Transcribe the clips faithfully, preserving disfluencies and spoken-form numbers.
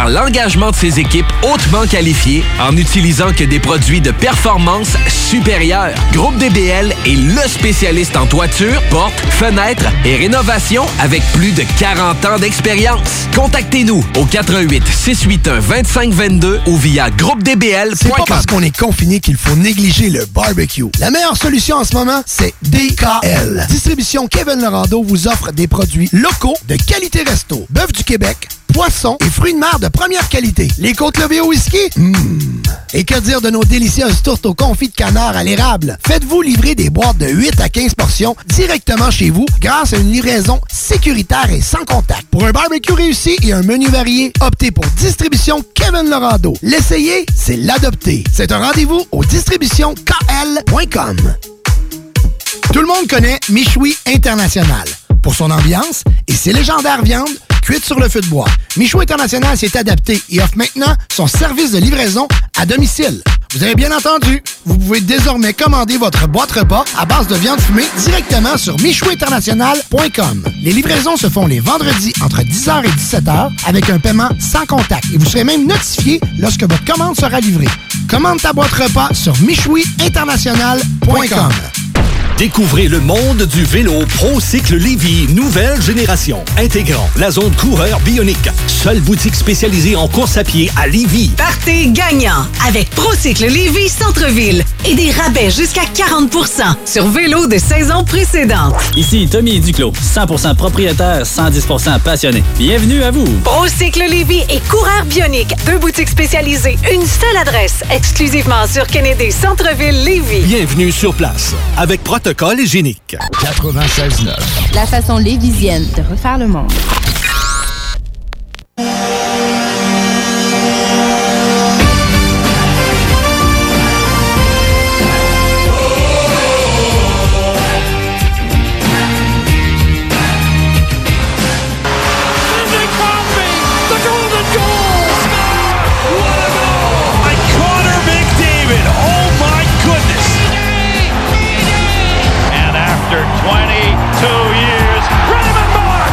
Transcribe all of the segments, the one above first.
l'engagement de ses équipes hautement qualifiées en n'utilisant que des produits de performance supérieure. Groupe D B L est le spécialiste en toiture, portes, fenêtres et rénovation avec plus de quarante ans d'expérience. Contactez-nous au quatre un huit, six huit un, deux cinq deux deux ou via groupe d b l point com. C'est pas parce qu'on est confiné qu'il faut négliger le barbecue. La meilleure solution en ce moment, c'est D K L. Distribution Kevin Lorando vous offre des produits locaux de qualité resto. Bœuf du Québec, poissons et fruits de mer de première qualité. Les côtes levées au whisky? Mmh. Et que dire de nos délicieuses tourtes au confit de canard à l'érable? Faites-vous livrer des boîtes de huit à quinze portions directement chez vous grâce à une livraison sécuritaire et sans contact. Pour un barbecue réussi et un menu varié, optez pour Distribution Kevin Lorando. L'essayer, c'est l'adopter. C'est un rendez-vous au distribution k l point com. Tout le monde connaît Michoui International pour son ambiance et ses légendaires viandes cuites sur le feu de bois. Michoui International s'est adapté et offre maintenant son service de livraison à domicile. Vous avez bien entendu, vous pouvez désormais commander votre boîte repas à base de viande fumée directement sur michoui international point com. Les livraisons se font les vendredis entre dix heures et dix-sept heures avec un paiement sans contact et vous serez même notifié lorsque votre commande sera livrée. Commande ta boîte repas sur michoui international point com. Découvrez le monde du vélo ProCycle Lévis, nouvelle génération, intégrant la zone coureur bionique. Seule boutique spécialisée en course à pied à Lévis. Partez gagnant avec ProCycle Lévis Centre-Ville et des rabais jusqu'à quarante pour cent sur vélo de saison précédente. Ici Tommy Duclos, cent pour cent propriétaire, cent dix pour cent passionné. Bienvenue à vous. ProCycle Lévis et coureur bionique, deux boutiques spécialisées, une seule adresse, exclusivement sur Kennedy Centre-Ville Lévis. Bienvenue sur place avec Protocole hygiénique. quatre-vingt-seize neuf. La façon lévisienne de refaire le monde. twenty-two years, Brennan Mark!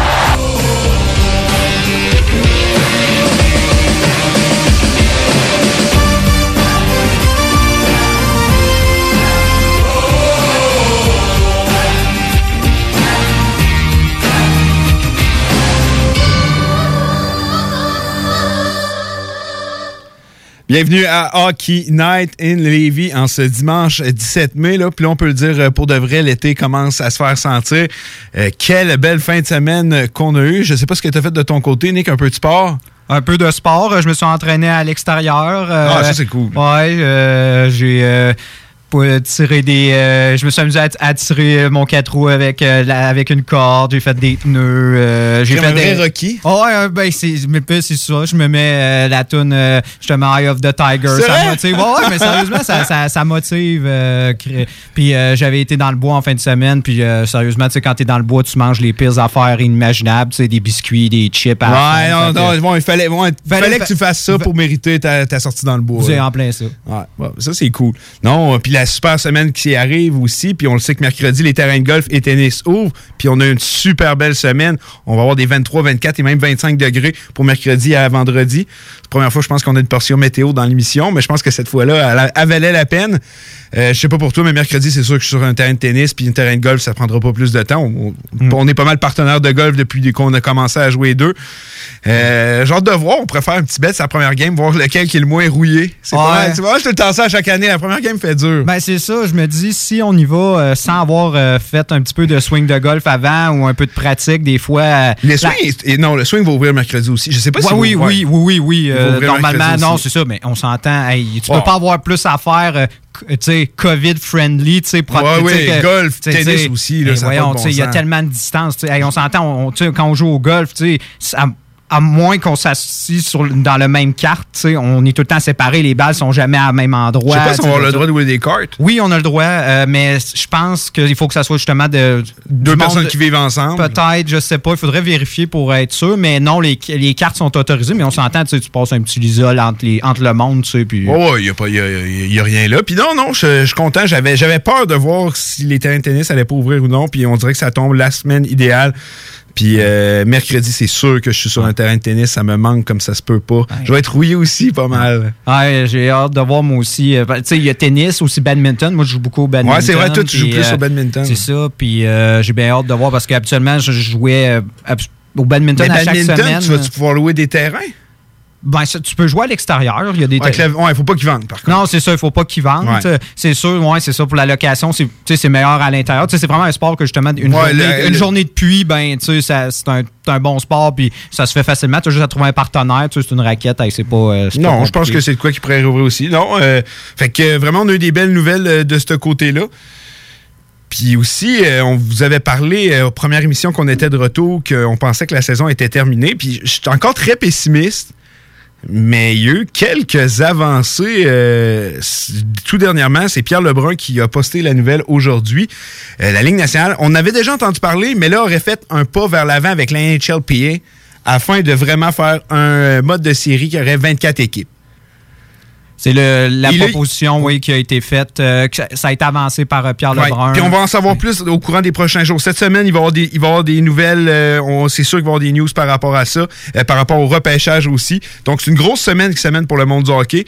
Bienvenue à Hockey Night in Lévis en ce dimanche dix-sept mai. Là. Puis là, on peut le dire, pour de vrai, l'été commence à se faire sentir. Euh, quelle belle fin de semaine qu'on a eue. Je sais pas ce que tu as fait de ton côté, Nick, un peu de sport? Un peu de sport. Je me suis entraîné à l'extérieur. Euh, ah, ça, c'est cool. Ouais, euh, j'ai... Euh, pour tirer des... Euh, je me suis amusé à, à tirer mon quatre roues avec, euh, la, avec une corde. J'ai fait des pneus. Euh, j'ai fait fait un des... vrai Rocky? Oh, ouais, ben, c'est, c'est ça. Je me mets euh, la toune, euh, justement, Eye of the Tiger. C'est ça vrai? motive. Ouais, ouais, mais sérieusement, ça, ça, ça motive. Euh, cré... Puis euh, j'avais été dans le bois en fin de semaine. Puis euh, sérieusement, tu sais, quand t'es dans le bois, tu manges les pires affaires inimaginables. Tu sais, des biscuits, des chips. À ouais, la fin, non, non, que... bon, il fallait, bon, il fallait, fallait que tu fasses ça pour mériter ta, ta sortie dans le bois. Vous êtes en plein ça. Ouais, bon, ça, c'est cool. Non, puis la super semaine qui arrive aussi, puis on le sait que mercredi, les terrains de golf et tennis ouvrent, puis on a une super belle semaine. On va avoir des vingt-trois, vingt-quatre et même vingt-cinq degrés pour mercredi à vendredi. C'est la première fois, je pense qu'on a une portion météo dans l'émission, mais je pense que cette fois-là, elle valait la peine. Euh, je sais pas pour toi, mais mercredi, c'est sûr que je suis sur un terrain de tennis, puis un terrain de golf, ça prendra pas plus de temps. On, mm. on est pas mal partenaires de golf depuis qu'on a commencé à jouer deux. Euh, genre de voir, on pourrait faire un petit bet sur la première game, voir lequel qui est le moins rouillé. C'est ouais. pas mal. Tu vois, je te le tends ça à chaque année. La première game fait dur. Ben, c'est ça. Je me dis, si on y va euh, sans avoir euh, fait un petit peu de swing de golf avant ou un peu de pratique, des fois. Euh, Les swings, la... et non, le swing va ouvrir mercredi aussi. Je sais pas ouais, si oui, oui, oui, oui, oui, euh, normalement, non, aussi. c'est ça, mais on s'entend. Hey, tu wow. peux pas avoir plus à faire. Euh, tu sais, COVID-friendly, tu sais, ouais, oui, golf, tennis aussi, là, hey, ça voyons, bon il y a tellement de distance, hey, on s'entend, on, quand on joue au golf, tu sais, à moins qu'on s'assie sur, dans le même carte, on est tout le temps séparés, les balles sont jamais à même endroit. Je sais pas si on a le droit de jouer des cartes. Oui, on a le droit, euh, mais je pense qu'il faut que ça soit justement de... Deux personnes monde, qui vivent ensemble. Peut-être, je sais pas, il faudrait vérifier pour être sûr, mais non, les, les cartes sont autorisées, mais on s'entend, tu sais, tu passes un petit lisol entre, les, entre le monde, tu sais, puis... Oh, il n'y a, a, a rien là. Puis non, non, je, je suis content, j'avais, j'avais peur de voir si les terrains de tennis allaient pas ouvrir ou non, puis on dirait que ça tombe la semaine idéale Puis euh, mercredi, c'est sûr que je suis sur un terrain de tennis. Ça me manque comme ça se peut pas. Ouais. Je vais être rouillé aussi pas mal. Ouais, j'ai hâte de voir moi aussi. Tu sais, il y a tennis, aussi badminton. Moi, je joue beaucoup au badminton. Ouais, c'est vrai, toi, tu joues plus euh, au badminton. C'est ça. Puis euh, j'ai bien hâte de voir parce qu'habituellement, je jouais euh, au badminton Mais à badminton, chaque semaine. Tu vas-tu pouvoir louer des terrains? Ben, ça, tu peux jouer à l'extérieur. Il y a des ouais, il ouais, faut pas qu'ils vendent, par contre. Non, c'est ça, il faut pas qu'ils vendent. Ouais. C'est sûr, ouais, c'est ça. Pour la location, c'est, c'est meilleur à l'intérieur. T'sais, c'est vraiment un sport que justement, une, ouais, journée, le, une le... journée de pluie, ben, c'est un, un bon sport, puis ça se fait facilement. Tu as juste à trouver un partenaire. C'est une raquette. Hey, c'est pas, c'est non, pas je pense que c'est de quoi qui pourrait rouvrir aussi. Non, euh, fait que vraiment, on a eu des belles nouvelles de ce côté-là. Puis aussi, euh, on vous avait parlé euh, aux premières émissions qu'on était de retour, qu'on pensait que la saison était terminée. Puis je suis encore très pessimiste. Mais il y a eu quelques avancées. Euh, tout dernièrement, c'est Pierre Lebrun qui a posté la nouvelle aujourd'hui. Euh, la Ligue nationale, on avait déjà entendu parler, mais là, aurait fait un pas vers l'avant avec la N H L P A afin de vraiment faire un mode de série qui aurait vingt-quatre équipes. C'est le, la Il proposition oui, qui a été faite. Euh, que ça a été avancé par euh, Pierre ouais. Lebrun. Puis on va en savoir plus au courant des prochains jours. Cette semaine, il va y avoir des, il va y avoir des nouvelles. Euh, on, c'est sûr qu'il va y avoir des news par rapport à ça, euh, par rapport au repêchage aussi. Donc, c'est une grosse semaine qui s'amène pour le monde du hockey.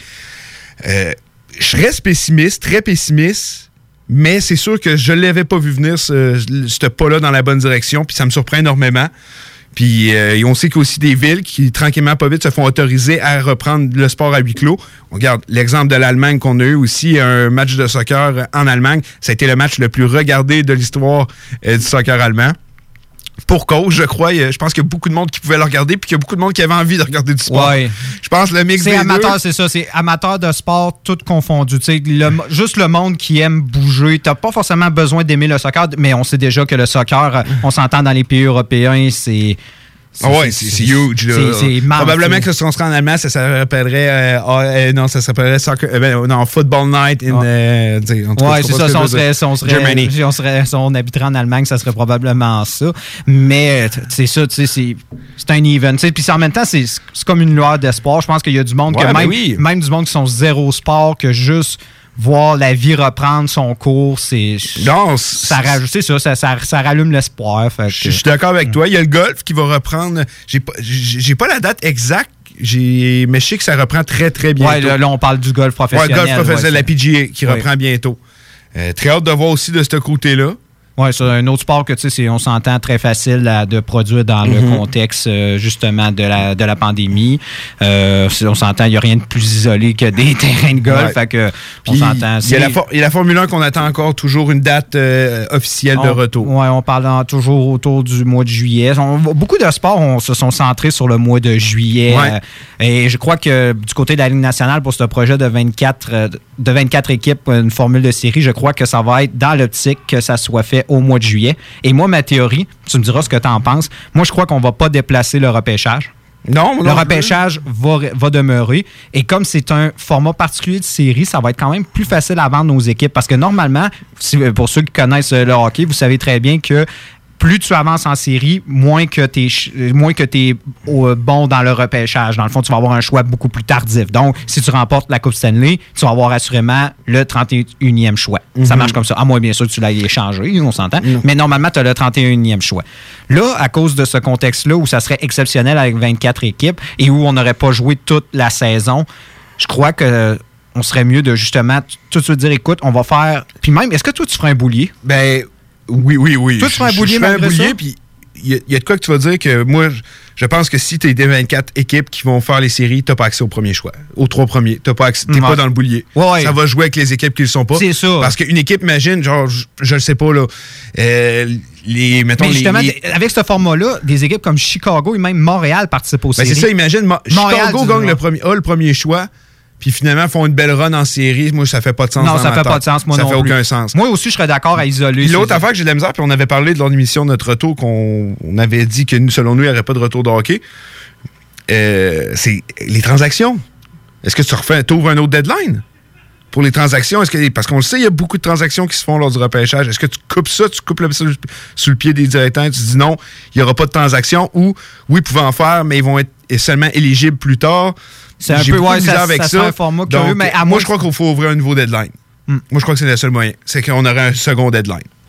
Euh, je reste pessimiste, très pessimiste, mais c'est sûr que je ne l'avais pas vu venir, ce, ce pas-là dans la bonne direction, puis ça me surprend énormément. Puis euh, on sait qu'il y a aussi des villes qui, tranquillement, pas vite, se font autoriser à reprendre le sport à huis clos. On regarde l'exemple de l'Allemagne qu'on a eu aussi, un match de soccer en Allemagne. Ça a été le match le plus regardé de l'histoire euh, du soccer allemand. Pour cause, je crois. Je pense qu'il y a beaucoup de monde qui pouvait le regarder puis qu'il y a beaucoup de monde qui avait envie de regarder du sport. Ouais. Je pense le mix c'est des amateur, deux. C'est ça. C'est amateur de sport, tout confondu. Le, juste le monde qui aime bouger. T'as pas forcément besoin d'aimer le soccer, mais on sait déjà que le soccer, on s'entend dans les pays européens, c'est... C'est, ah ouais, c'est, c'est, c'est huge. Là. C'est, c'est immense, Probablement là. Que si on serait en allemand, ça s'appellerait euh, euh, non, ça s'appellerait soccer, euh, ben, non, football night in. Oh. Euh, en tout ouais, cas, c'est ça. Si on, serait, si on serait, Germany. Si on serait, si on habiterait en Allemagne, ça serait probablement ça. Mais c'est ça, tu sais, c'est, c'est un event. Puis en même temps, c'est, c'est comme une lueur d'espoir. Je pense qu'il y a du monde ouais, que ben même, oui. même du monde qui sont zéro sport, que juste voir la vie reprendre son cours, c'est. Non, ça rajoute, c'est ça, ça, ça, ça rallume l'espoir. Fait que... Je suis d'accord avec toi. Il y a le golf qui va reprendre. J'ai pas, j'ai, j'ai pas la date exacte, j'ai, mais je sais que ça reprend très, très bientôt. Ouais, là, là on parle du golf professionnel. Ouais, le golf professionnel, ouais, la P G A qui ouais. reprend bientôt. Euh, très hâte de voir aussi de ce côté-là. Oui, c'est un autre sport que, tu sais, on s'entend très facile à, de produire dans mm-hmm. le contexte, euh, justement, de la, de la pandémie. Euh, on s'entend, il n'y a rien de plus isolé que des terrains de golf. Ouais. Fait que, on Puis, s'entend. Il y, a la for- y a la Formule un qu'on attend encore toujours une date euh, officielle on, de retour. Oui, on parle en, toujours autour du mois de juillet. On, beaucoup de sports on, se sont centrés sur le mois de juillet. Ouais. Euh, et je crois que du côté de la Ligue nationale, pour ce projet de vingt-quatre, euh, de vingt-quatre équipes, une formule de série, je crois que ça va être dans l'optique que ça soit fait au mois de juillet. Et moi, ma théorie, tu me diras ce que tu en penses, moi, je crois qu'on ne va pas déplacer le repêchage. Non, non. Le repêchage va, va demeurer. Et comme c'est un format particulier de série, ça va être quand même plus facile à vendre nos équipes. Parce que normalement, si, pour ceux qui connaissent le hockey, vous savez très bien que plus tu avances en série, moins que tu es moins que tu es bon dans le repêchage. Dans le fond, tu vas avoir un choix beaucoup plus tardif. Donc, si tu remportes la Coupe Stanley, tu vas avoir assurément le trente et unième choix. Mm-hmm. Ça marche comme ça. À moins, bien sûr, que tu l'aies échangé, on s'entend. Mm-hmm. Mais normalement, tu as le trente et unième choix. Là, à cause de ce contexte-là, où ça serait exceptionnel avec vingt-quatre équipes et où on n'aurait pas joué toute la saison, je crois que on serait mieux de justement tout de suite dire, écoute, on va faire... Puis même, est-ce que toi, tu ferais un boulier? Ben... Oui, oui, oui. Toi, tu fais un boulier, je, je fais un boulier, puis il y, y a de quoi que tu vas dire que moi, je, je pense que si tu es des vingt-quatre équipes qui vont faire les séries, tu n'as pas accès au premier choix. Aux trois premiers. Tu n'es pas, ouais. pas dans le boulier. Ouais. Ça va jouer avec les équipes qui ne le sont pas. C'est ça. Parce qu'une équipe, imagine, genre, je ne sais pas, là, euh, les, mettons, mais justement, les, les... avec ce format-là, des équipes comme Chicago et même Montréal participent aux ben séries. C'est ça, imagine, Mo- Chicago gagne le premier, a le premier choix. Puis finalement, font une belle run en série. Moi, ça fait pas de sens. Non, ça fait pas de sens, moi non plus. Ça fait aucun sens. Moi aussi, je serais d'accord à isoler. Puis l'autre affaire que j'ai de la misère, puis on avait parlé de l'émission de notre retour, qu'on on avait dit que nous, selon nous, il n'y aurait pas de retour de hockey. Euh, c'est les transactions. Est-ce que tu refais, t'ouvres un autre deadline pour les transactions? Est-ce que, parce qu'on le sait, il y a beaucoup de transactions qui se font lors du repêchage. Est-ce que tu coupes ça, tu coupes le, sous, sous le pied des directeurs, tu dis non, il n'y aura pas de transactions, ou oui, ils pouvaient en faire, mais ils vont être seulement éligibles plus tard. C'est un J'ai peu ouais, ça, avec ça, ça. Un format Donc, mais à moi, moi, je crois qu'il faut ouvrir un nouveau deadline. Mm. Moi, je crois que c'est le seul moyen. C'est qu'on aurait un second deadline.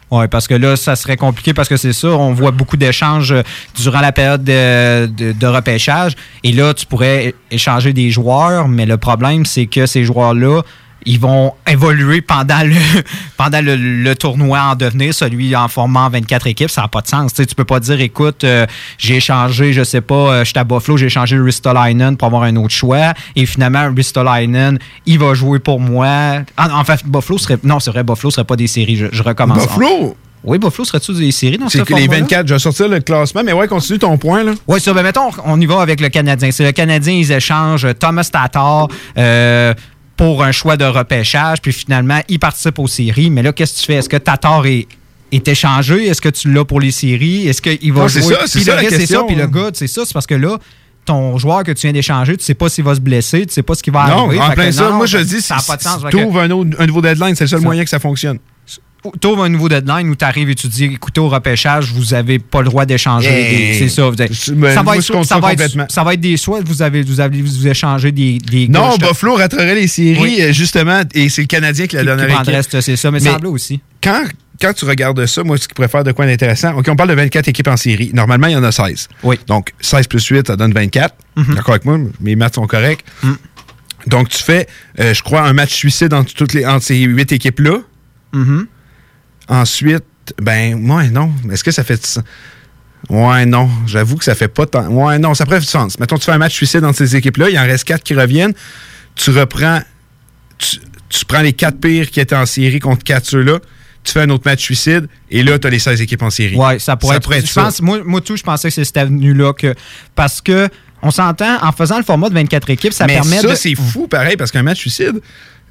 Oui, parce que là, ça serait compliqué parce que c'est ça, on voit beaucoup d'échanges durant la période de, de, de repêchage. Et là, tu pourrais échanger des joueurs, mais le problème, c'est que ces joueurs-là, ils vont évoluer pendant le pendant le, le tournoi en devenir, celui en formant vingt-quatre équipes, ça n'a pas de sens. Tu sais, tu peux pas dire, écoute, euh, j'ai échangé, je sais pas, euh, j'étais à Buffalo, j'ai échangé Ristolainen pour avoir un autre choix, et finalement, Ristolainen, il va jouer pour moi. En, en fait, Buffalo serait... Non, c'est vrai, Buffalo serait pas des séries, je, je recommence. Buffalo? Oui, Buffalo serait-tu des séries dans ce format-là? C'est que les vingt-quatre, je vais sortir le classement, mais ouais, continue ton point, là. Oui, ça, ben mettons, on y va avec le Canadien. C'est le Canadien, ils échangent Thomas Tatar, euh, pour un choix de repêchage, puis finalement, il participe aux séries. Mais là, qu'est-ce que tu fais? Est-ce que Tatar est, est échangé? Est-ce que tu l'as pour les séries? Est-ce qu'il va non, jouer? C'est ça, c'est puis ça le la reste, question. c'est ça, puis le gars, c'est ça, c'est parce que là, ton joueur que tu viens d'échanger, tu sais pas s'il va se blesser, tu sais pas ce qui va non, arriver. En plein que ça, non, moi je dis, ça n'a pas de sens. Tu ouvres un, un nouveau deadline, c'est le seul ça. moyen que ça fonctionne. Tu ouvres un nouveau deadline où tu arrives et tu dis, écoutez, au repêchage, vous n'avez pas le droit d'échanger. Hey. C'est ça. Vous avez, ben, ça, va moi, être, ça, ça, va être, ça va être des soit vous avez vous avez vous échangez des, des non, Buffalo raterait les séries, oui. justement, et c'est le Canadien qui la donnerait. Reste, c'est ça, mais, mais ça là aussi. Quand, quand tu regardes ça, moi, ce qui pourrait faire de quoi d'intéressant, OK, on parle de vingt-quatre équipes en série. Normalement, il y en a seize. Oui. Donc, seize plus huit, ça donne vingt-quatre. Mm-hmm. D'accord avec moi? Mes maths sont corrects. Mm. Donc, tu fais, euh, je crois, un match suicide entre, toutes les, entre ces huit équipes-là. Mm-hmm. Ensuite, ben, ouais, non. Est-ce que ça fait... Ouais, non. J'avoue que ça fait pas tant... Ouais, non, ça ferait du sens. Mettons, tu fais un match suicide entre ces équipes-là, il en reste quatre qui reviennent. Tu reprends... Tu, tu prends les quatre pires qui étaient en série contre quatre ceux-là, tu fais un autre match suicide, et là, tu as les seize équipes en série. Ouais, ça pourrait ça être... Pourrait être je ça. pense, moi, moi, tout, je pensais que c'est cette avenue-là que... Parce que, on s'entend, en faisant le format de vingt-quatre équipes, ça Mais permet ça, de... c'est fou, pareil, parce qu'un match suicide...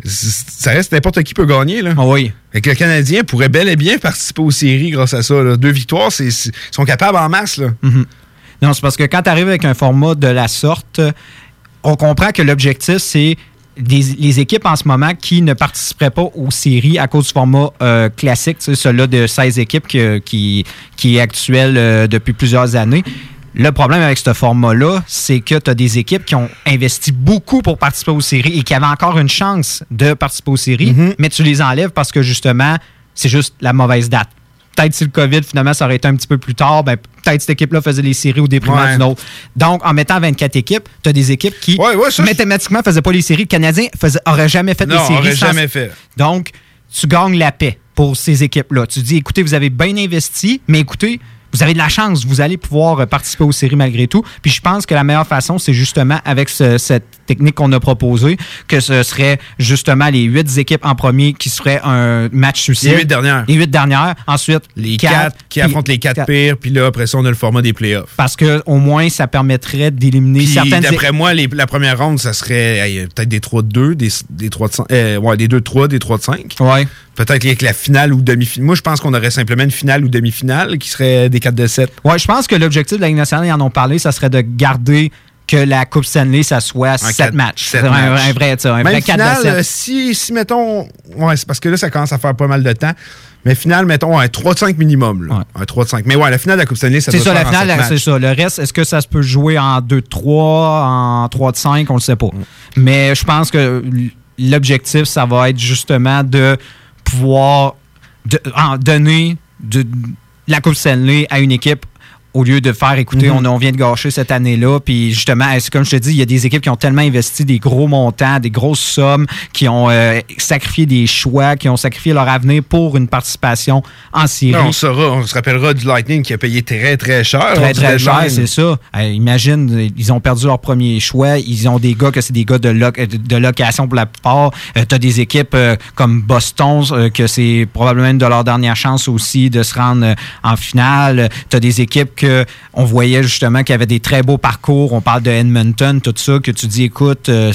Ça reste n'importe qui peut gagner. Là. Oui. Fait que le Canadien pourrait bel et bien participer aux séries grâce à ça. Là. Deux victoires, c'est, c'est, ils sont capables en masse. Là. Mm-hmm. Non, c'est parce que quand tu arrives avec un format de la sorte, on comprend que l'objectif, c'est des, les équipes en ce moment qui ne participeraient pas aux séries à cause du format euh, classique, celui-là de seize équipes qui, qui, qui est actuel euh, depuis plusieurs années. Le problème avec ce format-là, c'est que tu as des équipes qui ont investi beaucoup pour participer aux séries et qui avaient encore une chance de participer aux séries, mm-hmm. mais tu les enlèves parce que, justement, c'est juste la mauvaise date. Peut-être si le COVID, finalement, ça aurait été un petit peu plus tard, ben, peut-être cette équipe-là faisait les séries au déprimant ouais. d'une autre. Donc, en mettant vingt-quatre équipes, tu as des équipes qui, ouais, ouais, ça, mathématiquement, ne faisaient pas les séries. Le Canadien n'aurait jamais fait non, les séries. Non, aurait sans... jamais fait. Donc, tu gagnes la paix pour ces équipes-là. Tu dis, écoutez, vous avez bien investi, mais écoutez, vous avez de la chance, vous allez pouvoir participer aux séries malgré tout. Puis je pense que la meilleure façon, c'est justement avec ce, cette technique qu'on a proposée, que ce serait justement les huit équipes en premier qui se feraient un match suicide. Les huit dernières. Les huit dernières. Ensuite, les quatre qui affrontent les quatre pires. Puis là, après ça, on a le format des playoffs. Parce qu'au moins, ça permettrait d'éliminer puis certaines... d'après moi, les, la première ronde, ça serait hey, peut-être des trois de deux, des, des trois de cinq. Euh, ouais, des deux de trois, des trois de cinq. Ouais. Peut-être avec la finale ou demi-finale. Moi, je pense qu'on aurait simplement une finale ou demi-finale qui serait des quatre de sept. Oui, je pense que l'objectif de la Ligue nationale, ils en ont parlé, ça serait de garder que la Coupe Stanley, ça soit sept matchs. sept un, matchs. Un vrai, ça, un Même vrai finale, quatre de sept. Si, si, mettons... Ouais, c'est parce que là, ça commence à faire pas mal de temps. Mais finale, mettons, un trois de cinq minimum. Là. Ouais. Un trois de cinq. Mais ouais, la finale de la Coupe Stanley, ça c'est doit ça, se faire la finale, en c'est ça. Le reste, est-ce que ça se peut jouer en deux de trois, en trois de cinq? On le sait pas. Mm. Mais je pense que l'objectif, ça va être justement de pouvoir de, en donner de, de la Coupe Stanley à une équipe au lieu de faire, écoutez, mm-hmm. on, on vient de gâcher cette année-là, puis justement, c'est comme je te dis, il y a des équipes qui ont tellement investi des gros montants, des grosses sommes, qui ont euh, sacrifié des choix, qui ont sacrifié leur avenir pour une participation en série. Non, on saura, on se rappellera du Lightning qui a payé très, très cher. Très, très cher, c'est ça. Euh, imagine, ils ont perdu leur premier choix, ils ont des gars que c'est des gars de, lo- de location pour la plupart. Euh, tu as des équipes euh, comme Boston, euh, que c'est probablement de leur dernière chance aussi de se rendre euh, en finale. Tu as des équipes que on voyait justement qu'il y avait des très beaux parcours. On parle de Edmonton, tout ça, que tu dis, écoute, euh,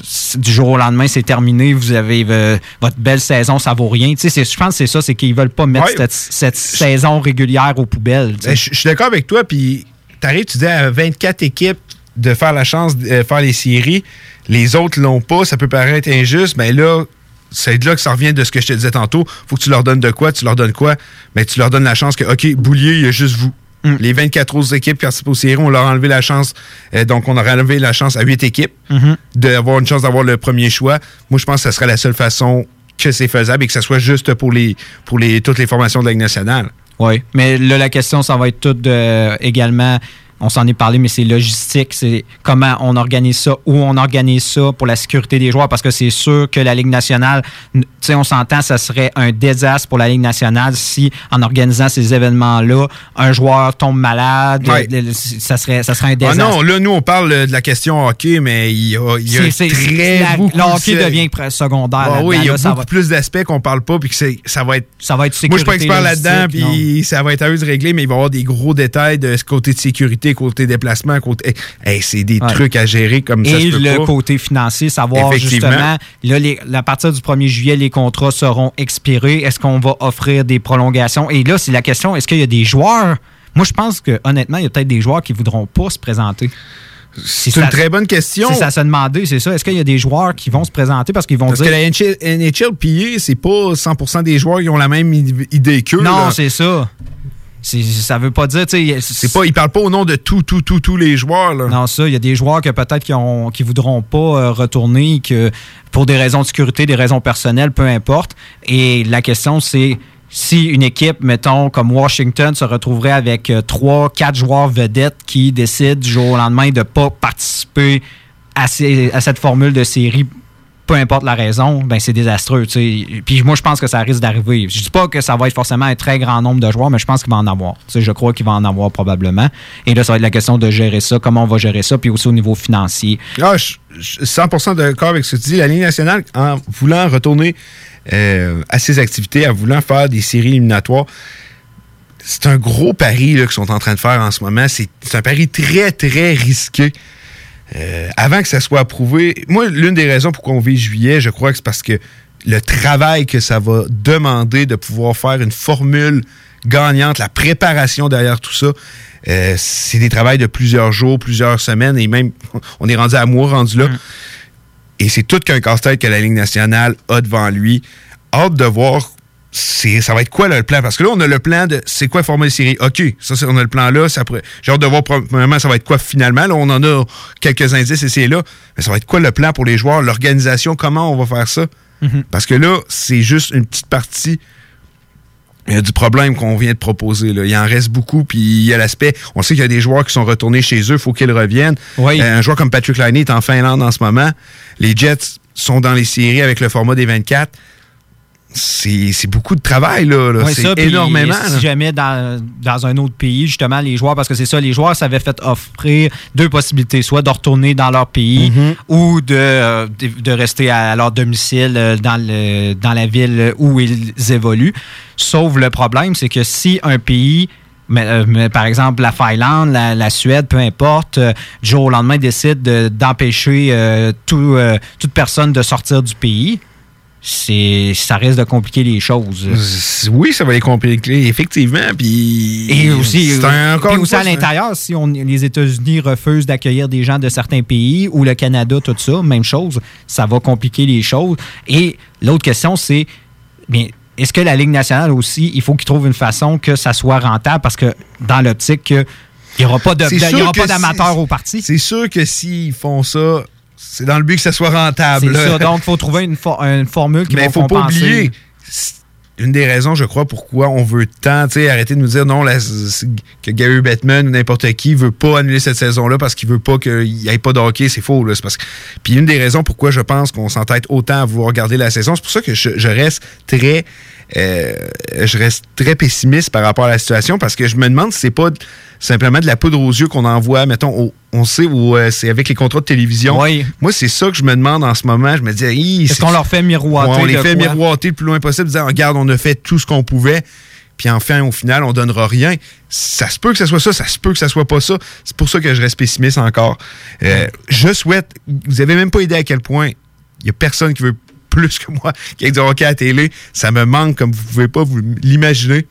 du jour au lendemain, c'est terminé, vous avez euh, votre belle saison, ça vaut rien. Tu sais, je pense que c'est ça, c'est qu'ils veulent pas mettre ouais. cette, cette saison régulière aux poubelles. Je suis d'accord avec toi, puis t'arrives, tu dis à vingt-quatre équipes de faire la chance de faire les séries, les autres l'ont pas, ça peut paraître injuste, mais là, c'est là que ça revient de ce que je te disais tantôt. Faut que tu leur donnes de quoi, tu leur donnes quoi, mais tu leur donnes la chance que, OK, Boulier, il y a juste vous. Mm. Les vingt-quatre autres équipes qui participent aux séries, on leur a enlevé la chance. Euh, donc, on aurait enlevé la chance à huit équipes mm-hmm. d'avoir une chance d'avoir le premier choix. Moi, je pense que ce serait la seule façon que c'est faisable et que ce soit juste pour les pour les toutes les formations de la Ligue nationale. Oui, mais là, la question, ça va être toute euh, également... On s'en est parlé, mais c'est logistique. C'est comment on organise ça, où on organise ça pour la sécurité des joueurs. Parce que c'est sûr que la Ligue nationale, tu sais, on s'entend, ça serait un désastre pour la Ligue nationale si, en organisant ces événements-là, un joueur tombe malade. Ouais. Ça serait, ça serait un désastre. Ah non, là, nous, on parle de la question hockey, mais il y a, il y a c'est, très c'est, la, beaucoup... Le hockey de... devient secondaire. Ah, oui, il y a là, beaucoup va... plus d'aspects qu'on parle pas, puis que c'est, ça va être... Ça va être sécurité. Moi, je suis pas expert là-dedans, puis ça va être à eux de régler, mais il va y avoir des gros détails de ce côté de sécurité, côté déplacement, côté... Hey, c'est des ouais. trucs à gérer comme ça. Et se peut le pas. côté financier, savoir justement, là, les, à partir du premier juillet, les contrats seront expirés. Est-ce qu'on va offrir des prolongations? Et là, c'est la question, est-ce qu'il y a des joueurs? Moi, je pense que honnêtement, il y a peut-être des joueurs qui ne voudront pas se présenter. C'est, c'est une ça, très bonne question. C'est ça à se demander, c'est ça. Est-ce qu'il y a des joueurs qui vont se présenter parce qu'ils vont parce dire... Parce que la N H L P A, c'est pas cent pour cent des joueurs qui ont la même idée qu'eux. Non, là. c'est ça. C'est, ça veut pas dire, tu sais... C'est pas, ils parlent pas au nom de tout, tout, tout, tous les joueurs, là. Non, ça, il y a des joueurs que peut-être qui, ont, qui voudront pas euh, retourner, que pour des raisons de sécurité, des raisons personnelles, peu importe. Et la question, c'est si une équipe, mettons, comme Washington, se retrouverait avec euh, trois, quatre joueurs vedettes qui décident du jour au lendemain de pas participer à, ces, à cette formule de série, peu importe la raison, ben c'est désastreux. T'sais. Puis moi, je pense que ça risque d'arriver. Je dis pas que ça va être forcément un très grand nombre de joueurs, mais je pense qu'il va en avoir. T'sais, je crois qu'il va en avoir probablement. Et là, ça va être la question de gérer ça, comment on va gérer ça, puis aussi au niveau financier. Ah, je suis cent pour cent d'accord avec ce que tu dis. La Ligue nationale, en voulant retourner euh, à ses activités, en voulant faire des séries éliminatoires, c'est un gros pari là, qu'ils sont en train de faire en ce moment. C'est, c'est un pari très, très risqué. Euh, avant que ça soit approuvé, moi, l'une des raisons pourquoi on vit juillet, je crois que c'est parce que le travail que ça va demander de pouvoir faire une formule gagnante, la préparation derrière tout ça, euh, c'est des travails de plusieurs jours, plusieurs semaines, et même, on est rendu à mois rendu là. Mmh. Et c'est tout qu'un casse-tête que la Ligue nationale a devant lui. Hâte de voir... C'est, ça va être quoi là, le plan? Parce que là, on a le plan de c'est quoi former les séries. OK, ça, c'est, on a le plan là. Ça pourrait, j'ai hâte de voir premièrement ça va être quoi finalement. Là, on en a quelques indices ici et là. Mais ça va être quoi le plan pour les joueurs, l'organisation, comment on va faire ça? Mm-hmm. Parce que là, c'est juste une petite partie euh, du problème qu'on vient de proposer. Là. Il en reste beaucoup, puis il y a l'aspect, on sait qu'il y a des joueurs qui sont retournés chez eux, il faut qu'ils reviennent. Oui. Euh, un joueur comme Patrick Laine est en Finlande en ce moment. Les Jets sont dans les séries avec le format des vingt-quatre. C'est, c'est beaucoup de travail, là. là. Oui, c'est ça, énormément. Si là. jamais dans, dans un autre pays, justement, les joueurs, parce que c'est ça, les joueurs s'avaient fait offrir deux possibilités, soit de retourner dans leur pays mm-hmm. ou de, de, de rester à leur domicile dans, le, dans la ville où ils évoluent. Sauf le problème, c'est que si un pays... Mais, euh, mais, par exemple, la Finlande, la, la Suède, peu importe, euh, du jour au lendemain, décide de, d'empêcher euh, tout, euh, toute personne de sortir du pays, c'est, ça risque de compliquer les choses. Oui, ça va les compliquer, effectivement. Puis et aussi, c'est un, encore puis aussi fois, à l'intérieur, si on, les États-Unis refusent d'accueillir des gens de certains pays, ou le Canada, tout ça, même chose, ça va compliquer les choses. Et l'autre question, c'est... Bien, est-ce que la Ligue nationale aussi, il faut qu'ils trouvent une façon que ça soit rentable? Parce que dans l'optique, il n'y aura pas, de, de, y aura pas d'amateurs au parti. C'est sûr que s'ils font ça, c'est dans le but que ça soit rentable. C'est ça, donc il faut trouver une, for- une formule qui Mais va il faut pas oublier, une des raisons, je crois, pourquoi on veut tant, tu sais, arrêter de nous dire non, là, que Gary Bettman ou n'importe qui veut pas annuler cette saison-là parce qu'il veut pas qu'il n'y ait pas de hockey, c'est faux. Là, c'est parce que... Puis une des raisons pourquoi je pense qu'on s'entête autant à vouloir garder la saison, c'est pour ça que je, je reste très... Euh, je reste très pessimiste par rapport à la situation parce que je me demande si c'est pas simplement de la poudre aux yeux qu'on envoie, mettons, au, on sait où euh, c'est avec les contrats de télévision. Oui. Moi, c'est ça que je me demande en ce moment. Je me dis, hey, est-ce c'est... qu'on leur fait miroiter? Ouais, on les fait quoi? miroiter le plus loin possible, disant, regarde, on a fait tout ce qu'on pouvait, puis enfin, au final, on donnera rien. Ça se peut que ça soit ça, ça se peut que ça soit pas ça. C'est pour ça que je reste pessimiste encore. Euh, je souhaite, vous avez même pas idée à quel point il y a personne qui veut plus que moi qui ait du hockey à la télé. Ça me manque comme vous pouvez pas vous l'imaginer.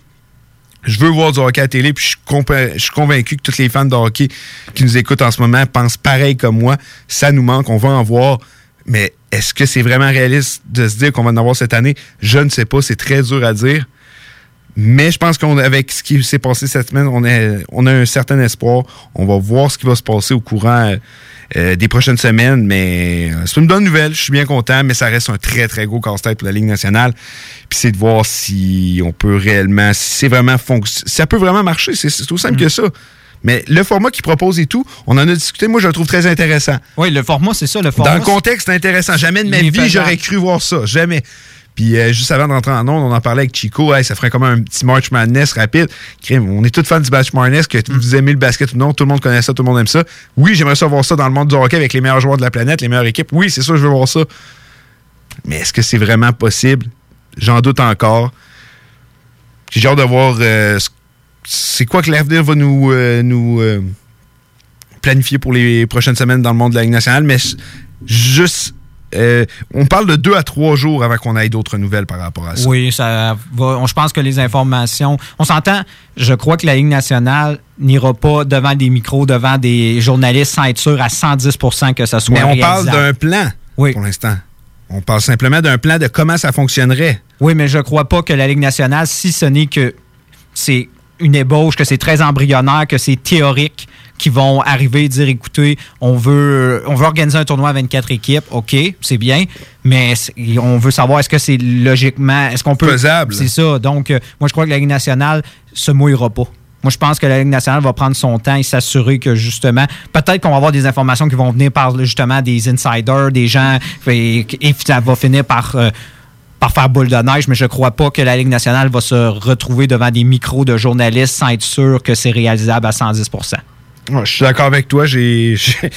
Je veux voir du hockey à la télé, puis je suis, compa- je suis convaincu que tous les fans de hockey qui nous écoutent en ce moment pensent pareil comme moi. Ça nous manque, on va en voir. Mais est-ce que c'est vraiment réaliste de se dire qu'on va en avoir cette année? Je ne sais pas, c'est très dur à dire. Mais je pense qu'avec ce qui s'est passé cette semaine, on a, on a un certain espoir. On va voir ce qui va se passer au courant euh, des prochaines semaines. Mais euh, c'est une bonne nouvelle. Je suis bien content, mais ça reste un très, très gros casse-tête pour la Ligue nationale. Puis c'est de voir si on peut réellement, si c'est vraiment fonction, si ça peut vraiment marcher. C'est, c'est aussi simple mmh. que ça. Mais le format qu'il propose et tout, on en a discuté. Moi, je le trouve très intéressant. Oui, le format, c'est ça. Le format, dans le contexte, c'est intéressant. Jamais de ma vie, j'aurais cru voir ça. Jamais. Puis euh, juste avant de rentrer en ondes, on en parlait avec Chico. Hey, ça ferait comme un petit March Madness rapide. On est tous fans du March Madness, que mm. vous aimez le basket ou non. Tout le monde connaît ça, tout le monde aime ça. Oui, j'aimerais ça voir ça dans le monde du hockey avec les meilleurs joueurs de la planète, les meilleures équipes. Oui, c'est ça, je veux voir ça. Mais est-ce que c'est vraiment possible? J'en doute encore. J'ai hâte de voir euh, c'est quoi que l'avenir va nous, euh, nous euh, planifier pour les prochaines semaines dans le monde de la Ligue nationale. Mais juste... Euh, on parle de deux à trois jours avant qu'on ait d'autres nouvelles par rapport à ça. Oui, ça va. Je pense que les informations... On s'entend, je crois que la Ligue nationale n'ira pas devant des micros, devant des journalistes sans être sûr à cent dix pour cent que ça soit Mais on réalisable. parle d'un plan oui. pour l'instant. On parle simplement d'un plan de comment ça fonctionnerait. Oui, mais je ne crois pas que la Ligue nationale, si ce n'est que c'est une ébauche, que c'est très embryonnaire, que c'est théorique, qui vont arriver et dire, écoutez, on veut, on veut organiser un tournoi à vingt-quatre équipes, OK, c'est bien, mais on veut savoir, est-ce que c'est logiquement, est-ce qu'on peut... Faisable. C'est ça. Donc, euh, moi, je crois que la Ligue nationale se mouillera pas. Moi, je pense que la Ligue nationale va prendre son temps et s'assurer que, justement, peut-être qu'on va avoir des informations qui vont venir par, justement, des insiders, des gens, et, et ça va finir par... Euh, par faire boule de neige, mais je ne crois pas que la Ligue nationale va se retrouver devant des micros de journalistes sans être sûr que c'est réalisable à cent dix pour cent. Ouais, je suis d'accord avec toi. J'ai, j'ai,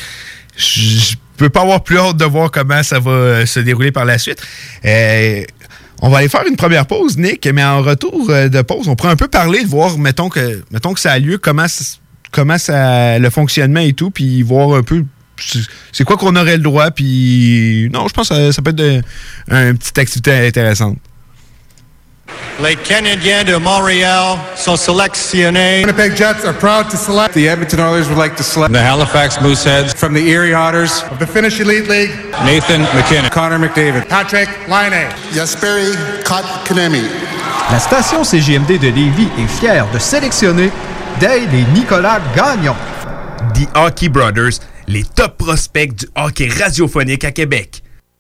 je peux pas avoir plus hâte de voir comment ça va se dérouler par la suite. Euh, on va aller faire une première pause, Nick, mais en retour de pause, on pourrait un peu parler, de voir, mettons que, mettons que ça a lieu, comment, comment ça, le fonctionnement et tout, puis voir un peu c'est quoi qu'on aurait le droit, puis non, je pense que ça, ça peut être de, une petite activité intéressante. Les Canadiens de Montréal sont sélectionnés. Winnipeg Jets are proud to select. The Edmonton Oilers would like to select. The Halifax Mooseheads. From the Erie Otters. Of the Finnish Elite League. Nathan McKinnon. Connor McDavid. Patrick Laine. Jesperi Kotkaniemi. La station C J M D de Lévis est fière de sélectionner Dale et Nicolas Gagnon. The Hockey Brothers, les top prospects du hockey radiophonique à Québec.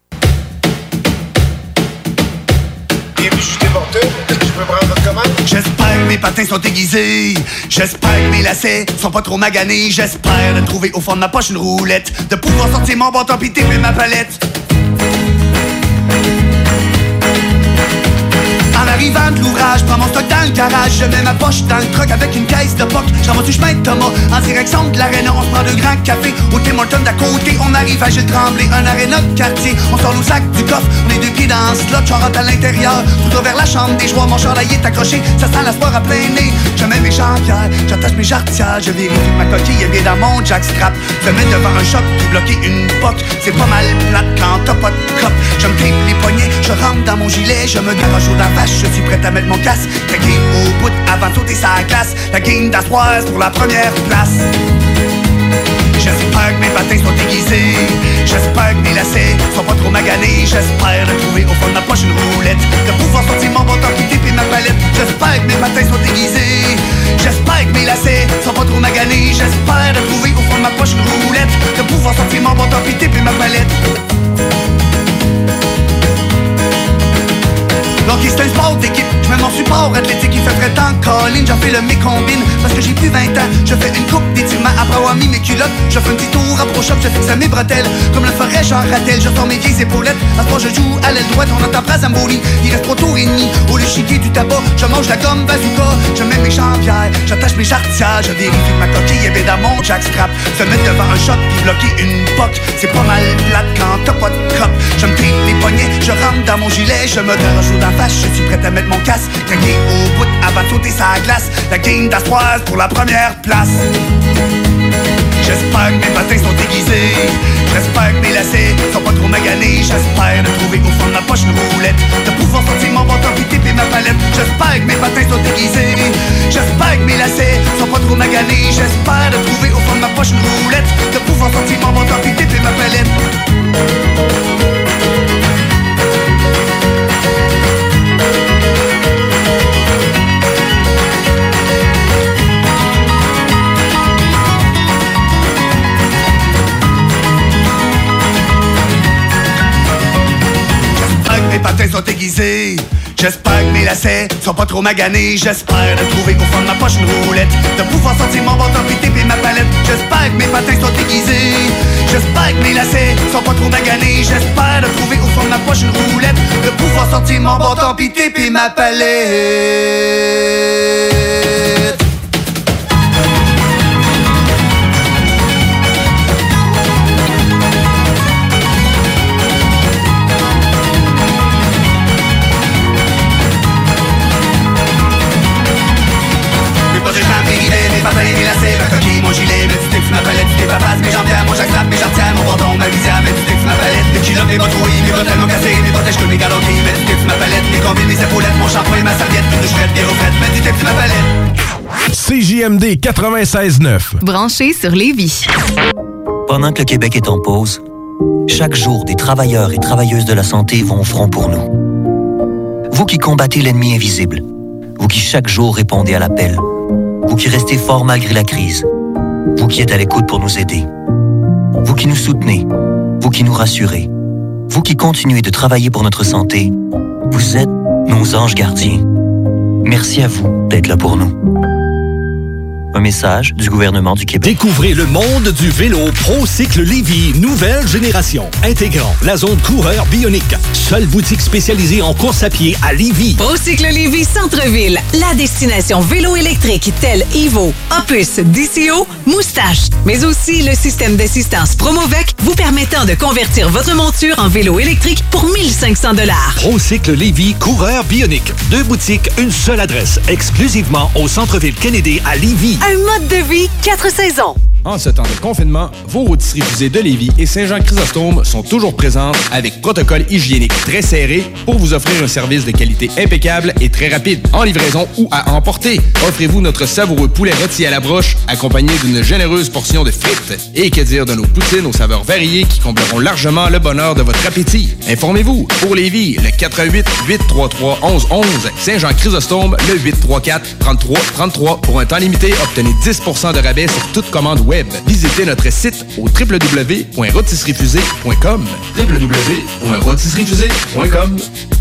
Bienvenue chez Porter. Est-ce que je peux prendre votre commande? J'espère que mes patins sont aiguisés. J'espère que mes lacets sont pas trop maganés. J'espère de trouver au fond de ma poche une roulette, de pouvoir sortir mon bâton pis taper ma palette. En arrivant de l'ouvrage, prends mon stock dans le garage. Je mets ma poche dans le truck avec une caisse de poc. J'envoie du chemin de Thomas en direction de l'aréna. On se prend deux grands cafés au Tim Hortons d'à côté. On arrive à Gilles Tremblay, un aréna de quartier. On sort nos sacs du coffre, on est deux pieds dans le slot. J'en rentre à l'intérieur, tout vers la chambre des joueurs. Mon chandail est accroché, ça sent la sport à plein nez. Je mets mes jambières, j'attache mes jarretières. Je vérifie que ma coquille est bien dans mon jackstrap. Je me mets devant un shop pour bloquer une poque. C'est pas mal plate quand t'as pas de cop. Je me tape les poignets, je rentre dans mon gilet. Je me garoche au vache, je suis prêt à mettre mon casque. La game au bout avant de sauter sa glace. La game d'Astroise pour la première place. J'espère que mes patins sont aiguisés. J'espère que mes lacets sont pas trop maganés. J'espère de trouver au fond de ma poche une roulette, de pouvoir sortir mon bâton qui tape et ma palette. J'espère que mes patins sont aiguisés. J'espère que mes lacets sont pas trop maganés. J'espère de trouver au fond de ma poche une roulette, de pouvoir sortir mon bâton qui tape et ma palette. Donc c'est un sport d'équipe, je mets mon support athlétique. Il fait très temps Colin, j'en fais le mécombine. Parce que j'ai plus vingt ans, je fais une coupe d'étirement. Après avoir mis mes culottes, je fais un petit tour à Pro Shop. Je fixe à mes bretelles, comme le ferait Jean Rattel. Je sors mes vieilles épaulettes, à ce moment je joue à l'aile droite. On entend Brazamboli, il reste trop tour et demi. Au lieu de chiquer du tabac, je mange la gomme bazooka. Je mets mes jambières, j'attache mes jarretières. Je vérifie que ma coquille est bien dans mon jackstrap. Se mettre devant un shot puis bloquer une poque, c'est pas mal plate quand t'as pas de crop. Je me tripe les poignets, je rentre dans mon gilet. Je me garoche au face, je suis prêt à mettre mon casque. Craquer au bout avant de sauter sa glace. La game d'Astroise pour la première place. J'espère que mes patins sont aiguisés. J'espère que mes lacets sont pas trop maganés. J'espère de trouver au fond de ma poche une roulette, de pouvoir sortir mon bâton puis taper ma palette. J'espère que mes patins sont aiguisés. J'espère que mes lacets sont pas trop maganés. J'espère de trouver au fond de ma poche une roulette, de pouvoir sortir mon bâton puis taper ma palette. sont aiguisés. J'espère que mes lacets sont pas trop maganés. J'espère de trouver au fond de ma poche une roulette, de pouvoir sortir mon bâton pis taper ma palette. J'espère que mes patins sont aiguisés. J'espère que mes lacets sont pas trop maganés. J'espère de trouver au fond de ma poche une roulette, de pouvoir sortir mon bâton pis taper ma palette. Mes patins, mes lacets, ma coquille, mon gilet, mes petits ma palette, tu t'es pas face, mes jambières, mon j'attrape, mes j'artiens, mon bâton, ma visière, mes petits ma palette, mes culottes, mes bretouilles, mes bretelles, mon cassé, mes protèges que mes galanteries, mes petits ma palette, mes combines, mes épaulettes, mon shampoing, ma serviette, une douche faite, bien refaite, mes petits ma palette. C J M D quatre-vingt-seize neuf. Branché sur Lévis. Pendant que le Québec est en pause, chaque jour, des travailleurs et travailleuses de la santé vont au front pour nous. Vous qui combattez l'ennemi invisible, vous qui chaque jour répondez à l'appel, vous qui restez fort malgré la crise, vous qui êtes à l'écoute pour nous aider, vous qui nous soutenez, vous qui nous rassurez, vous qui continuez de travailler pour notre santé, vous êtes nos anges gardiens. Merci à vous d'être là pour nous. Un message du gouvernement du Québec. Découvrez le monde du vélo ProCycle Lévis, nouvelle génération, intégrant la zone coureur bionique. Seule boutique spécialisée en course à pied à Lévis. ProCycle Lévis Centre-Ville, la destination vélo électrique telle Evo, Opus, D C O, Moustache, mais aussi le système d'assistance Promovec vous permettant de convertir votre monture en vélo électrique pour mille cinq cents dollars. ProCycle Lévis, coureur bionique. Deux boutiques, une seule adresse, exclusivement au Centre-Ville Kennedy à Lévis. Un mode de vie, quatre saisons. En ce temps de confinement, vos rôtisseries fusées de Lévis et Saint-Jean-Chrysostome sont toujours présentes avec protocole hygiénique très serré pour vous offrir un service de qualité impeccable et très rapide, en livraison ou à emporter. Offrez-vous notre savoureux poulet rôti à la broche, accompagné d'une généreuse portion de frites. Et que dire de nos poutines aux saveurs variées qui combleront largement le bonheur de votre appétit. Informez-vous, pour Lévis, le quatre un huit, huit trois trois, onze onze, Saint-Jean-Chrysostome, le huit trois quatre, trente-trois trente-trois. Pour un temps limité, obtenez dix pour cent de rabais sur toute commande web. Visitez notre site au w w w point rôtisseriefusée point com. w w w point rôtisseriefusée point com.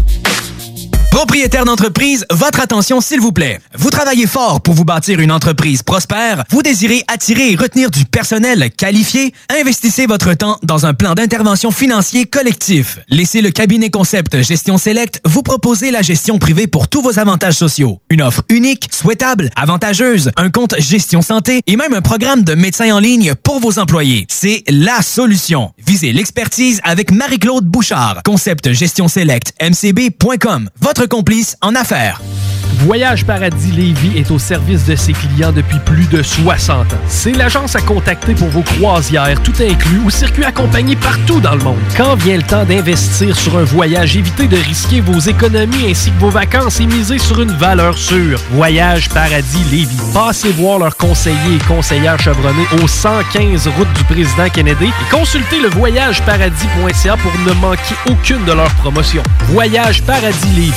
Propriétaire d'entreprise, votre attention s'il vous plaît. Vous travaillez fort pour vous bâtir une entreprise prospère, vous désirez attirer et retenir du personnel qualifié, investissez votre temps dans un plan d'intervention financier collectif. Laissez le cabinet concept Gestion Select vous proposer la gestion privée pour tous vos avantages sociaux. Une offre unique, souhaitable, avantageuse, un compte gestion santé et même un programme de médecin en ligne pour vos employés. C'est la solution. Visez l'expertise avec Marie-Claude Bouchard. Concept Gestion Select M C B point com. Votre complice en affaires. Voyage Paradis Lévis est au service de ses clients depuis plus de soixante ans. C'est l'agence à contacter pour vos croisières, tout inclus, ou circuits accompagnés partout dans le monde. Quand vient le temps d'investir sur un voyage, évitez de risquer vos économies ainsi que vos vacances et misez sur une valeur sûre. Voyage Paradis Lévis. Passez voir leurs conseillers et conseillères chevronnés au cent quinze route du Président Kennedy et consultez le voyage paradis point c a pour ne manquer aucune de leurs promotions. Voyage Paradis Lévis.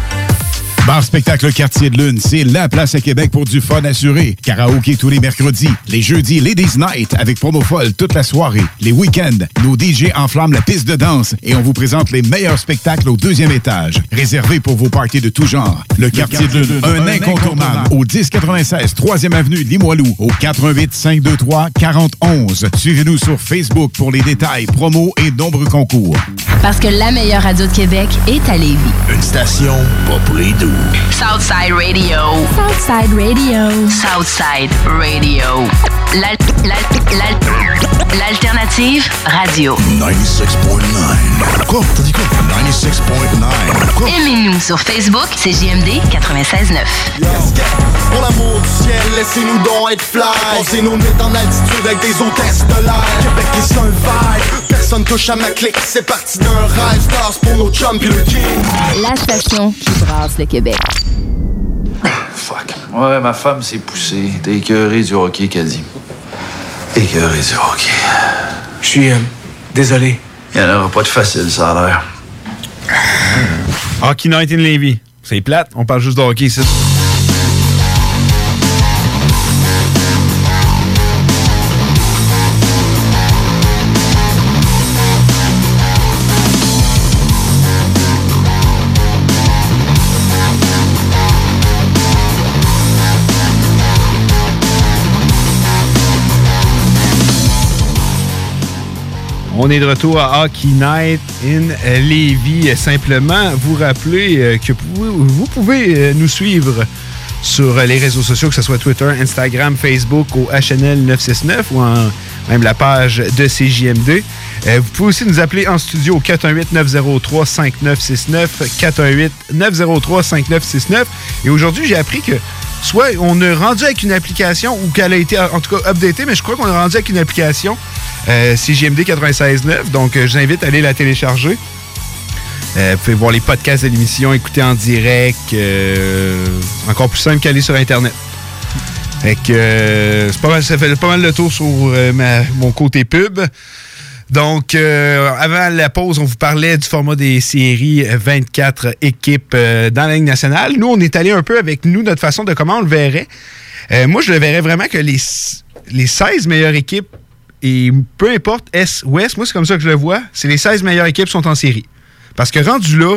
Bar Spectacle Quartier de Lune, c'est la place à Québec pour du fun assuré. Karaoké tous les mercredis. Les jeudis, Ladies Night avec promo folle toute la soirée. Les week-ends, nos D J enflamment la piste de danse et on vous présente les meilleurs spectacles au deuxième étage. Réservé pour vos parties de tout genre. Le, Le Quartier de Lune, un, un incontournable. Au dix quatre-vingt-seize, troisième avenue Limoilou, au quatre un huit, cinq deux trois, quatre zéro un un. Suivez-nous sur Facebook pour les détails, promos et nombreux concours. Parce que la meilleure radio de Québec est à Lévis. Une station pas pour les doux. Southside Radio. Southside Radio. Southside Radio. L'al- l'al- l'al- L'alternative radio. quatre-vingt-seize point neuf. Quoi? T'as dit quoi? quatre-vingt-seize point neuf. Aimez-nous sur Facebook, C J M D quatre-vingt-seize neuf. Pour l'amour du ciel, laissez-nous donc être fly. Pensez nos nuits en altitude avec des hôtesses de l'air. Québec est un vibe. Personne touche à ma clique. C'est parti d'un rêve. Stars pour nos chums pis le king. La station qui brasse le Québec. Fuck. Ouais, ma femme s'est poussée. T'es écœuré du hockey, qu'elle dit. Écœuré du hockey. Je suis euh, désolé. Il n'y en aura pas de facile, ça a l'air. Hockey Night in Lévis. C'est plate, on parle juste de hockey ici. On est de retour à Hockey Night in Lévis. Simplement, vous rappeler que vous pouvez nous suivre sur les réseaux sociaux, que ce soit Twitter, Instagram, Facebook, au H N L neuf cent soixante-neuf ou en, même la page de C J M D. Euh, vous pouvez aussi nous appeler en studio au quatre un huit neuf zéro trois cinq neuf six neuf, quatre un huit neuf zéro trois cinq neuf six neuf. Et aujourd'hui, j'ai appris que soit on est rendu avec une application ou qu'elle a été en tout cas updatée, mais je crois qu'on est rendu avec une application euh, C J M D quatre-vingt-seize neuf. Donc, euh, je vous invite à aller la télécharger. Euh, vous pouvez voir les podcasts de l'émission, écouter en direct. Euh, encore plus simple qu'aller sur Internet. Fait que, euh, c'est pas mal, ça fait pas mal le tour sur euh, ma, mon côté pub. Donc, euh, avant la pause, on vous parlait du format des séries vingt-quatre équipes euh, dans la Ligue nationale. Nous, on est allé un peu avec nous, notre façon de comment on le verrait. Euh, moi, je le verrais vraiment que les, les seize meilleures équipes, et peu importe Est, Ouest, moi, c'est comme ça que je le vois, c'est les seize meilleures équipes sont en série. Parce que rendu là,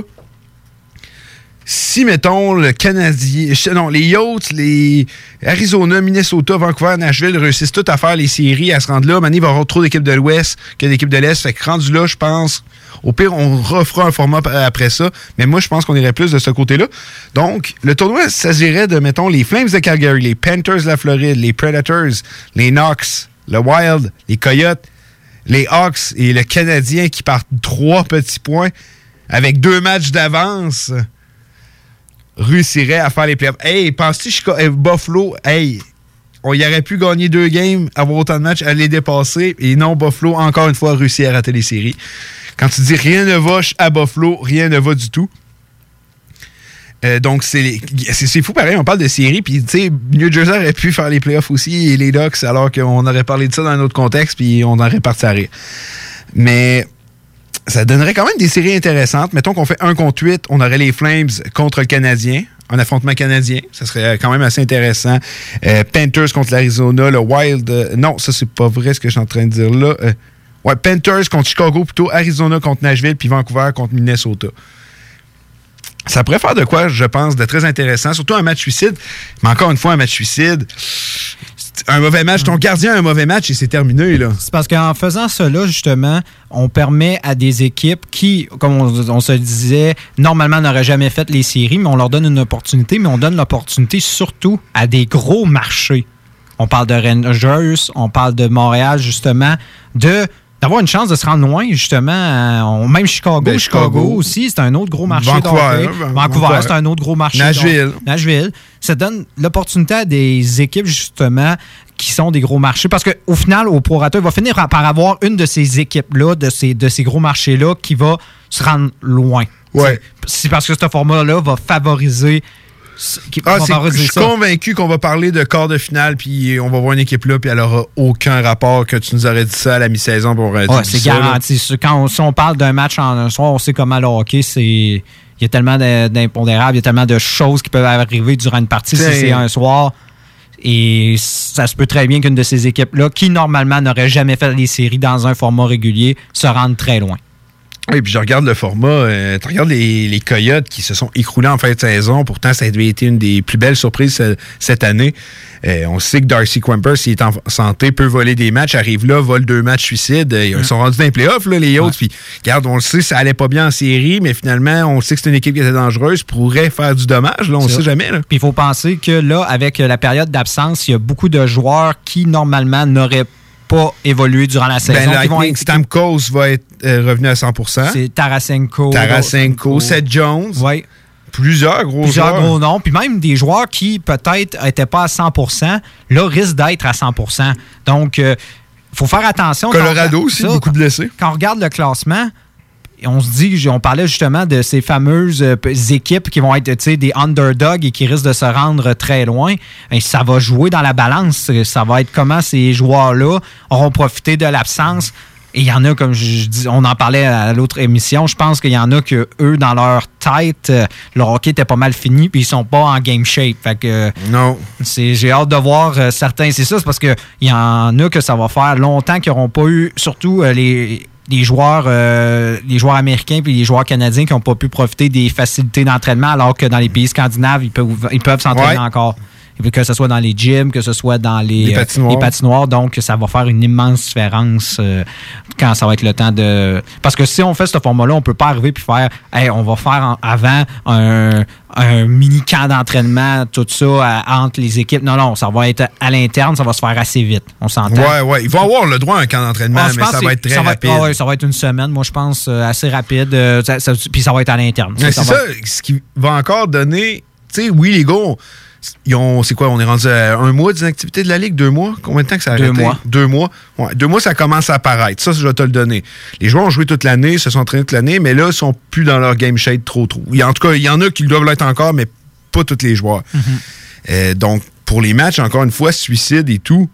si, mettons, le Canadien, non, les Yachts, les Arizona, Minnesota, Vancouver, Nashville réussissent tous à faire les séries, à se rendre là, Mané, il va y avoir trop d'équipes de l'Ouest que d'équipes de l'Est. Fait que rendu là, je pense, au pire, on refera un format après ça. Mais moi, je pense qu'on irait plus de ce côté-là. Donc, le tournoi s'agirait de, mettons, les Flames de Calgary, les Panthers de la Floride, les Predators, les Knox, le Wild, les Coyotes, les Hawks et le Canadien qui partent trois petits points avec deux matchs d'avance, réussirait à faire les playoffs. Hey, penses-tu que Buffalo, hey, on y aurait pu gagner deux games, avoir autant de matchs, à les dépasser, et non, Buffalo, encore une fois, a réussi à rater les séries. Quand tu dis rien ne va à Buffalo, rien ne va du tout. Euh, donc, c'est, c'est, c'est fou pareil, on parle de séries, puis tu sais, New Jersey aurait pu faire les playoffs aussi, et les Ducks, alors qu'on aurait parlé de ça dans un autre contexte, puis on aurait parti à rire. Mais ça donnerait quand même des séries intéressantes. Mettons qu'on fait un contre huit, on aurait les Flames contre le Canadien, un affrontement canadien, ça serait quand même assez intéressant. Euh, Panthers contre l'Arizona, le Wild, euh, non, ça c'est pas vrai ce que je suis en train de dire là. Euh, ouais, Panthers contre Chicago plutôt, Arizona contre Nashville, puis Vancouver contre Minnesota. Ça pourrait faire de quoi, je pense, de très intéressant, surtout un match suicide. Mais encore une fois, un match suicide, un mauvais match, ton gardien a un mauvais match et c'est terminé, là. C'est parce qu'en faisant cela, justement, on permet à des équipes qui, comme on, on se le disait, normalement n'auraient jamais fait les séries, mais on leur donne une opportunité, mais on donne l'opportunité surtout à des gros marchés. On parle de Rangers, on parle de Montréal, justement, de... d'avoir une chance de se rendre loin, justement. On, même Chicago, ben, Chicago, Chicago aussi, c'est un autre gros marché. Vancouver, Vancouver, Vancouver, c'est un autre gros marché. Nashville. Donc, Nashville. Ça donne l'opportunité à des équipes, justement, qui sont des gros marchés. Parce qu'au final, au prorata, il va finir par avoir une de ces équipes-là, de ces, de ces gros marchés-là, qui va se rendre loin. Ouais. C'est, c'est parce que ce format-là va favoriser... Qui, ah, je suis convaincu qu'on va parler de quart de finale, puis on va voir une équipe là, puis elle aura aucun rapport que tu nous aurais dit ça à la mi-saison. Pour ouais, c'est ça, garanti. Là. Quand on, si on parle d'un match en un soir, on sait comment le hockey, c'est... il y a tellement d'impondérables, il y a tellement de choses qui peuvent arriver durant une partie c'est... si c'est un soir. Et ça se peut très bien qu'une de ces équipes-là, qui normalement n'aurait jamais fait les séries dans un format régulier, se rende très loin. Oui, puis je regarde le format. Euh, tu regardes les, les Coyotes qui se sont écroulés en fin de saison. Pourtant, ça a été une des plus belles surprises euh, cette année. Euh, on sait que Darcy Kuemper, s'il est en santé, peut voler des matchs. Arrive là, vole deux matchs suicides. Euh, ils mmh. sont rendus dans les playoffs, là, les autres. Puis, regarde, on le sait, ça allait pas bien en série, mais finalement, on sait que c'est une équipe qui était dangereuse, pourrait faire du dommage. Là, on ne sait jamais. Puis, il faut penser que là, avec la période d'absence, il y a beaucoup de joueurs qui, normalement, n'auraient pas évolué durant la saison. Ben, vont être... Stamkos va être euh, revenu à cent pour cent. C'est Tarasenko. Tarasenko, Seth Jones. Oui. Plusieurs gros Plusieurs joueurs. gros noms. Puis même des joueurs qui, peut-être, n'étaient pas à cent pour cent, là, risquent d'être à cent pour cent. Donc, il euh, faut faire attention. Colorado aussi, ça, beaucoup de blessés. Quand on regarde le classement, on se dit, on parlait justement de ces fameuses euh, équipes qui vont être des underdogs et qui risquent de se rendre très loin. Et ça va jouer dans la balance. Ça va être comment ces joueurs-là auront profité de l'absence. Et il y en a, comme je dis, on en parlait à l'autre émission, je pense qu'il y en a que eux, dans leur tête, le hockey était pas mal fini, puis ils sont pas en game shape. Fait que non. C'est, j'ai hâte de voir euh, certains. C'est ça, c'est parce qu'il y en a que ça va faire longtemps qu'ils n'auront pas eu, surtout euh, les. Les joueurs, euh, les joueurs américains puis les joueurs canadiens qui n'ont pas pu profiter des facilités d'entraînement, alors que dans les pays scandinaves, ils peuvent, ils peuvent s'entraîner ouais. encore. que ce soit dans les gyms, que ce soit dans les, les, patinoires. Euh, les patinoires. Donc, ça va faire une immense différence euh, quand ça va être le temps de... Parce que si on fait ce format-là, on peut pas arriver puis faire hey, on va faire en, avant un, un mini-camp d'entraînement, tout ça, à, entre les équipes. Non, non, ça va être à l'interne, ça va se faire assez vite. On s'entend. Ouais, ouais. Ils vont avoir le droit à un camp d'entraînement, ah, mais ça va être très ça va rapide. Être, ouais, ça va être une semaine, moi, je pense, euh, assez rapide. Euh, ça, ça, puis ça va être à l'interne. Mais ça, c'est ça ça, être... ce qui va encore donner... Tu sais, oui, les gars, on, ils ont, c'est quoi, on est rendu à un mois d'inactivité de la Ligue? Deux mois? Combien de temps que ça a arrêté? Deux mois. Deux mois. Ouais, deux mois, ça commence à apparaître. Ça, je vais te le donner. Les joueurs ont joué toute l'année, se sont entraînés toute l'année, mais là, ils sont plus dans leur game shape trop, trop. En tout cas, il y en a qui doivent l'être encore, mais pas tous les joueurs. Mm-hmm. Euh, donc, pour les matchs, encore une fois, suicide et tout,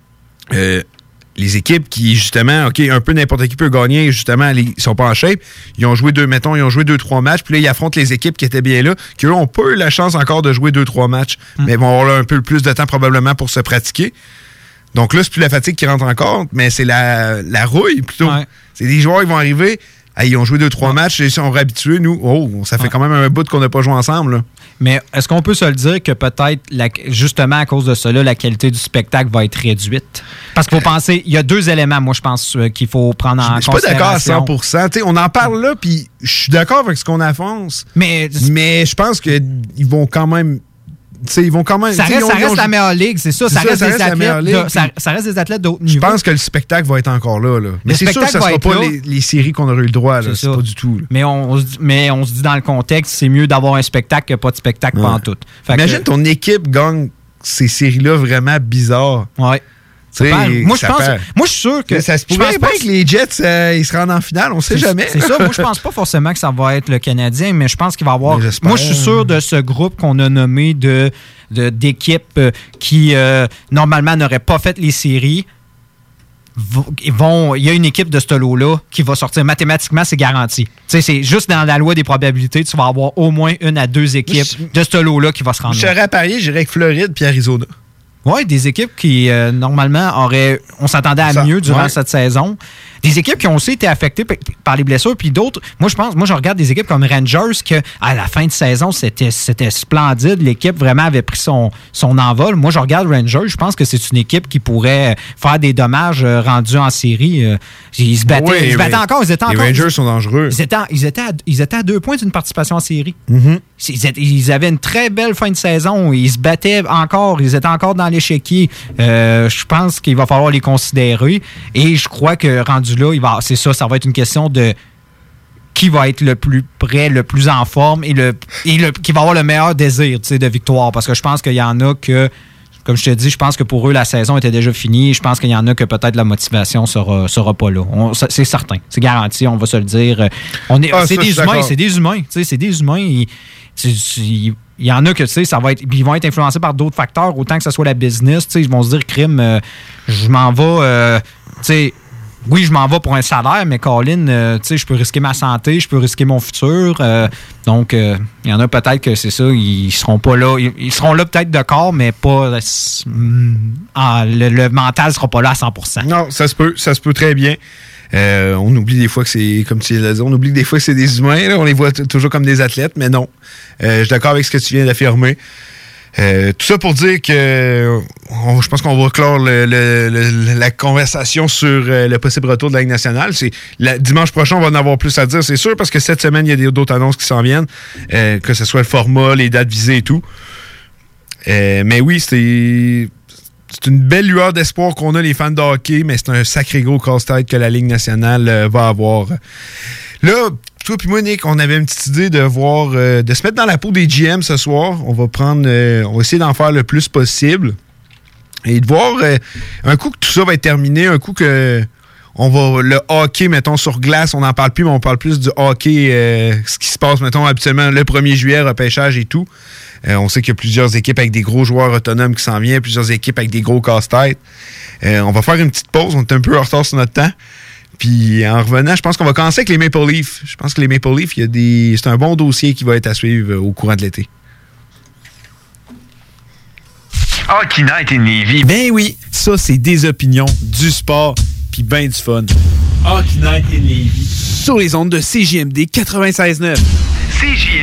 euh, les équipes qui, justement, OK, un peu n'importe qui peut gagner, justement, ils sont pas en shape. Ils ont joué deux, mettons, ils ont joué deux, trois matchs, puis là, ils affrontent les équipes qui étaient bien là, qui, eux, ont pas eu la chance encore de jouer deux, trois matchs, mm. mais vont avoir là, un peu plus de temps, probablement, pour se pratiquer. Donc là, c'est plus la fatigue qui rentre en compte, mais c'est la, la rouille, plutôt. Ouais. C'est des joueurs qui vont arriver, hey, ils ont joué deux, trois ouais. matchs, ils sont réhabitués, nous. Oh, ça fait ouais. quand même un bout qu'on n'a pas joué ensemble, là. Mais est-ce qu'on peut se le dire que peut-être, la, justement, à cause de cela, la qualité du spectacle va être réduite? Parce qu'il faut euh, penser, il y a deux éléments, moi, je pense, euh, qu'il faut prendre en considération. Je suis pas d'accord à cent pour cent. T'sais, on en parle là, puis je suis d'accord avec ce qu'on avance. Mais, mais je pense qu'ils vont quand même... T'sais, ils vont quand même, ça reste, ont, ça reste ont, la meilleure ligue, c'est ça. Ça, ça, reste ça, reste des athlètes de, ça, ça reste des athlètes d'autres niveaux. Je pense que le spectacle va être encore là. là. Mais c'est sûr que ça ne sera pas les, les séries qu'on aurait eu le droit. Là. C'est, c'est pas du tout. Là. Mais, on, on se dit, mais on se dit dans le contexte, c'est mieux d'avoir un spectacle que pas de spectacle ouais. pendant tout. Fait Imagine que, ton équipe gagne ces séries-là vraiment bizarres. Ouais. Moi, je pense, moi, je suis sûr que. Ça se pourrait pas que les Jets euh, ils se rendent en finale, on sait c'est, jamais. C'est ça. Moi, je pense pas forcément que ça va être le Canadien, mais je pense qu'il va y avoir. Moi, je suis sûr de ce groupe qu'on a nommé de, de d'équipes qui euh, normalement n'auraient pas fait les séries. Vont, il y a une équipe de ce lot-là qui va sortir mathématiquement, c'est garanti. T'sais, c'est juste dans la loi des probabilités, tu vas avoir au moins une à deux équipes je, de ce lot-là qui va se rendre. Je serais à parier, j'irais avec Floride puis Arizona. Oui, des équipes qui, euh, normalement, auraient... On s'attendait à ça, mieux durant ouais. cette saison. Des équipes qui ont aussi été affectées p- par les blessures, puis d'autres... Moi, je pense... Moi, je regarde des équipes comme Rangers, que à la fin de saison, c'était, c'était splendide. L'équipe, vraiment, avait pris son, son envol. Moi, je regarde Rangers, je pense que c'est une équipe qui pourrait faire des dommages euh, rendus en série. Euh, ils se battaient, oui, ils se battaient encore. Ils étaient les encore, Rangers sont dangereux. Ils étaient, ils, étaient à, ils étaient à deux points d'une participation en série. Mm-hmm. Ils, étaient, ils avaient une très belle fin de saison. Ils se battaient encore. Ils étaient encore dans l'échiquier. Euh, je pense qu'il va falloir les considérer. Et je crois que rendu là, il va, c'est ça, ça va être une question de qui va être le plus près, le plus en forme et, le, et le, qui va avoir le meilleur désir de victoire. Parce que je pense qu'il y en a que, comme je te dis, je pense que pour eux, la saison était déjà finie. Je pense qu'il y en a que peut-être la motivation sera, sera pas là. On, c'est certain. C'est garanti, on va se le dire. On est, ah, c'est, ça, des humains, c'est des humains. C'est des humains. Ils, il y en a que, tu sais, ça va être. Ils vont être influencés par d'autres facteurs, autant que ce soit la business. Tu sais, ils vont se dire, crime, euh, je m'en vais, euh, tu sais. Oui, je m'en vais pour un salaire, mais Colin, euh, tu sais, je peux risquer ma santé, je peux risquer mon futur. Euh, donc, il euh, y en a peut-être que c'est ça, ils seront pas là. Ils, ils seront là peut-être de corps, mais pas. Euh, ah, le, le mental sera pas là à cent pour cent. Non, ça se peut, ça se peut très bien. Euh, on oublie des fois que c'est, comme tu l'as dit, on oublie des fois que c'est des humains. Là, on les voit t- toujours comme des athlètes, mais non. Euh, je suis d'accord avec ce que tu viens d'affirmer. Euh, tout ça pour dire que on, je pense qu'on va clore le, le, le, la conversation sur euh, le possible retour de la Ligue nationale. C'est, la, dimanche prochain, on va en avoir plus à dire, c'est sûr, parce que cette semaine, il y a des, d'autres annonces qui s'en viennent, euh, que ce soit le format, les dates visées et tout. Euh, mais oui, c'est, c'est une belle lueur d'espoir qu'on a, les fans de hockey, mais c'est un sacré gros casse-tête que la Ligue nationale euh, va avoir. Là, toi puis moi, Nick, on avait une petite idée de voir, euh, de se mettre dans la peau des G M ce soir. On va prendre, euh, on va essayer d'en faire le plus possible et de voir euh, un coup que tout ça va être terminé, un coup que on va le hockey, mettons sur glace, on n'en parle plus, mais on parle plus du hockey, euh, ce qui se passe, mettons habituellement le premier juillet, repêchage et tout. Euh, on sait qu'il y a plusieurs équipes avec des gros joueurs autonomes qui s'en viennent, plusieurs équipes avec des gros casse-têtes. Euh, on va faire une petite pause, on est un peu en retard sur notre temps. Puis en revenant, je pense qu'on va commencer avec les Maple Leafs. Je pense que les Maple Leafs, il y a des, c'est un bon dossier qui va être à suivre au courant de l'été. Hockey Night in Lévis. Ben oui, ça c'est des opinions, du sport, puis ben du fun. Hockey Night in Lévis. Sur les ondes de C J M D quatre-vingt-seize neuf. C J M D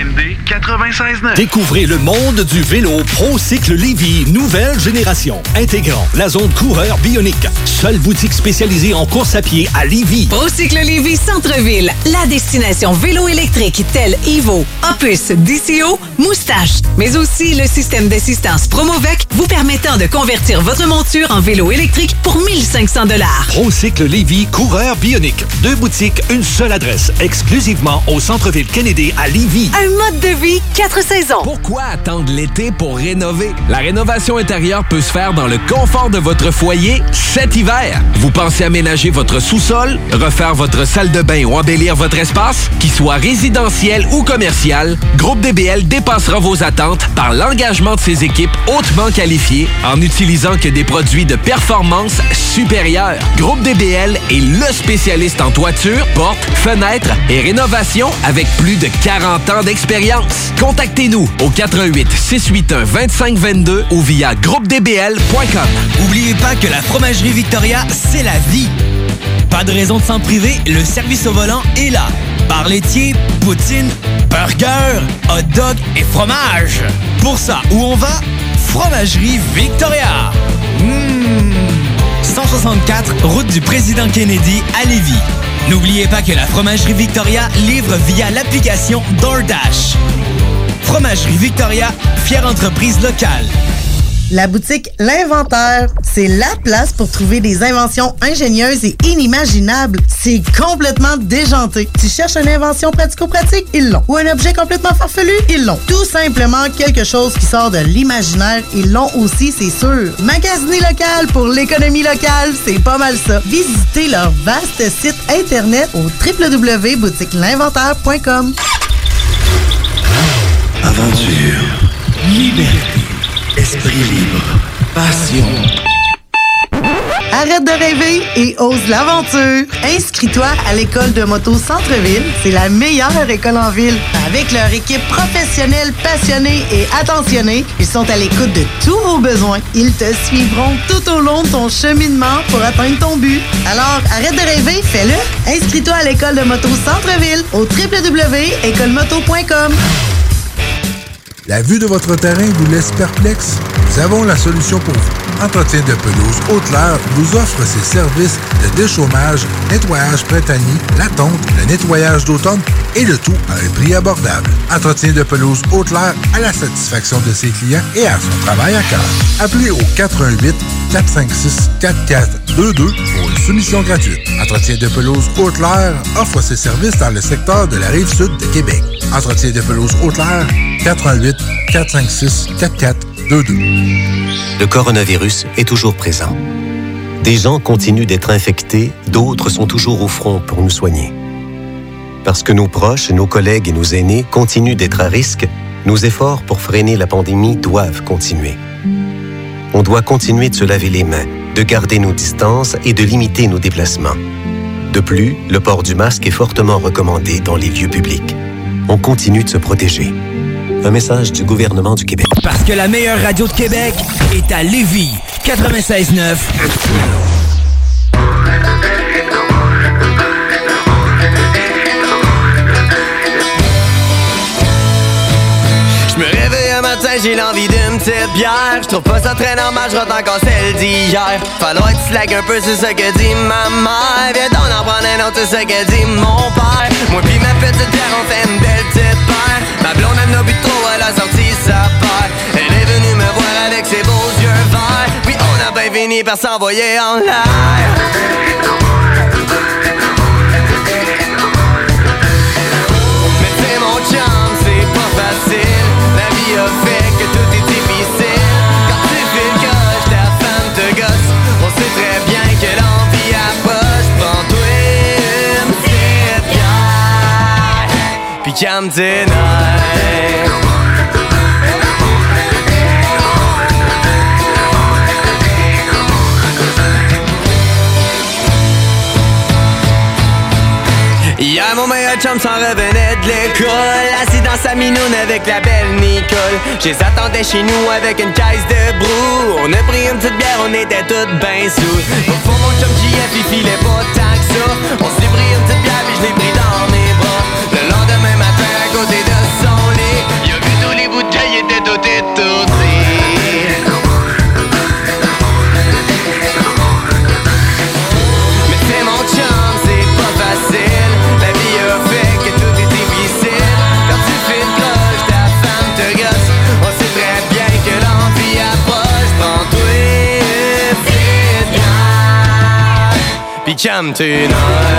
quatre-vingt-seize neuf. Découvrez le monde du vélo ProCycle Lévy, nouvelle génération. Intégrant la zone coureur bionique. Seule boutique spécialisée en course à pied à Lévy. ProCycle Lévy Centre-Ville, la destination vélo électrique telle Evo, Opus, D C O, Moustache, mais aussi le système d'assistance Promovec vous permettant de convertir votre monture en vélo électrique pour mille cinq cents dollars. ProCycle Lévy, coureur bionique. Deux boutiques, une seule adresse, exclusivement au centre-ville Kennedy à Lévy. Un mode de vie, quatre saisons. Pourquoi attendre l'été pour rénover? La rénovation intérieure peut se faire dans le confort de votre foyer cet hiver. Vous pensez aménager votre sous-sol, refaire votre salle de bain ou embellir votre espace? Qu'il soit résidentiel ou commercial, Groupe D B L dépassera vos attentes par l'engagement de ses équipes hautement qualifiées en utilisant que des produits de performance supérieure. Groupe D B L est le spécialiste en toiture, portes, fenêtres et rénovation avec plus de quarante ans d'expérience. Contactez-nous au quatre un huit, six huit un, deux cinq deux deux ou via groupe d b l point com. N'oubliez pas que la fromagerie Victoria, c'est la vie. Pas de raison de s'en priver, le service au volant est là. Bar laitier, poutine, burger, hot dog et fromage. Pour ça, où on va? Fromagerie Victoria. Mmh. cent soixante-quatre, route du Président Kennedy à Lévis. N'oubliez pas que la Fromagerie Victoria livre via l'application DoorDash. Fromagerie Victoria, fière entreprise locale. La boutique L'Inventaire, c'est la place pour trouver des inventions ingénieuses et inimaginables. C'est complètement déjanté. Tu cherches une invention pratico-pratique? Ils l'ont. Ou un objet complètement farfelu? Ils l'ont. Tout simplement quelque chose qui sort de l'imaginaire? Ils l'ont aussi, c'est sûr. Magasiner local pour l'économie locale, c'est pas mal ça. Visitez leur vaste site internet au w w w point boutique l'inventaire point com. Aventure, liberté, esprit libre, passion. Arrête de rêver et ose l'aventure. Inscris-toi à l'école de moto Centre-Ville. C'est la meilleure école en ville. Avec leur équipe professionnelle, passionnée et attentionnée, ils sont à l'écoute de tous vos besoins. Ils te suivront tout au long de ton cheminement pour atteindre ton but. Alors, arrête de rêver, fais-le. Inscris-toi à l'école de moto Centre-Ville au w w w point école moto point com. La vue de votre terrain vous laisse perplexe? Nous avons la solution pour vous. Entretien de pelouse Haute-Lair vous offre ses services de déchômage, nettoyage printanier, la tonte, le nettoyage d'automne et le tout à un prix abordable. Entretien de pelouse Haute-Lair à la satisfaction de ses clients et à son travail à cœur. Appelez au quatre un huit, quatre cinq six, quatre quatre deux deux pour une soumission gratuite. Entretien de pelouse Haute-Lair offre ses services dans le secteur de la Rive-Sud de Québec. Entretien de pelouse Haute-Lair, quatre un huit, quatre cinq six, quatre quatre deux deux. Le coronavirus est toujours présent. Des gens continuent d'être infectés, d'autres sont toujours au front pour nous soigner. Parce que nos proches, nos collègues et nos aînés continuent d'être à risque, nos efforts pour freiner la pandémie doivent continuer. On doit continuer de se laver les mains, de garder nos distances et de limiter nos déplacements. De plus, le port du masque est fortement recommandé dans les lieux publics. On continue de se protéger. Un message du gouvernement du Québec. Parce que la meilleure radio de Québec est à Lévis, quatre-vingt-seize neuf. Je me réveille un matin, j'ai l'envie d'une petite bière. Je trouve pas ça très normal, je rentre encore celle d'hier. Falloir que tu slack un peu, c'est ce que dit ma mère. Viens donc en prendre un autre, c'est ce que dit mon père. Moi pis ma petite bière, on fait une belle petite paire. Ma blonde elle n'a bu trop, elle a sorti sa paire. Elle est venue me voir avec ses beaux yeux verts. Puis on a bien fini par s'envoyer en l'air. Mais c'est mon chum, c'est pas facile. La vie a fait que tout est difficile. Quand tu fais le coche, ta femme te gosse. On sait très bien que l'envie approche. Prends-toi une petite bière, puis calme tes nerfs. Hier mon meilleur chum s'en revenait de l'école, assis dans sa minoune avec la belle Nicole. Je les attendais chez nous avec une caisse de brou. On a pris une petite bière, on était toutes ben sous. Au fond mon chum J F il filait pas tant que ça. On s'est pris une petite bière puis je l'ai pris dans mes bras. Le lendemain matin à côté de son lit, chums tonight.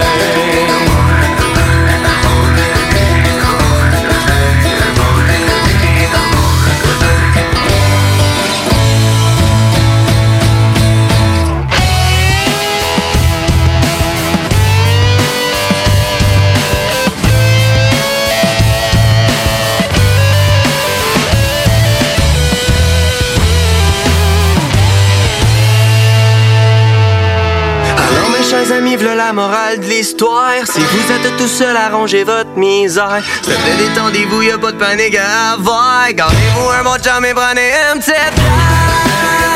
Chers amis, v'là la morale de l'histoire. Si vous êtes tout seul à ranger votre misère, s'il te plaît, détendez-vous, y'a pas de panique à avoir. Gardez-vous un bon chum et prenez un petit bière.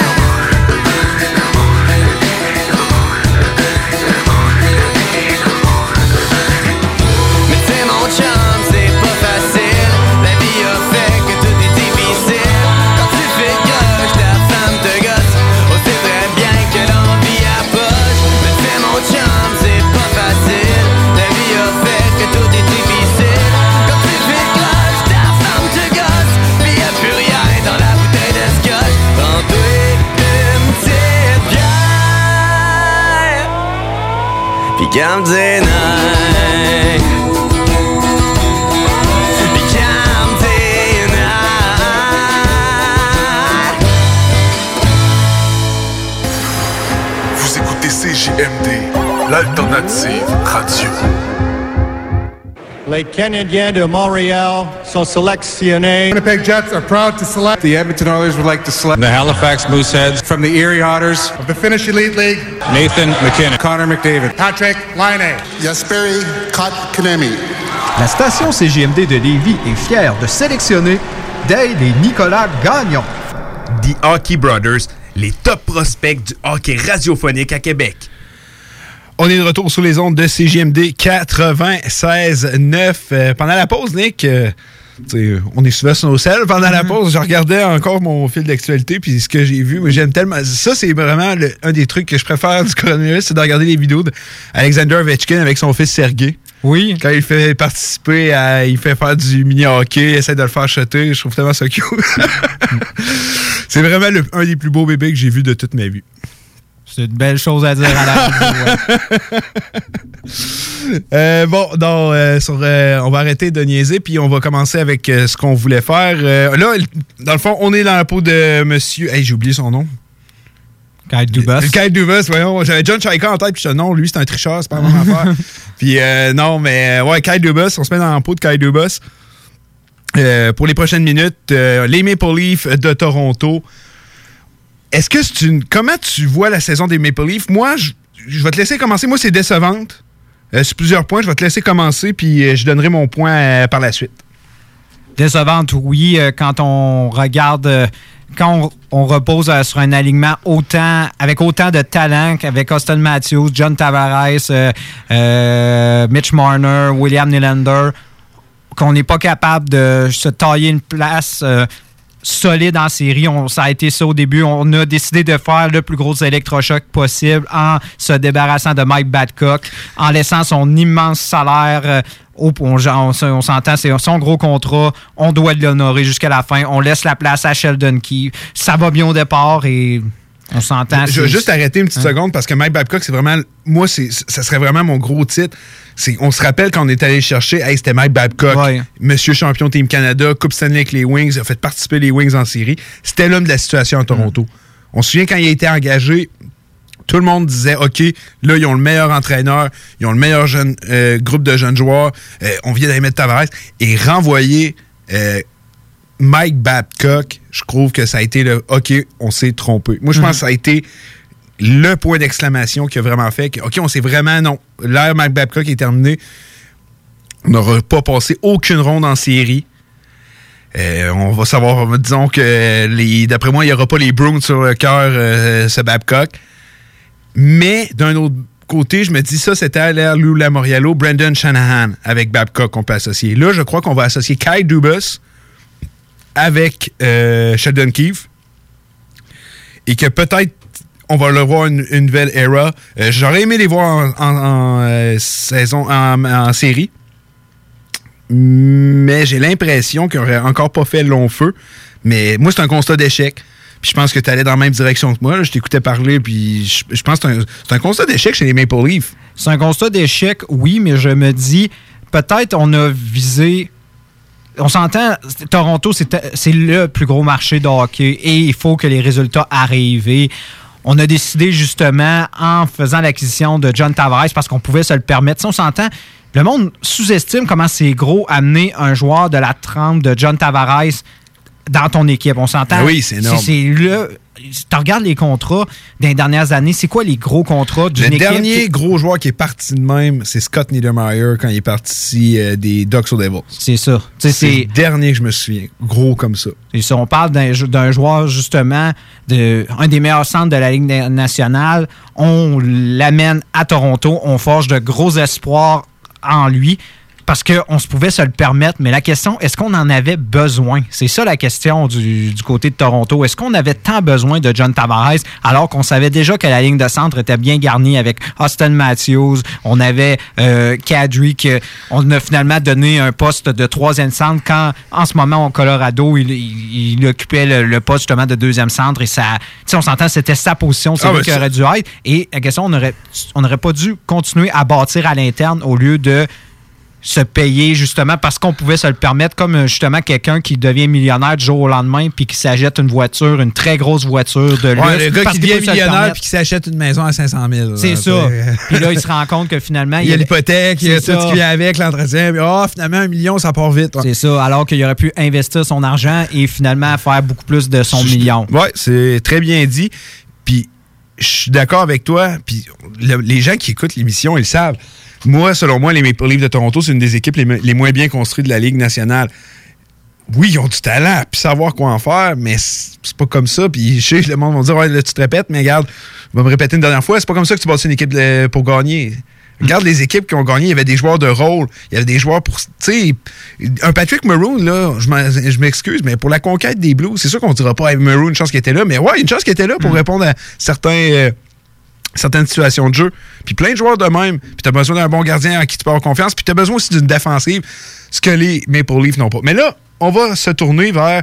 Mais c'est mon chum, c'est pas facile. La vie a fait que tout est difficile. Quand tu fais gauche, ta femme te gosse. On sait très bien que l'envie approche. Mon chum, c'est pas facile. La vie a fait que tout est difficile. Quand tu fais cloche, ta femme te gosse. Pis y'a plus rien dans la bouteille de scotch. Prends-toi une petite bière. Pis comme des nights. Pis comme des nights. Vous écoutez C J M D, l'alternative radio. Les Canadiens de Montréal sont sélectionnés. Winnipeg Jets are proud to select. The Edmonton Oilers would like to select. The Halifax Mooseheads. From the Erie Otters. Of the Finnish Elite League. Nathan McKinnon. Connor McDavid. Patrick Laine. Jesperi Kotkaniemi. La station C J M D de Lévis est fière de sélectionner Dale et Nicolas Gagnon. The Hockey Brothers, les top prospects du hockey radiophonique à Québec. On est de retour sur les ondes de C J M D quatre-vingt-seize neuf. Euh, pendant la pause, Nick, euh, on est souvent sur nos selles. Pendant mm-hmm. la pause, je regardais encore mon fil d'actualité, puis ce que j'ai vu, moi, j'aime tellement... Ça, c'est vraiment le, un des trucs que je préfère du coronavirus, c'est de regarder les vidéos d'Alexander Ovechkin avec son fils Sergei. Oui. Quand il fait participer, à, il fait faire du mini-hockey, il essaie de le faire shotter. Je trouve tellement ça cute. C'est vraiment le, un des plus beaux bébés que j'ai vu de toute ma vie. C'est une belle chose à dire à la vidéo. euh, bon, donc, euh, sur, euh, on va arrêter de niaiser, puis on va commencer avec euh, ce qu'on voulait faire. Euh, là, dans le fond, on est dans la peau de monsieur... Hey, j'ai oublié son nom. Kyle Dubas. Kyle Dubas, voyons. J'avais John Chaika en tête, puis je dis non, lui, c'est un tricheur, c'est pas la même affaire. Puis euh, non, mais ouais, Kyle Dubas, on se met dans la peau de Kyle Dubas. Euh, pour les prochaines minutes, euh, les Maple Leafs de Toronto. Est-ce que c'est une... Comment tu vois la saison des Maple Leafs? Moi, je, je vais te laisser commencer. Moi, c'est décevante. Euh, sur plusieurs points, je vais te laisser commencer, puis euh, je donnerai mon point euh, par la suite. Décevante, oui. Euh, quand on regarde... Euh, quand on, on repose euh, sur un alignement autant avec autant de talent qu'avec Austin Matthews, John Tavares, euh, euh, Mitch Marner, William Nylander, qu'on n'est pas capable de se tailler une place... Euh, solide en série. On, ça a été ça au début. On a décidé de faire le plus gros électrochoc possible en se débarrassant de Mike Babcock, en laissant son immense salaire. Euh, au, on, on, on s'entend, c'est son gros contrat. On doit l'honorer jusqu'à la fin. On laisse la place à Sheldon Keefe. Ça va bien au départ et... On s'entend. Je veux juste arrêter une petite hein? seconde parce que Mike Babcock, c'est vraiment... Moi, c'est, ça serait vraiment mon gros titre. C'est, on se rappelle quand on est allé chercher, hey, c'était Mike Babcock, ouais. Monsieur champion Team Canada, Coupe Stanley avec les Wings, il a fait participer les Wings en série. C'était l'homme de la situation à Toronto. Mm. On se souvient quand il a été engagé, tout le monde disait, OK, là, ils ont le meilleur entraîneur, ils ont le meilleur jeune, euh, groupe de jeunes joueurs, euh, on vient d'aller mettre Tavares et renvoyer... Euh, Mike Babcock, je trouve que ça a été le « OK, on s'est trompé ». Moi, je pense mm-hmm. que ça a été le point d'exclamation qui a vraiment fait que « OK, on s'est vraiment... non, l'ère Mike Babcock est terminée. On n'aura pas passé aucune ronde en série. Euh, on va savoir, disons que les, d'après moi, il n'y aura pas les Bruins sur le cœur, euh, ce Babcock. Mais d'un autre côté, je me dis ça, c'était à l'ère Lou Lamoriello, Brendan Shanahan avec Babcock qu'on peut associer. Là, je crois qu'on va associer Kyle Dubas avec euh, Sheldon Keefe et que peut-être on va le voir une, une nouvelle era. Euh, j'aurais aimé les voir en, en, en euh, saison, en, en série, mais j'ai l'impression qu'ils n'auraient encore pas fait long feu. Mais moi, c'est un constat d'échec. Puis je pense que tu allais dans la même direction que moi. Là. Je t'écoutais parler, puis je, je pense que c'est un, c'est un constat d'échec chez les Maple Leafs. C'est un constat d'échec, oui, mais je me dis, peut-être on a visé... On s'entend, Toronto, c'est, c'est le plus gros marché de hockey et il faut que les résultats arrivent. On a décidé justement, en faisant l'acquisition de John Tavares, parce qu'on pouvait se le permettre. Si on s'entend, le monde sous-estime comment c'est gros amener un joueur de la trempe de John Tavares dans ton équipe. On s'entend. Oui, c'est énorme. C'est, c'est le... Tu regardes les contrats des dernières années, c'est quoi les gros contrats d'une équipe? Le dernier qui... gros joueur qui est parti de même, c'est Scott Niedermayer quand il est parti euh, des Ducks aux Devils. C'est ça. C'est, c'est le dernier que je me souviens. Gros comme ça. C'est ça. On parle d'un, d'un joueur, justement, de, un des meilleurs centres de la Ligue nationale. On l'amène à Toronto. On forge de gros espoirs en lui. Parce qu'on se pouvait se le permettre, mais la question, est-ce qu'on en avait besoin? C'est ça la question du, du côté de Toronto. Est-ce qu'on avait tant besoin de John Tavares alors qu'on savait déjà que la ligne de centre était bien garnie avec Austin Matthews, on avait euh, Kadri, qu'on a finalement donné un poste de troisième centre quand, en ce moment, au Colorado, il, il, il occupait le, le poste justement de deuxième centre et ça, on s'entend, c'était sa position, c'est ah, lui qui aurait dû être. Et la question, on n'aurait on aurait pas dû continuer à bâtir à l'interne au lieu de se payer justement parce qu'on pouvait se le permettre, comme justement quelqu'un qui devient millionnaire du jour au lendemain puis qui s'achète une voiture, une très grosse voiture de luxe. Ouais, le gars qui devient millionnaire puis qui s'achète une maison à cinq cent mille. C'est là, ça. Puis là, il se rend compte que finalement... Il y a l'hypothèque, il y a tout ce qui vient avec, l'entretien. Puis oh, finalement, un million, ça part vite. Ouais. C'est ça, alors qu'il aurait pu investir son argent et finalement faire beaucoup plus de son je, million. Oui, c'est très bien dit. Puis je suis d'accord avec toi. Puis le, les gens qui écoutent l'émission, ils le savent. Moi, selon moi, les Maple Leafs de Toronto, c'est une des équipes les, les moins bien construites de la Ligue nationale. Oui, ils ont du talent, puis savoir quoi en faire, mais c'est pas comme ça. Puis je sais, le monde va dire, ouais, là, tu te répètes, mais regarde, je vais me répéter une dernière fois, c'est pas comme ça que tu bâtis une équipe de, pour gagner. Regarde les équipes qui ont gagné, il y avait des joueurs de rôle, il y avait des joueurs pour... Tu sais, un Patrick Maroon, là, je m'excuse, mais pour la conquête des Blues, c'est sûr qu'on dira pas, hey, Maroon, une chance qu'il était là, mais ouais, une chance qu'il était là pour mm. répondre à certains... Euh, certaines situations de jeu, puis plein de joueurs de même, puis t'as besoin d'un bon gardien à qui tu peux avoir confiance, puis t'as besoin aussi d'une défensive, ce que les Maple Leafs n'ont pas. Mais là, on va se tourner vers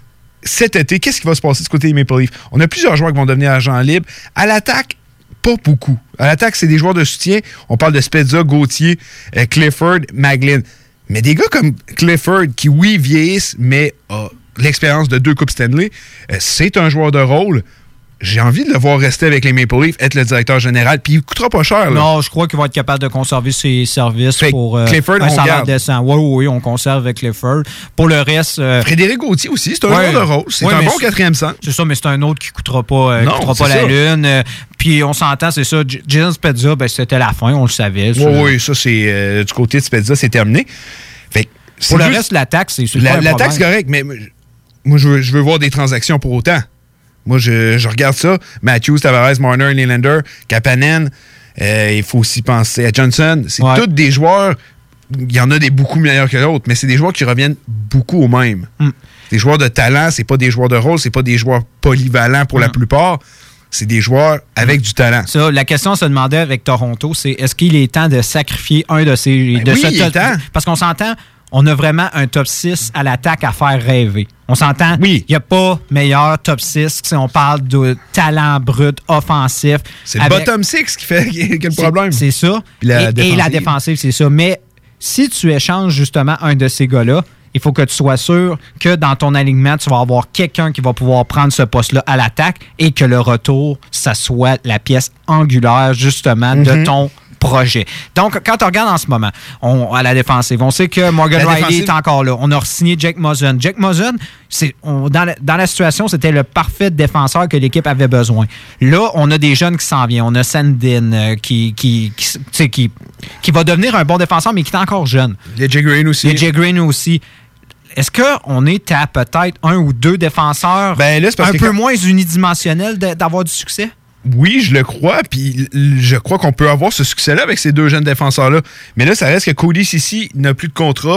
cet été. Qu'est-ce qui va se passer du côté des Maple Leafs? On a plusieurs joueurs qui vont devenir agents libres. À l'attaque, pas beaucoup. À l'attaque, c'est des joueurs de soutien. On parle de Spezza, Gauthier, euh, Clifford, Maglin. Mais des gars comme Clifford, qui, oui, vieillissent, mais a l'expérience de deux Coupes Stanley, euh, c'est un joueur de rôle. J'ai envie de le voir rester avec les Maple Leafs, être le directeur général, puis il ne coûtera pas cher. Là. Non, je crois qu'il va être capable de conserver ses services fait pour euh, Clifford, un on salaire garde. décent. Oui, oui, on conserve avec Clifford. Pour le reste... Euh, Frédéric Gauthier aussi, c'est un ouais, joueur de rôle. C'est ouais, un bon quatrième centre. C'est ça, mais c'est un autre qui ne coûtera pas, euh, non, coûtera pas la lune. Euh, puis on s'entend, c'est ça. Jason Spezza, ben, c'était la fin, on le savait. Oui, oui, ça, c'est euh, du côté de Spezza, c'est terminé. Fait, c'est pour juste, le reste, l'attaque, c'est, c'est la, L'attaque, c'est correct, mais moi, je veux, je veux voir des transactions pour autant. Moi, je, je regarde ça. Matthews, Tavares, Marner, Nylander, Kapanen. Euh, il faut aussi penser à Johnson. C'est ouais. tous des joueurs... Il y en a des beaucoup meilleurs que d'autres, mais c'est des joueurs qui reviennent beaucoup au même. Mm. Des joueurs de talent, c'est pas des joueurs de rôle, c'est pas des joueurs polyvalents pour mm. la plupart. C'est des joueurs avec mm. du talent. Ça, la question se demandait avec Toronto, c'est est-ce qu'il est temps de sacrifier un de ces... Ben de oui, ce il est temps. Parce qu'on s'entend... On a vraiment un top six à l'attaque à faire rêver. On s'entend? Oui. Il n'y a pas meilleur top six si on parle de talent brut, offensif. C'est le avec... bottom six qui fait qu'il y a le problème. C'est, c'est ça. La et, et la défensive, c'est ça. Mais si tu échanges justement un de ces gars-là, il faut que tu sois sûr que dans ton alignement, tu vas avoir quelqu'un qui va pouvoir prendre ce poste-là à l'attaque et que le retour, ça soit la pièce angulaire justement mm-hmm. de ton projet. Donc, quand on regarde en ce moment, on, à la défensive, on sait que Morgan la Riley défensive. est encore là. On a signé Jake Muzzin. Jake Muzzin, c'est, on, dans, la, dans la situation, c'était le parfait défenseur que l'équipe avait besoin. Là, on a des jeunes qui s'en viennent. On a Sandin euh, qui, qui, qui, qui, qui va devenir un bon défenseur, mais qui est encore jeune. Il y a Jay Green aussi. Il y a Jay Green aussi. Est-ce qu'on est à peut-être un ou deux défenseurs ben là, c'est parce un que peu quand... moins unidimensionnels de, d'avoir du succès? Oui, je le crois, puis je crois qu'on peut avoir ce succès-là avec ces deux jeunes défenseurs-là. Mais là, ça reste que Cody Ceci n'a plus de contrat.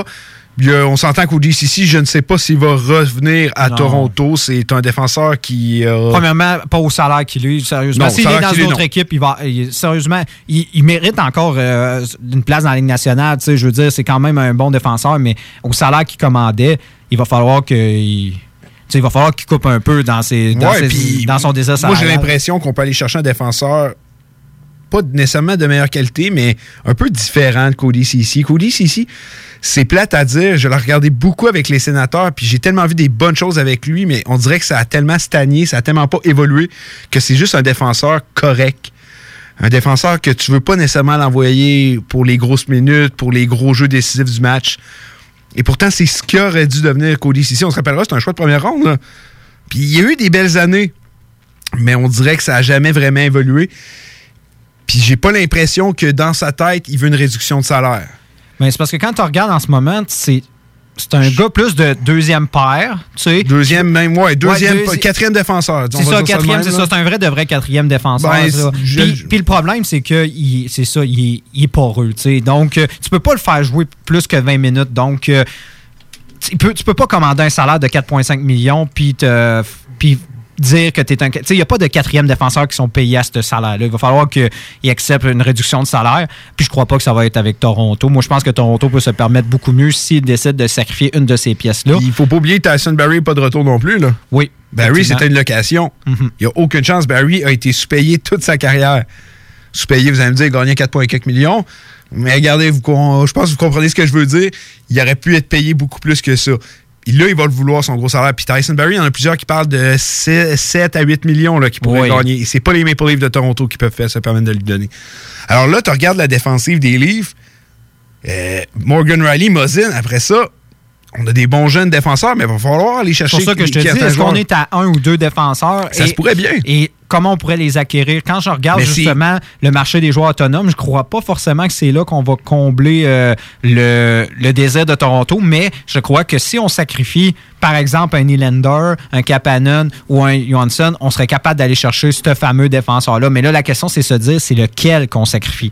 On s'entend Cody Ceci, je ne sais pas s'il va revenir à non. Toronto. C'est un défenseur qui... Euh... Premièrement, pas au salaire qu'il est, sérieusement. S'il est dans une autre équipe, il va, il, sérieusement, il, il mérite encore euh, une place dans la Ligue nationale. Je veux dire, c'est quand même un bon défenseur, mais au salaire qu'il commandait, il va falloir qu'il... il va falloir qu'il coupe un peu dans, ses, dans, ouais, ses, pis, dans son désir Moi, salarial. j'ai l'impression qu'on peut aller chercher un défenseur pas nécessairement de meilleure qualité, mais un peu différent de Cody Ceci. Cody Ceci, c'est plate à dire. Je l'ai regardé beaucoup avec les Sénateurs, puis j'ai tellement vu des bonnes choses avec lui, mais on dirait que ça a tellement stagné, ça a tellement pas évolué que c'est juste un défenseur correct. Un défenseur que tu veux pas nécessairement l'envoyer pour les grosses minutes, pour les gros jeux décisifs du match. Et pourtant, c'est ce qui aurait dû devenir Cody Ceci. On se rappellera, c'est un choix de première ronde, là. Puis il y a eu des belles années, mais on dirait que ça n'a jamais vraiment évolué. Puis j'ai pas l'impression que dans sa tête, il veut une réduction de salaire. Mais c'est parce que quand tu regardes en ce moment, c'est, c'est un gars plus de deuxième paire, tu sais. Deuxième, même, ouais, deuxième, ouais, deuxi- quatrième défenseur. C'est ça, quatrième, c'est ça. C'est un vrai de vrai quatrième défenseur. Ben, ça. je- Puis, puis le problème, c'est que il- c'est ça, il est, il est poreux, tu sais. Donc, euh, tu peux pas le faire jouer plus que vingt minutes. Donc, euh, tu peux, tu peux pas commander un salaire de quatre virgule cinq millions puis te... Puis dire que tu es un... Tu sais, il n'y a pas de quatrième défenseur qui sont payés à ce salaire-là. Il va falloir qu'ils acceptent une réduction de salaire. Puis je crois pas que ça va être avec Toronto. Moi, je pense que Toronto peut se permettre beaucoup mieux s'il décide de sacrifier une de ces pièces-là. Il faut pas oublier que Tyson Barrie n'est pas de retour non plus, là. Oui. Barrie, c'était une location. Mm-hmm. Il n'y a aucune chance. Barrie a été sous-payé toute sa carrière. Sous-payé, vous allez me dire, il gagnait quatre virgule quatre millions. Mais regardez, vous, je pense que vous comprenez ce que je veux dire. Il aurait pu être payé beaucoup plus que ça. Et là, il va le vouloir, son gros salaire. Puis Tyson Barrie, il y en a plusieurs qui parlent de sept à huit millions là, qui pourraient oui. gagner. Et c'est pas les Maple Leafs de Toronto qui peuvent faire, se permettre de lui donner. Alors là, tu regardes la défensive des Leafs. Euh, Morgan Riley, Mosin, après ça, on a des bons jeunes défenseurs, mais il va falloir aller chercher... C'est pour ça que je te dis, est-ce qu'on est à un ou deux défenseurs? Ça et, se pourrait bien. Et comment on pourrait les acquérir? Quand je regarde mais justement c'est... le marché des joueurs autonomes, je crois pas forcément que c'est là qu'on va combler euh, le, le désir de Toronto, mais je crois que si on sacrifie, par exemple, un Nylander, un Kapanen ou un Johansson, on serait capable d'aller chercher ce fameux défenseur-là. Mais là, la question, c'est se dire, c'est lequel qu'on sacrifie.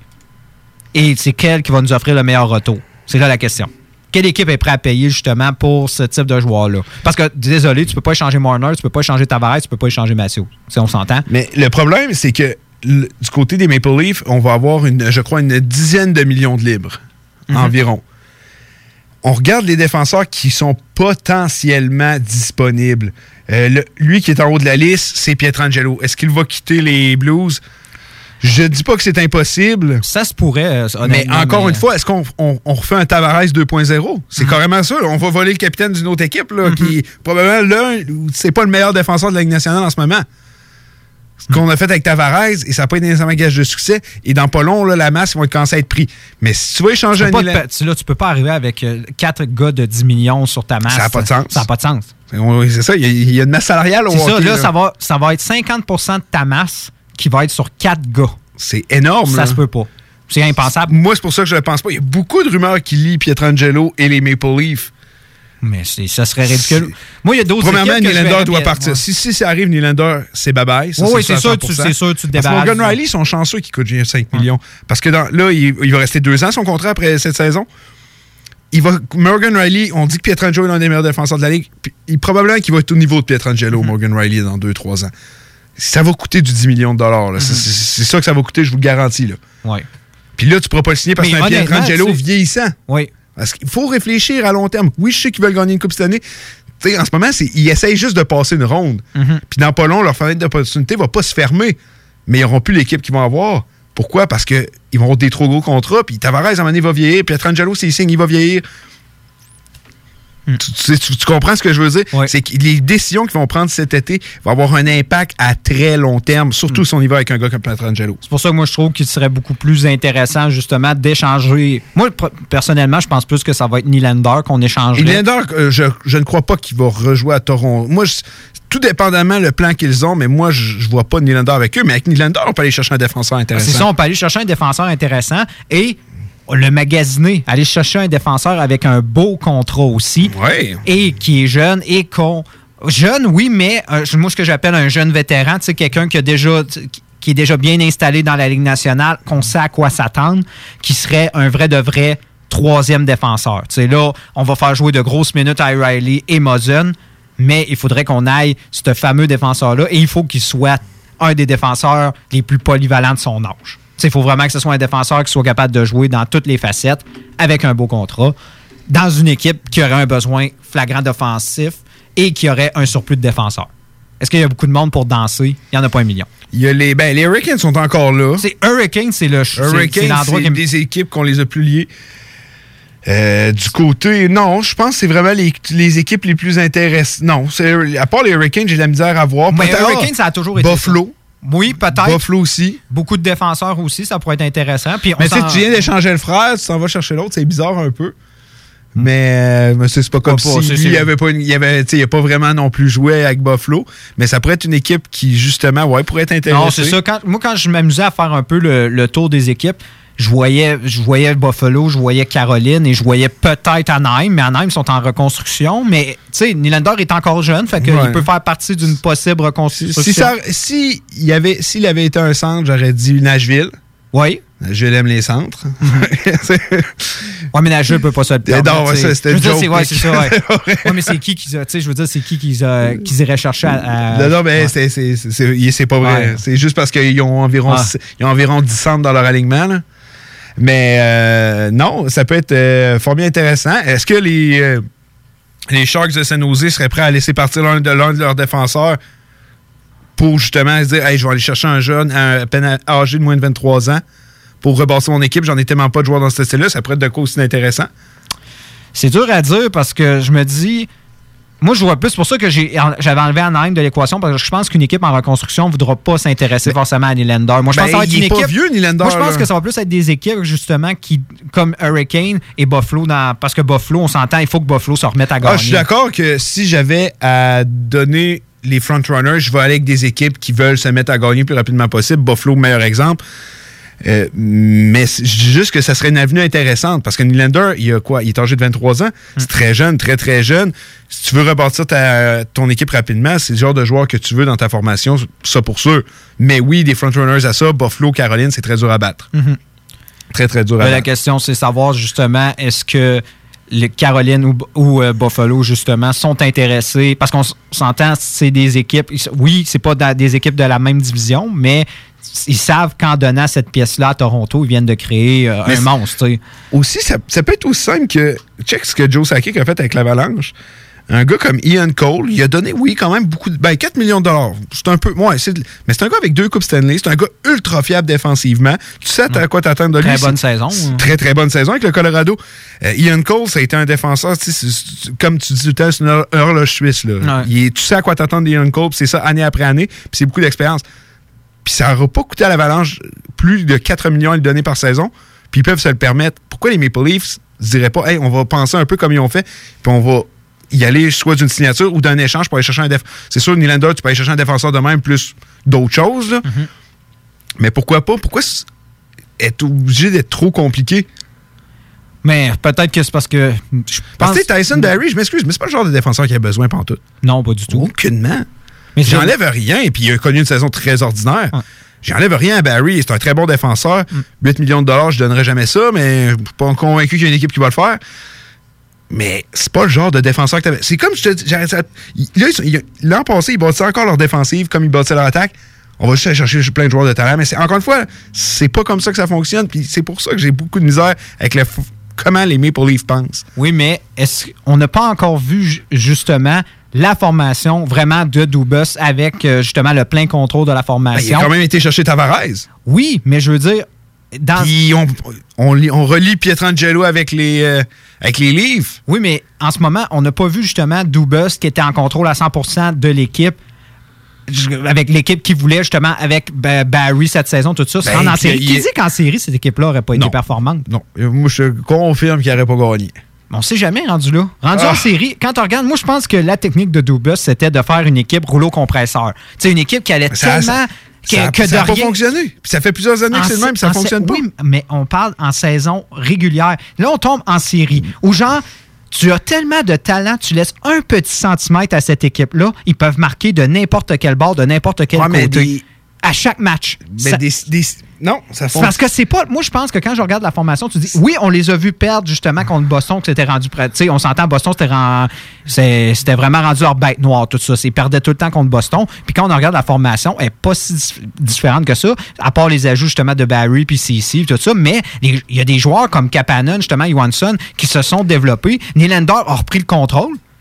Et c'est quel qui va nous offrir le meilleur retour. C'est là la question. Quelle équipe est prête à payer justement pour ce type de joueur-là? Parce que, désolé, tu peux pas échanger Marner, tu peux pas échanger Tavares, tu peux pas échanger Matthews. Si on s'entend. Mais le problème, c'est que le, du côté des Maple Leafs, on va avoir, une, je crois, une dizaine de millions de libres mm-hmm. environ. On regarde les défenseurs qui sont potentiellement disponibles. Euh, le, lui qui est en haut de la liste, c'est Pietrangelo. Est-ce qu'il va quitter les Blues? Je dis pas que c'est impossible. Ça se pourrait, mais encore mais... une fois, est-ce qu'on on, on refait un Tavares deux point zéro? C'est mm-hmm. carrément ça. Là. On va voler le capitaine d'une autre équipe là, mm-hmm. qui probablement là, c'est pas le meilleur défenseur de la Ligue nationale en ce moment. Ce qu'on a fait avec Tavares, et ça n'a pas été nécessairement gage de succès, et dans pas long, là, la masse, ils vont commencer à être pris. Mais si tu veux échanger tu un Nilan... te, Là, tu peux pas arriver avec quatre gars de dix millions sur ta masse. Ça n'a pas de sens. Ça n'a pas de sens. C'est, c'est ça, il y, y a une masse salariale au C'est hockey, ça, là, là. Ça, va, ça va être cinquante pour cent de ta masse qui va être sur quatre gars. C'est énorme. Ça là. se peut pas. C'est impensable. Moi, c'est pour ça que je ne le pense pas. Il y a beaucoup de rumeurs qui lient Pietrangelo et les Maple Leafs. Mais c'est, ça serait ridicule. C'est... Moi, il y a d'autres Premièrement, équipes que Nylander doit partir. Ouais. Si, si ça arrive, Nylander, c'est bye-bye. Ça, oui, c'est, c'est, sûr, tu, c'est sûr, tu te débarrasses. Parce que Morgan Riley, ils sont chanceux qui coûtent cinq millions. Parce que dans, là, il, il va rester deux ans son contrat après cette saison. Il va, Morgan Riley, on dit que Pietrangelo est l'un des meilleurs défenseurs de la Ligue. Puis, il, probablement qu'il va être au niveau de Pietrangelo, mm-hmm. Morgan Riley, dans deux trois ans. Ça va coûter du dix millions de dollars. Là. Mm-hmm. C'est, c'est, c'est ça que ça va coûter, je vous le garantis. Là. Ouais. Puis là, tu ne pourras pas le signer parce que c'est un Pietrangelo vieillissant. Oui. Parce qu'il faut réfléchir à long terme. Oui, je sais qu'ils veulent gagner une coupe cette année. T'sais, en ce moment, c'est, ils essayent juste de passer une ronde. Mm-hmm. Puis dans pas long, leur fenêtre d'opportunité ne va pas se fermer. Mais ils n'auront plus l'équipe qu'ils vont avoir. Pourquoi? Parce qu'ils vont avoir des trop gros contrats. Puis Tavares, à un moment donné, va vieillir. Puis Pietrangelo, s'il signe, il va vieillir. Mm. Tu, tu, tu comprends ce que je veux dire? Oui. C'est que les décisions qu'ils vont prendre cet été vont avoir un impact à très long terme, surtout mm. si on y va avec un gars comme Pietrangelo. C'est pour ça que moi, je trouve qu'il serait beaucoup plus intéressant, justement, d'échanger. Moi, personnellement, je pense plus que ça va être Nylander qu'on échangerait. Nylander, euh, je, je ne crois pas qu'il va rejouer à Toronto. Moi, je, tout dépendamment le plan qu'ils ont, mais moi, je ne vois pas Nylander avec eux. Mais avec Nylander, on peut aller chercher un défenseur intéressant. C'est ça, on peut aller chercher un défenseur intéressant et le magasiner, aller chercher un défenseur avec un beau contrat aussi, ouais. et qui est jeune et qu'on... Jeune, oui, mais euh, moi, ce que j'appelle un jeune vétéran, tu sais, quelqu'un qui a déjà... qui est déjà bien installé dans la Ligue nationale, qu'on sait à quoi s'attendre, qui serait un vrai de vrai troisième défenseur. Tu sais, là, on va faire jouer de grosses minutes à Riley et Mosin, mais il faudrait qu'on aille ce fameux défenseur-là et il faut qu'il soit un des défenseurs les plus polyvalents de son âge. Il faut vraiment que ce soit un défenseur qui soit capable de jouer dans toutes les facettes avec un beau contrat, dans une équipe qui aurait un besoin flagrant d'offensif et qu'il y aurait un surplus de défenseurs. Est-ce qu'il y a beaucoup de monde pour danser? Il n'y en a pas un million. Il y a les, ben, les Hurricanes sont encore là. C'est Hurricanes, c'est le Hurricanes, c'est, c'est l'endroit c'est qui... des équipes qu'on les a plus liées. Euh, du côté, non, je pense que c'est vraiment les, les équipes les plus intéressantes. Non, c'est, à part les Hurricanes, j'ai de la misère à voir. Mais Hurricanes, ça a toujours été Buffalo. Ça. Oui, peut-être. Buffalo aussi. Beaucoup de défenseurs aussi, ça pourrait être intéressant. Puis mais tu sais, tu viens d'échanger le frère, tu t'en vas chercher l'autre, c'est bizarre un peu. Mais, mais c'est pas comme pas, si pas, lui, il avait pas, il avait, il a pas vraiment non plus joué avec Buffalo. Mais ça pourrait être une équipe qui, justement, ouais, pourrait être intéressante. Non, c'est ça. Quand, moi, quand je m'amusais à faire un peu le, le tour des équipes, je voyais, je voyais Buffalo, je voyais Caroline et je voyais peut-être Anaheim. Mais Anaheim sont en reconstruction. Mais, tu sais, Nylander est encore jeune, fait qu'il ouais. peut faire partie d'une possible reconstruction. Si ça, si il y avait, s'il avait été un centre, j'aurais dit Nashville. Oui. Je l'aime les centres. Ouais, mais Nashville peut pas se le permettre. Non, ouais, ça, c'était je veux une dire, joke. C'est, ouais, c'est ça, ouais. ouais, mais c'est qui qu'ils, tu sais, je veux dire, c'est qui qu'ils, euh, qu'ils iraient chercher à... à... Non, non, mais ouais. c'est, c'est, c'est, c'est, c'est pas vrai. Ouais. C'est juste parce qu'ils ont environ, ah. ils ont environ dix centres dans leur alignement, là. Mais euh, non, ça peut être euh, fort bien intéressant. Est-ce que les, euh, les Sharks de San Jose seraient prêts à laisser partir l'un de, l'un de leurs défenseurs pour justement se dire, hey, je vais aller chercher un jeune à peine âgé de moins de vingt-trois ans pour rebasser mon équipe, j'en ai tellement pas de joueurs dans ce style-là, ça pourrait être de quoi aussi intéressant? C'est dur à dire parce que je me dis... Moi, je vois plus. C'est pour ça que j'ai, j'avais enlevé Anaheim de l'équation, parce que je pense qu'une équipe en reconstruction ne voudra pas s'intéresser mais, forcément à Nylander. Moi, je ben, pense que ça va être il une est équipe. Pas vieux, Nylander, moi, je pense là. que ça va plus être des équipes, justement, qui, comme Hurricane et Buffalo, dans, parce que Buffalo, on s'entend, il faut que Buffalo se remette à gagner. Ah, je suis d'accord que si j'avais à donner les frontrunners, je vais aller avec des équipes qui veulent se mettre à gagner le plus rapidement possible. Buffalo, meilleur exemple. Euh, mais je dis juste que ça serait une avenue intéressante parce que Nylander, il a quoi? Il est âgé de vingt-trois ans. C'est très jeune, très, très jeune. Si tu veux rebâtir ta, ton équipe rapidement, c'est le genre de joueur que tu veux dans ta formation, ça pour sûr. Mais oui, des frontrunners à ça, Buffalo, Caroline, c'est très dur à battre. Mm-hmm. Très, très dur à Mais battre. La question, c'est savoir justement, est-ce que les Caroline ou, ou euh, Buffalo, justement, sont intéressés? Parce qu'on s'entend, c'est des équipes... Oui, c'est pas des équipes de la même division, mais... Ils savent qu'en donnant cette pièce-là à Toronto, ils viennent de créer euh, un monstre. T'sais. Aussi, ça, ça peut être aussi simple que... Check ce que Joe Sakic a fait avec l'Avalanche. Un gars comme Ian Cole, il a donné, oui, quand même beaucoup de... Ben, quatre millions de dollars. C'est un peu... Ouais, c'est, mais c'est un gars avec deux Coupes Stanley. C'est un gars ultra fiable défensivement. Tu sais à quoi t'attendre de lui. Très bonne saison. Très, très bonne saison avec le Colorado. Euh, Ian Cole, ça a été un défenseur, c'est, c'est, comme tu dis tout le temps, c'est une horloge suisse. Là. Ouais. Il est, tu sais à quoi t'attendre d'Ian Cole, c'est ça année après année, puis c'est beaucoup d'expérience. Puis ça n'aura pas coûté à l'Avalanche plus de quatre millions à lui donner par saison. Puis ils peuvent se le permettre. Pourquoi les Maple Leafs ne diraient pas, hey, on va penser un peu comme ils ont fait, puis on va y aller soit d'une signature ou d'un échange pour aller chercher un défenseur. C'est sûr, Nylander, tu peux aller chercher un défenseur de même plus d'autres choses. Là. Mm-hmm. Mais pourquoi pas? Pourquoi être obligé d'être trop compliqué? Mais peut-être que c'est parce que... Je parce que Tyson Barrie, je m'excuse, mais c'est pas le genre de défenseur qui a besoin pantoute. Non, pas du tout. Aucunement. Mais j'enlève rien, et puis il a connu une saison très ordinaire. Ouais. J'enlève rien à Barrie, c'est un très bon défenseur. Mm. huit millions de dollars, je donnerais jamais ça, mais je suis pas convaincu qu'il y a une équipe qui va le faire. Mais c'est pas le genre de défenseur que t'avais. C'est comme je te dis, là, ils, l'an passé, ils bâtissaient encore leur défensive comme ils bâtissaient leur attaque. On va juste aller chercher plein de joueurs de talent, mais c'est, encore une fois, c'est pas comme ça que ça fonctionne, puis c'est pour ça que j'ai beaucoup de misère avec le, comment les Maple Leafs pensent. Oui, mais est-ce qu'on n'a pas encore vu, justement, la formation vraiment de Dubas avec euh, justement le plein contrôle de la formation. Ben, il a quand même été chercher Tavares. Oui, mais je veux dire... Dans... Puis on, on, on relie Pietrangelo avec les, euh, avec les Leafs. Oui, mais en ce moment, on n'a pas vu justement Dubas qui était en contrôle à cent pour cent de l'équipe, avec l'équipe qui voulait justement avec Barrie cette saison, tout ça. Se ben, rendre en série. Qui dit qu'en série, cette équipe-là n'aurait pas non. été performante? Non, moi je confirme qu'il n'aurait pas gagné. On ne sait jamais rendu là. Rendu ah. en série, quand tu regardes, moi, je pense que la technique de Dubas, c'était de faire une équipe rouleau compresseur. Tu sais, une équipe qui allait ça, tellement... Ça, que, ça, que ça n'a pas rien... fonctionné. Puis ça fait plusieurs années en que c'est le même, ça ne fonctionne pas. Oui, mais on parle en saison régulière. Là, on tombe en série. Où genre, tu as tellement de talent, tu laisses un petit centimètre à cette équipe-là, ils peuvent marquer de n'importe quel bord, de n'importe quel ouais, côté. Des... À chaque match. Mais ça... des, des... Non, ça fonctionne. Parce que c'est pas... Moi, je pense que quand je regarde la formation, tu dis, oui, on les a vus perdre justement contre Boston, que c'était rendu... Tu sais, on s'entend, Boston, c'était, rend... c'était vraiment rendu leur bête noire, tout ça. Ils perdaient tout le temps contre Boston. Puis quand on regarde la formation, elle n'est pas si différente que ça, à part les ajouts justement de Barrie puis C C, tout ça. Mais il y a des joueurs comme Kapanen, justement, Johansson, qui se sont développés. Nylander a repris le contrôle.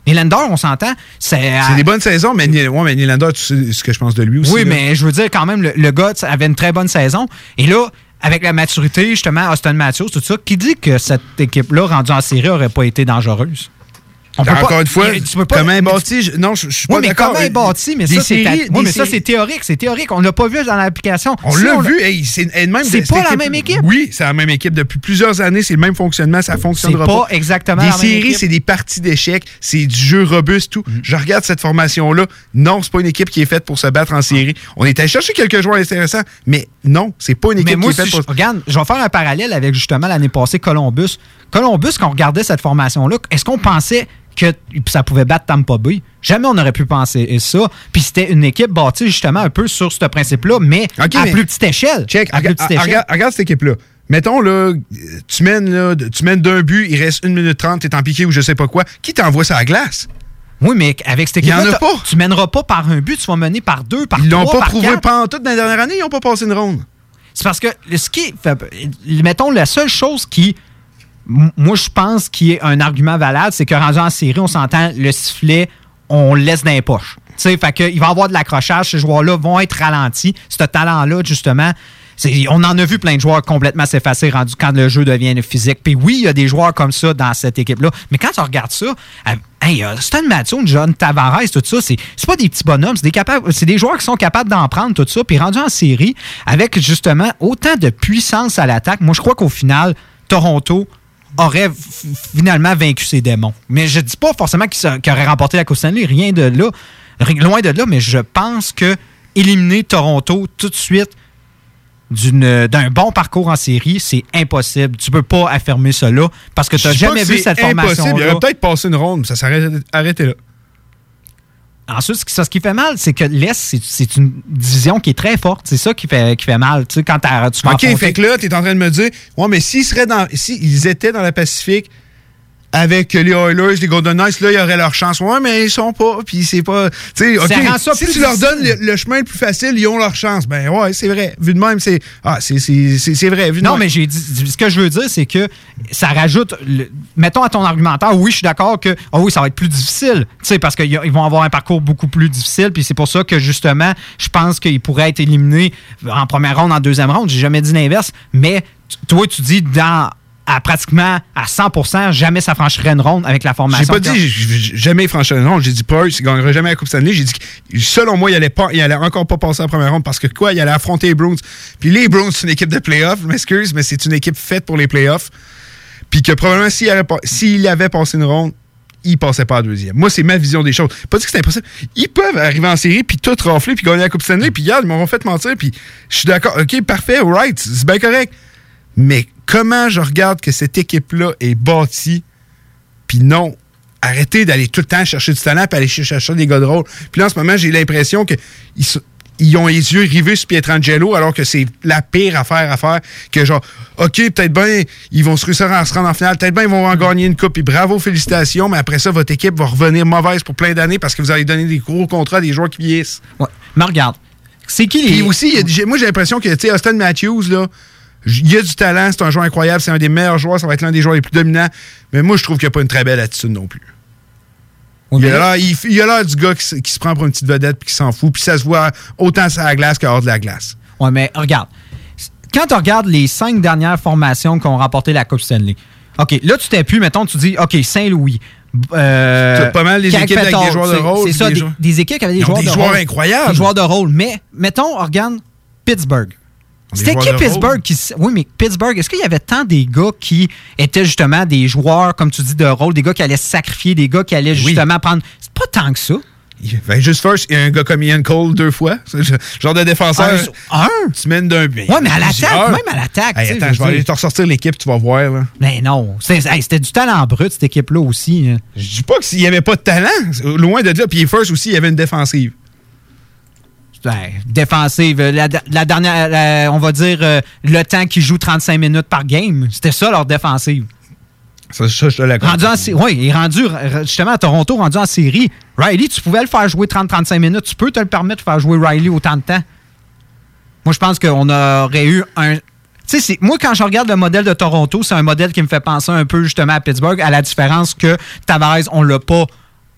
Nylander, on s'entend, c'est... C'est des bonnes saisons, mais, ouais, mais Nylander, tu sais ce que je pense de lui aussi. Oui, là. mais je veux dire, quand même, le, le gars avait une très bonne saison. Et là, avec la maturité, justement, Auston Matthews, tout ça, qui dit que cette équipe-là, rendue en série, n'aurait pas été dangereuse? On peut encore pas, une fois, tu peux pas, comment est bâti? Je, non, je, je suis oui, pas mais d'accord. comment est bâti? Mais, ça, séries, c'est, oui, mais ça, c'est théorique. C'est théorique. On l'a pas vu dans l'application. On si l'a on vu. Hey, c'est même c'est pas équipe, la même équipe. Oui, c'est la même équipe. Depuis plusieurs années, c'est le même fonctionnement. Ça fonctionnera pas. pas. C'est pas exactement des la même équipe. Des séries, c'est des parties d'échecs. C'est du jeu robuste, tout. Mm. Je regarde cette formation-là. Non, c'est pas une équipe qui est faite pour se battre en série. On est allé chercher quelques joueurs intéressants, mais non, c'est pas une équipe mais moi, qui est faite si pour... Je, regarde, je vais faire un parallèle avec, justement, l'année passée, Columbus. Columbus, quand on regardait cette formation-là, est-ce qu'on pensait que ça pouvait battre Tampa Bay? Jamais on aurait pu penser ça. Puis c'était une équipe bâtie justement un peu sur ce principe-là, mais okay, à mais plus petite échelle. Check, à plus petite échelle. Regarde, regarde cette équipe-là. Mettons, là, tu mènes, là, tu mènes d'un but, il reste une minute trente, t'es en piqué ou je sais pas quoi. Qui t'envoie ça à la glace? Oui, mais avec cette équipe-là, il y en a pas. Tu mèneras pas par un but, tu vas mener par deux, par ils trois, l'ont pas par prouvé quatre. pendant toute la dernière année, ils n'ont pas passé une ronde. C'est parce que ce qui fait, mettons, la seule chose qui moi, je pense qu'il y a un argument valable, c'est que rendu en série, on s'entend, le sifflet, on le laisse dans les poches. Tu sais, fait qu'il va y avoir de l'accrochage, ces joueurs-là vont être ralentis. Ce talent-là, justement, c'est, on en a vu plein de joueurs complètement s'effacer rendu quand le jeu devient physique. Puis oui, il y a des joueurs comme ça dans cette équipe-là. Mais quand tu regardes ça, hey, Auston Matthews, John Tavares, tout ça, c'est, c'est pas des petits bonhommes, c'est des, capables, c'est des joueurs qui sont capables d'en prendre tout ça. Puis rendu en série, avec justement autant de puissance à l'attaque, moi, je crois qu'au final, Toronto aurait f- finalement vaincu ses démons. Mais je dis pas forcément qu'il, qu'il aurait remporté la Coupe Stanley, rien de là, loin de là, mais je pense que éliminer Toronto tout de suite d'une, d'un bon parcours en série, c'est impossible. Tu peux pas affirmer cela parce que tu n'as jamais vu cette formation-là. Il aurait peut-être passé une ronde, mais ça s'arrête arrêté là. Ensuite, ce qui, ce qui fait mal, c'est que l'Est, c'est, c'est une division qui est très forte. C'est ça qui fait, qui fait mal. Tu sais, quand tu vas OK, affronter... fait que là, tu es en train de me dire, ouais, mais s'ils seraient dans, s'ils étaient dans la Pacifique avec les Oilers, les Golden Knights, là, ils auraient leur chance. Ouais, mais ils sont pas. Puis c'est pas. Tu sais, OK. Si tu leur donnes le, le chemin le plus facile, ils ont leur chance. Ben ouais, c'est vrai. Vu de même, c'est. Ah, c'est, c'est, c'est, c'est vrai. Vu de non, même. mais j'ai dit. Ce que je veux dire, c'est que ça rajoute. Le, mettons à ton argumentaire, oui, je suis d'accord que. Ah oui, ça va être plus difficile. Tu sais, parce qu'ils vont avoir un parcours beaucoup plus difficile. Puis c'est pour ça que, justement, je pense qu'ils pourraient être éliminés en première ronde, en deuxième ronde. J'ai jamais dit l'inverse. Mais toi, tu dis dans. À pratiquement à cent pour cent, jamais ça franchirait une ronde avec la formation. J'ai pas dit j'ai jamais franchi une ronde. J'ai dit Price il gagnerait jamais la Coupe Stanley. J'ai dit que, selon moi, il allait, pas, il allait encore pas passer la première ronde parce que quoi, il allait affronter les Bruins. Puis les Bruins, c'est une équipe de playoffs. Je m'excuse, mais c'est une équipe faite pour les playoffs. Puis que probablement, s'il avait, s'il avait passé une ronde, il passait pas à deuxième. Moi, c'est ma vision des choses. Pas dit que c'est impossible. Ils peuvent arriver en série, puis tout rafler, puis gagner la Coupe Stanley. Puis regarde, ils m'ont fait mentir. Puis je suis d'accord. OK, parfait, right, c'est bien correct. Mais comment je regarde que cette équipe-là est bâtie, puis non, arrêtez d'aller tout le temps chercher du talent puis aller chercher des gars de rôle. Puis là, en ce moment, j'ai l'impression qu'ils ils ont les yeux rivés sur Pietrangelo alors que c'est la pire affaire à faire. Que genre, OK, peut-être bien, ils vont se réussir à se rendre en finale, peut-être bien, ils vont en gagner une coupe, puis bravo, félicitations, mais après ça, votre équipe va revenir mauvaise pour plein d'années parce que vous allez donner des gros contrats à des joueurs qui vieillissent. Ouais, mais regarde, c'est qui les... Puis aussi, il y a, moi, j'ai l'impression que, tu sais, Auston Matthews, là, il y a du talent, c'est un joueur incroyable, c'est un des meilleurs joueurs, ça va être l'un des joueurs les plus dominants. Mais moi, je trouve qu'il n'y a pas une très belle attitude non plus. Oui, il, a l'air, il, il a l'air du gars qui, qui se prend pour une petite vedette puis qui s'en fout. Puis ça se voit autant sur la glace qu'hors de la glace. Oui, mais regarde. Quand tu regardes les cinq dernières formations qui ont remporté la Coupe Stanley, OK, là, tu t'es pu, mettons, tu dis, OK, Saint-Louis. Euh, tu as pas mal des équipes avec des joueurs de rôle. C'est ça, des, des, des équipes avec des joueurs des de joueurs rôle. incroyables. Des joueurs de rôle. Mais, mettons, regarde Pittsburgh. C'était qui Pittsburgh qui... Oui, mais Pittsburgh, est-ce qu'il y avait tant des gars qui étaient justement des joueurs, comme tu dis, de rôle, des gars qui allaient se sacrifier, des gars qui allaient justement oui. prendre... C'est pas tant que ça. Ben, juste first, il y a un gars comme Ian Cole deux fois. Genre de défenseur. Un? un? Tu mènes d'un but. Ouais, mais à l'attaque, même à l'attaque. Hey, attends, je vais aller te ressortir l'équipe, tu vas voir. Là. Mais non. C'était, hey, c'était du talent brut, cette équipe-là aussi. Hein. Je dis pas qu'il n'y avait pas de talent. Loin de là. Puis first aussi, il y avait une défensive. Ben, défensive. La, la dernière, la, on va dire, euh, le temps qu'ils jouent trente-cinq minutes par game. C'était ça, leur défensive. Ça, ça je te l'accorde. Oui, il est rendu, justement, à Toronto, rendu en série. Riley, tu pouvais le faire jouer trente à trente-cinq minutes. Tu peux te le permettre de faire jouer Riley autant de temps. Moi, je pense qu'on aurait eu un... Tu sais, moi, quand je regarde le modèle de Toronto, c'est un modèle qui me fait penser un peu, justement, à Pittsburgh, à la différence que Tavares, on l'a pas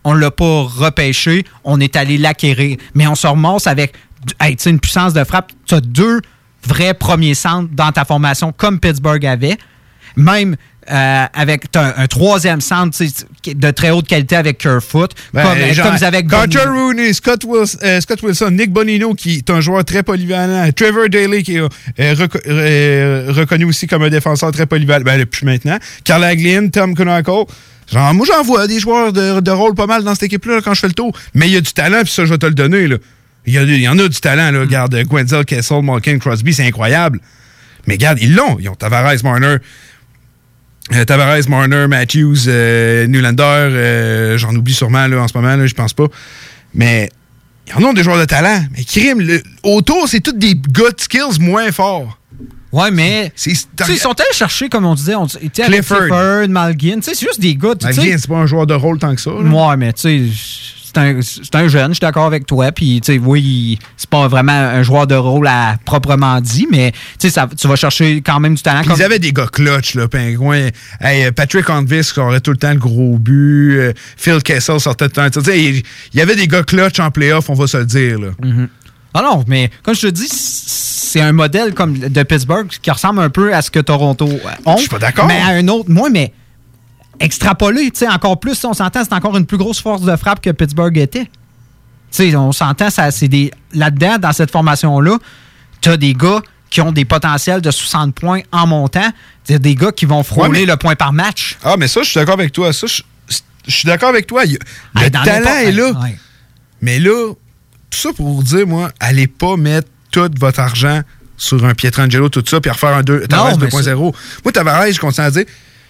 on l'a pas repêché, on est allé l'acquérir. Mais on se ramasse avec hey, une puissance de frappe. Tu as deux vrais premiers centres dans ta formation, comme Pittsburgh avait. Même euh, avec un, un troisième centre de très haute qualité avec Kerfoot, ben, comme, genre, comme avec Carter Rooney, Scott Wilson, euh, Scott Wilson, Nick Bonino, qui est un joueur très polyvalent, Trevor Daley, qui est euh, reco- euh, reconnu aussi comme un défenseur très polyvalent, ben, depuis maintenant, Carl Hagelin, Tom Kunackle. Genre, moi, j'en vois des joueurs de, de rôle pas mal dans cette équipe-là là, quand je fais le tour. Mais il y a du talent, puis ça, je vais te le donner. Là. Il, y a, il y en a du talent. Là. Regarde, Gwenzel, Kessel, Malkin, Crosby, c'est incroyable. Mais regarde, ils l'ont. Ils ont Tavares, Marner, euh, Tavares, Marner, Matthews, euh, Nylander. Euh, j'en oublie sûrement là, en ce moment, là, je pense pas. Mais ils en ont des joueurs de talent. Mais crime, le, autour, c'est tous des gars de skills moins forts. Ouais, mais ils sont allés chercher, comme on disait, on disait Clifford, Clifford Malgin. C'est juste des gars. Malgin, c'est pas un joueur de rôle tant que ça. Là. Ouais, mais tu sais, c'est un, c'est un jeune, je suis d'accord avec toi. Puis, tu sais, oui, c'est pas vraiment un joueur de rôle à proprement dit, mais tu sais, tu vas chercher quand même du talent. Comme... Ils avaient des gars clutch, là, Pingouin. Hey, Patrick Onvis qui aurait tout le temps le gros but. Euh, Phil Kessel sortait tout le temps. Tu sais, il y avait des gars clutch en playoff, on va se le dire, là. Mm-hmm. Ah non, mais comme je te dis, c'est un modèle comme de Pittsburgh qui ressemble un peu à ce que Toronto ont. Je suis pas d'accord. Mais à un autre, moi, mais extrapolé, tu sais, encore plus, on s'entend, c'est encore une plus grosse force de frappe que Pittsburgh était. Tu sais, on s'entend, ça, c'est des là-dedans, dans cette formation-là, tu as des gars qui ont des potentiels de soixante points en montant, c'est des gars qui vont frôler ouais, mais... le point par match. Ah, mais ça, je suis d'accord avec toi. Ça, je, je suis d'accord avec toi. Le hey, talent est là. Ouais. Mais là, tout ça pour vous dire, moi, allez pas mettre tout votre argent sur un Pietrangelo, tout ça, puis refaire un Tavares deux point zéro. Moi, Tavares, je continue à dire,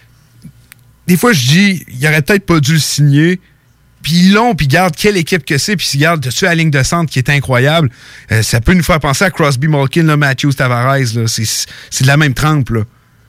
des fois, je dis, il aurait peut-être pas dû le signer, puis ils l'ont, puis garde quelle équipe que c'est, puis regarde, tu as la ligne de centre qui est incroyable. Euh, ça peut nous faire penser à Crosby, Malkin, là, Matthews, Tavares, là. C'est, c'est de la même trempe, là.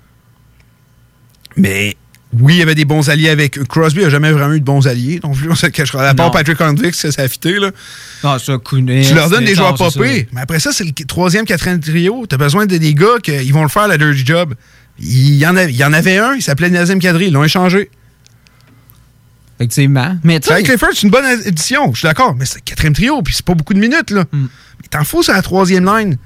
Mais... oui, il y avait des bons alliés avec... Crosby n'a jamais vraiment eu de bons alliés, non plus, on se le cachera. À part Patrick Hendricks, ça s'est affité, là. Non, ça, Kounet... Tu leur donnes des joueurs popés, mais après ça, c'est le troisième, quatrième trio. T'as besoin de des gars qui vont le faire, la dirty job. Il y en, a, il y en avait un, il s'appelait Nazem Kadri, ils l'ont échangé. Effectivement. Mais tu sais... Clifford, c'est une bonne édition, je suis d'accord, mais c'est le quatrième trio, puis c'est pas beaucoup de minutes, là. Mm. Mais t'en fous, c'est la troisième line.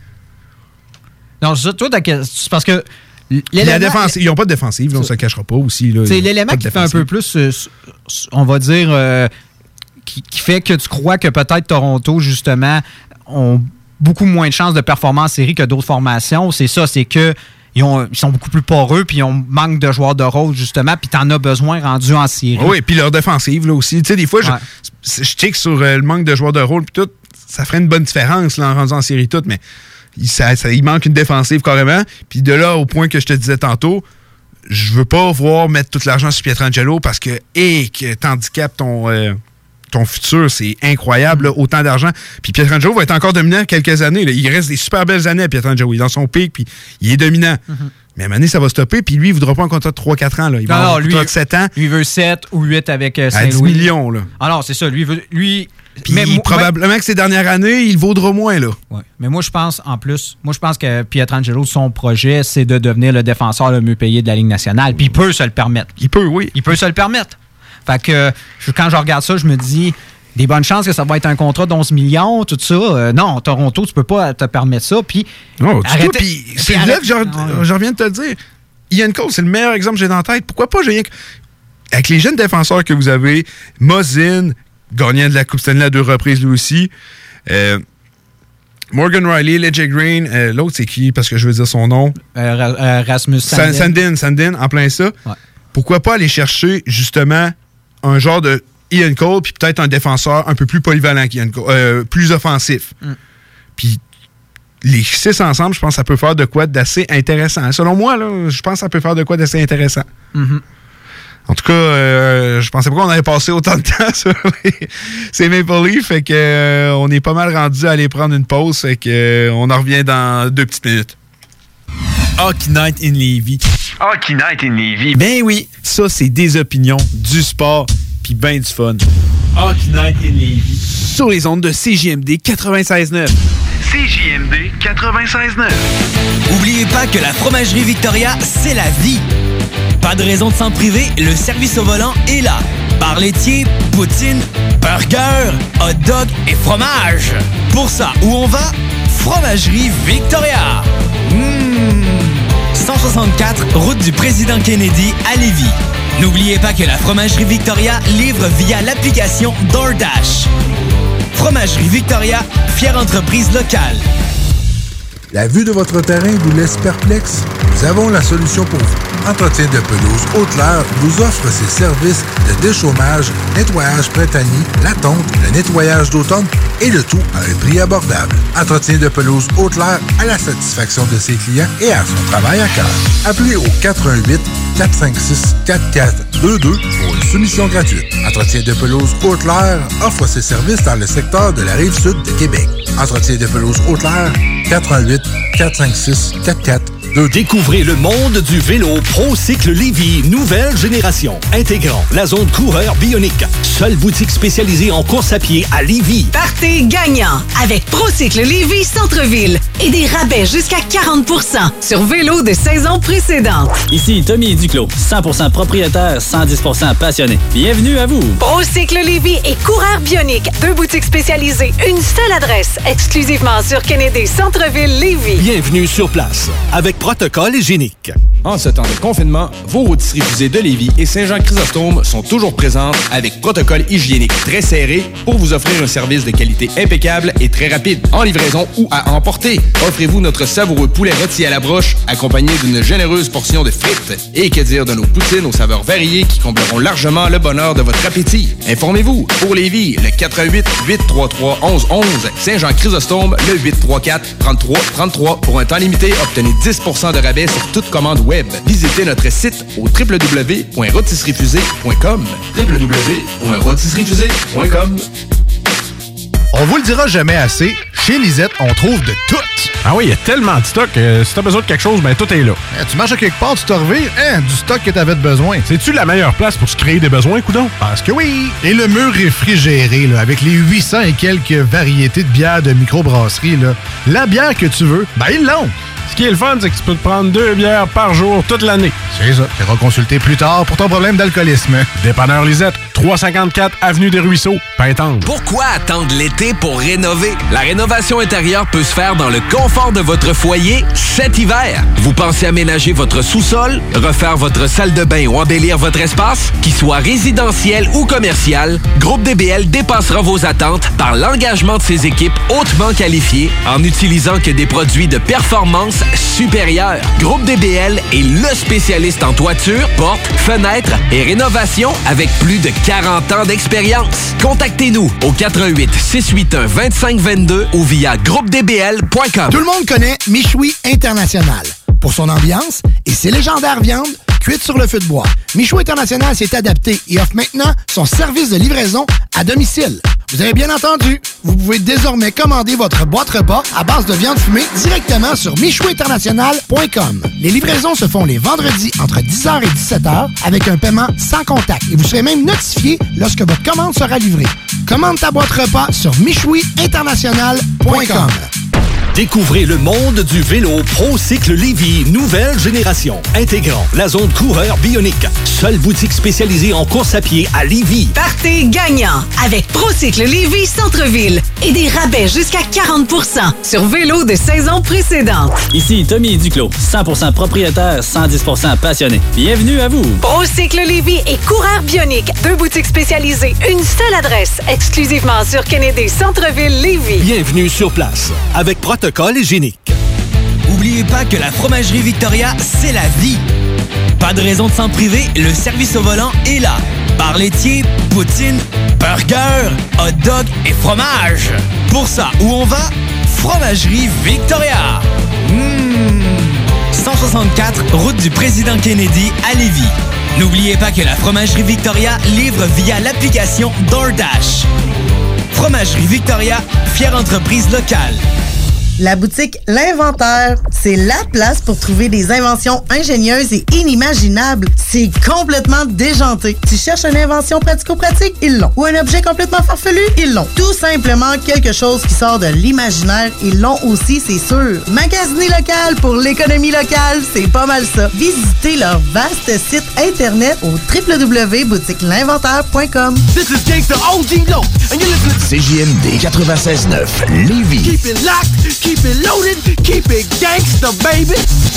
Non, c'est ça, toi, c'est parce que... La défense, ils n'ont pas de défensive, là, on ne se le cachera pas aussi. Là, c'est l'élément qui fait un peu plus, euh, on va dire, euh, qui, qui fait que tu crois que peut-être Toronto, justement, ont beaucoup moins de chances de performer en série que d'autres formations. C'est ça, c'est que ils, ont, ils sont beaucoup plus poreux, puis ils ont manque de joueurs de rôle, justement, puis tu en as besoin rendu en série. Oui, puis leur défensive, là aussi. Tu sais, des fois, ouais. je, je check sur euh, le manque de joueurs de rôle, puis tout, ça ferait une bonne différence, là, en rendu en série, tout, mais... Il, ça, ça, il manque une défensive carrément. Puis de là au point que je te disais tantôt, je veux pas voir mettre tout l'argent sur Pietrangelo parce que, hé, que t'handicapes ton, euh, ton futur, c'est incroyable, là, autant d'argent. Puis Pietrangelo va être encore dominant quelques années. Là. Il reste des super belles années à Pietrangelo. Il est dans son pic, puis il est dominant. Mm-hmm. Mais à un moment donné, ça va stopper, puis lui, il voudra pas un contrat de trois quatre ans. Là. Il va non, avoir non, un contrat de sept ans. Lui, il veut sept ou huit avec euh, Saint-Louis. À dix millions, là. Ah non, c'est ça. Lui, veut, lui Puis mais, probablement ouais. que ces dernières années, il vaudra moins, là. Ouais. Mais moi, je pense, en plus, moi, je pense que Pietrangelo, son projet, c'est de devenir le défenseur le mieux payé de la Ligue nationale. Puis il peut se le permettre. Il peut, oui. Il peut se le permettre. Fait que quand je regarde ça, je me dis, des bonnes chances que ça va être un contrat d'onze millions, tout ça. Euh, non, Toronto, tu peux pas te permettre ça. Puis. Non, tu peux. Puis c'est là que je reviens de te le dire. Ian Cole, c'est le meilleur exemple que j'ai dans la tête. Pourquoi pas, j'ai avec les jeunes défenseurs que vous avez, Mosin, gagnant de la Coupe Stanley à deux reprises, lui aussi. Euh, Morgan Riley, Ledger Green, euh, l'autre, c'est qui? Parce que je veux dire son nom. Euh, euh, Rasmus Sandin. Sandin, Sandin, en plein ça. Ouais. Pourquoi pas aller chercher, justement, un genre de Ian Cole, puis peut-être un défenseur un peu plus polyvalent qu'Ian Cole, euh, plus offensif. Mm. Puis les six ensemble, je pense que ça peut faire de quoi d'assez intéressant. Selon moi, là, je pense que ça peut faire de quoi d'assez intéressant. Mm-hmm. En tout cas, euh, je pensais pas qu'on allait passer autant de temps sur les, ces Maple Leafs, fait que euh, on est pas mal rendu à aller prendre une pause, fait que euh, on en revient dans deux petites minutes. Hockey Night in Lévis. Hockey Night in Lévis. Ben oui, ça c'est des opinions, du sport, puis ben du fun. Hockey Night in Lévis. Sur les ondes de C J M D quatre-vingt-seize neuf. C J M D quatre-vingt-seize neuf. N'oubliez pas que la fromagerie Victoria, c'est la vie. Pas de raison de s'en priver, le service au volant est là. bar laitier, poutine, burger, hot dog et fromage. Pour ça, où on va? Fromagerie Victoria. Mmh. cent soixante-quatre, route du Président Kennedy à Lévis. N'oubliez pas que la Fromagerie Victoria livre via l'application DoorDash. Fromagerie Victoria, fière entreprise locale. La vue de votre terrain vous laisse perplexe? Nous avons la solution pour vous. Entretien de pelouse Haute-Lair vous offre ses services de déchômage, nettoyage printanier, la tonte, le nettoyage d'automne et le tout à un prix abordable. Entretien de pelouse Haute-Lair à la satisfaction de ses clients et à son travail à cœur. Appelez au quatre un huit, quatre cinq six, quatre quatre deux deux pour une soumission gratuite. Entretien de pelouse Haute-Lair offre ses services dans le secteur de la Rive-Sud de Québec. Entretien de pelouse Haute-Lair, quatre un huit, quatre cinq six, quatre quatre deux. Découvrez le monde du vélo ProCycle Lévy, nouvelle génération, intégrant la zone coureur bionique. Seule boutique spécialisée en course à pied à Lévy. Partez gagnant avec ProCycle Lévy Centre-Ville et des rabais jusqu'à quarante pour cent sur vélo de saison précédente. Ici Tommy Duclos, cent pour cent propriétaire, cent dix pour cent passionné. Bienvenue à vous. ProCycle Lévy et coureur bionique, deux boutiques spécialisées, une seule adresse, exclusivement sur Kennedy Centre-Ville Lévy. Bienvenue sur place avec protocole hygiénique. En ce temps de confinement, vos rôtisseries fusées de Lévis et Saint-Jean-Chrysostome sont toujours présentes avec protocole hygiénique très serré pour vous offrir un service de qualité impeccable et très rapide, en livraison ou à emporter. Offrez-vous notre savoureux poulet rôti à la broche accompagné d'une généreuse portion de frites. Et que dire de nos poutines aux saveurs variées qui combleront largement le bonheur de votre appétit. Informez-vous, pour Lévis, le quatre un huit, huit trois trois, onze onze, Saint-Jean-Chrysostome, le huit trois quatre, trente-trois trente-trois. Pour un temps limité, obtenez dix pour cent de rabais sur toute commande web. Visitez notre site au w w w point rôtisseriefusée point com. w w w point rôtisseriefusée point com. On vous le dira jamais assez, chez Lisette, on trouve de tout. Ah oui, il y a tellement de stock. Euh, si t'as besoin de quelque chose, ben tout est là. Eh, tu marches à quelque part, tu te revires, hein, du stock que t'avais besoin. C'est-tu la meilleure place pour se créer des besoins, coudonc? Parce que oui! Et le mur réfrigéré, là, avec les huit cents et quelques variétés de bières de microbrasserie, là, la bière que tu veux, ben ils l'ont. Ce qui est le fun, c'est que tu peux te prendre deux bières par jour toute l'année. C'est ça. Tu iras consulter plus tard pour ton problème d'alcoolisme. Dépanneur Lisette, trois cent cinquante-quatre Avenue des Ruisseaux, Pintendre. Pourquoi attendre l'été pour rénover? La rénovation intérieure peut se faire dans le confort de votre foyer cet hiver. Vous pensez aménager votre sous-sol, refaire votre salle de bain ou embellir votre espace? Qu'il soit résidentiel ou commercial, Groupe D B L dépassera vos attentes par l'engagement de ses équipes hautement qualifiées en n'utilisant que des produits de performance supérieure. Groupe D B L est le spécialiste en toiture, portes, fenêtres et rénovation avec plus de quarante ans d'expérience. Contactez-nous au quatre un huit, six huit un, deux cinq deux deux ou via groupe d b l point com. Tout le monde connaît Michoui International pour son ambiance et ses légendaires viandes cuites sur le feu de bois. Michoui International s'est adapté et offre maintenant son service de livraison à domicile. Vous avez bien entendu, vous pouvez désormais commander votre boîte repas à base de viande fumée directement sur michoui international point com. Les livraisons se font les vendredis entre dix heures et dix-sept heures avec un paiement sans contact et vous serez même notifié lorsque votre commande sera livrée. Commande ta boîte repas sur michoui international point com. Découvrez le monde du vélo ProCycle Lévy, nouvelle génération, intégrant la zone coureur bionique. Seule boutique spécialisée en course à pied à Lévy. Partez gagnant avec ProCycle Lévy Centre-Ville et des rabais jusqu'à quarante pour cent sur vélo de saison précédente. Ici Tommy Duclos, cent pour cent propriétaire, cent dix pour cent passionné. Bienvenue à vous. ProCycle Lévy et coureur bionique, deux boutiques spécialisées, une seule adresse, exclusivement sur Kennedy Centre-Ville Lévy. Bienvenue sur place avec protocole hygiénique. N'oubliez pas que la Fromagerie Victoria, c'est la vie. Pas de raison de s'en priver, le service au volant est là. Bar laitier, poutine, burger, hot dog et fromage. Pour ça, où on va? Fromagerie Victoria. Mmh. cent soixante-quatre, route du Président Kennedy à Lévis. N'oubliez pas que la Fromagerie Victoria livre via l'application DoorDash. Fromagerie Victoria, fière entreprise locale. La boutique L'Inventaire, c'est la place pour trouver des inventions ingénieuses et inimaginables. C'est complètement déjanté. Tu cherches une invention pratico-pratique? Ils l'ont. Ou un objet complètement farfelu? Ils l'ont. Tout simplement quelque chose qui sort de l'imaginaire? Ils l'ont aussi, c'est sûr. Magasiner local pour l'économie locale, c'est pas mal ça. Visitez leur vaste site internet au w w w point boutique l'inventaire point com. This is Gangsta O G Low, and you're listening to C J M D quatre-vingt-seize neuf Lévis. Keep it locked, keep it loaded, keep it gangsta, baby.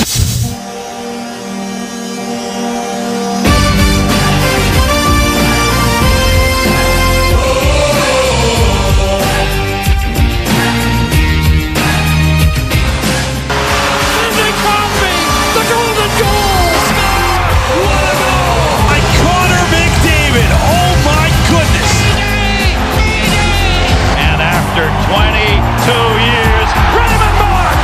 twenty-two years, Raymond Mark!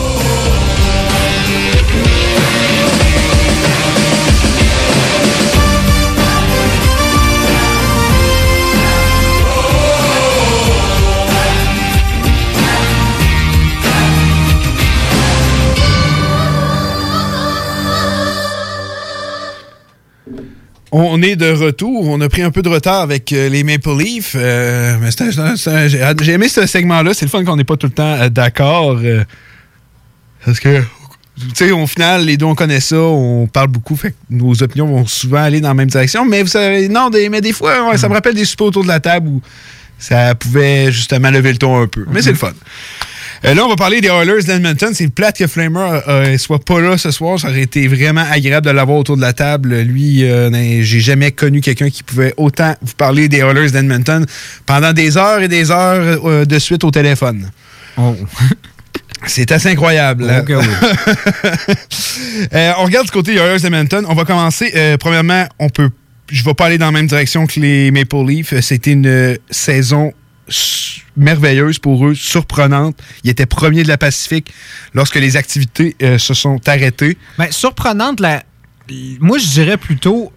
On est de retour. On a pris un peu de retard avec euh, les Maple Leafs. Euh, mais c'était, c'était, j'ai, j'ai aimé ce segment-là. C'est le fun qu'on n'est pas tout le temps euh, d'accord. Euh, parce que, tu sais, au final, les deux, on connaît ça. On parle beaucoup. Fait que nos opinions vont souvent aller dans la même direction. Mais vous savez, non, des, mais des fois, ouais, ça me rappelle des soupers autour de la table où ça pouvait justement lever le ton un peu. Mais mm-hmm. c'est le fun. Euh, là, on va parler des Oilers d'Edmonton. C'est plate que Flamer euh, soit pas là ce soir. Ça aurait été vraiment agréable de l'avoir autour de la table. Lui, euh, j'ai jamais connu quelqu'un qui pouvait autant vous parler des Oilers d'Edmonton pendant des heures et des heures euh, de suite au téléphone. Oh. C'est assez incroyable. Okay, oui. euh, on regarde du côté des Oilers d'Edmonton. On va commencer. Euh, premièrement, on peut. Je ne vais pas aller dans la même direction que les Maple Leafs. C'était une saison merveilleuse pour eux, surprenante. Ils étaient premiers de la Pacifique lorsque les activités euh, se sont arrêtées. Ben, surprenante, la... moi je dirais plutôt...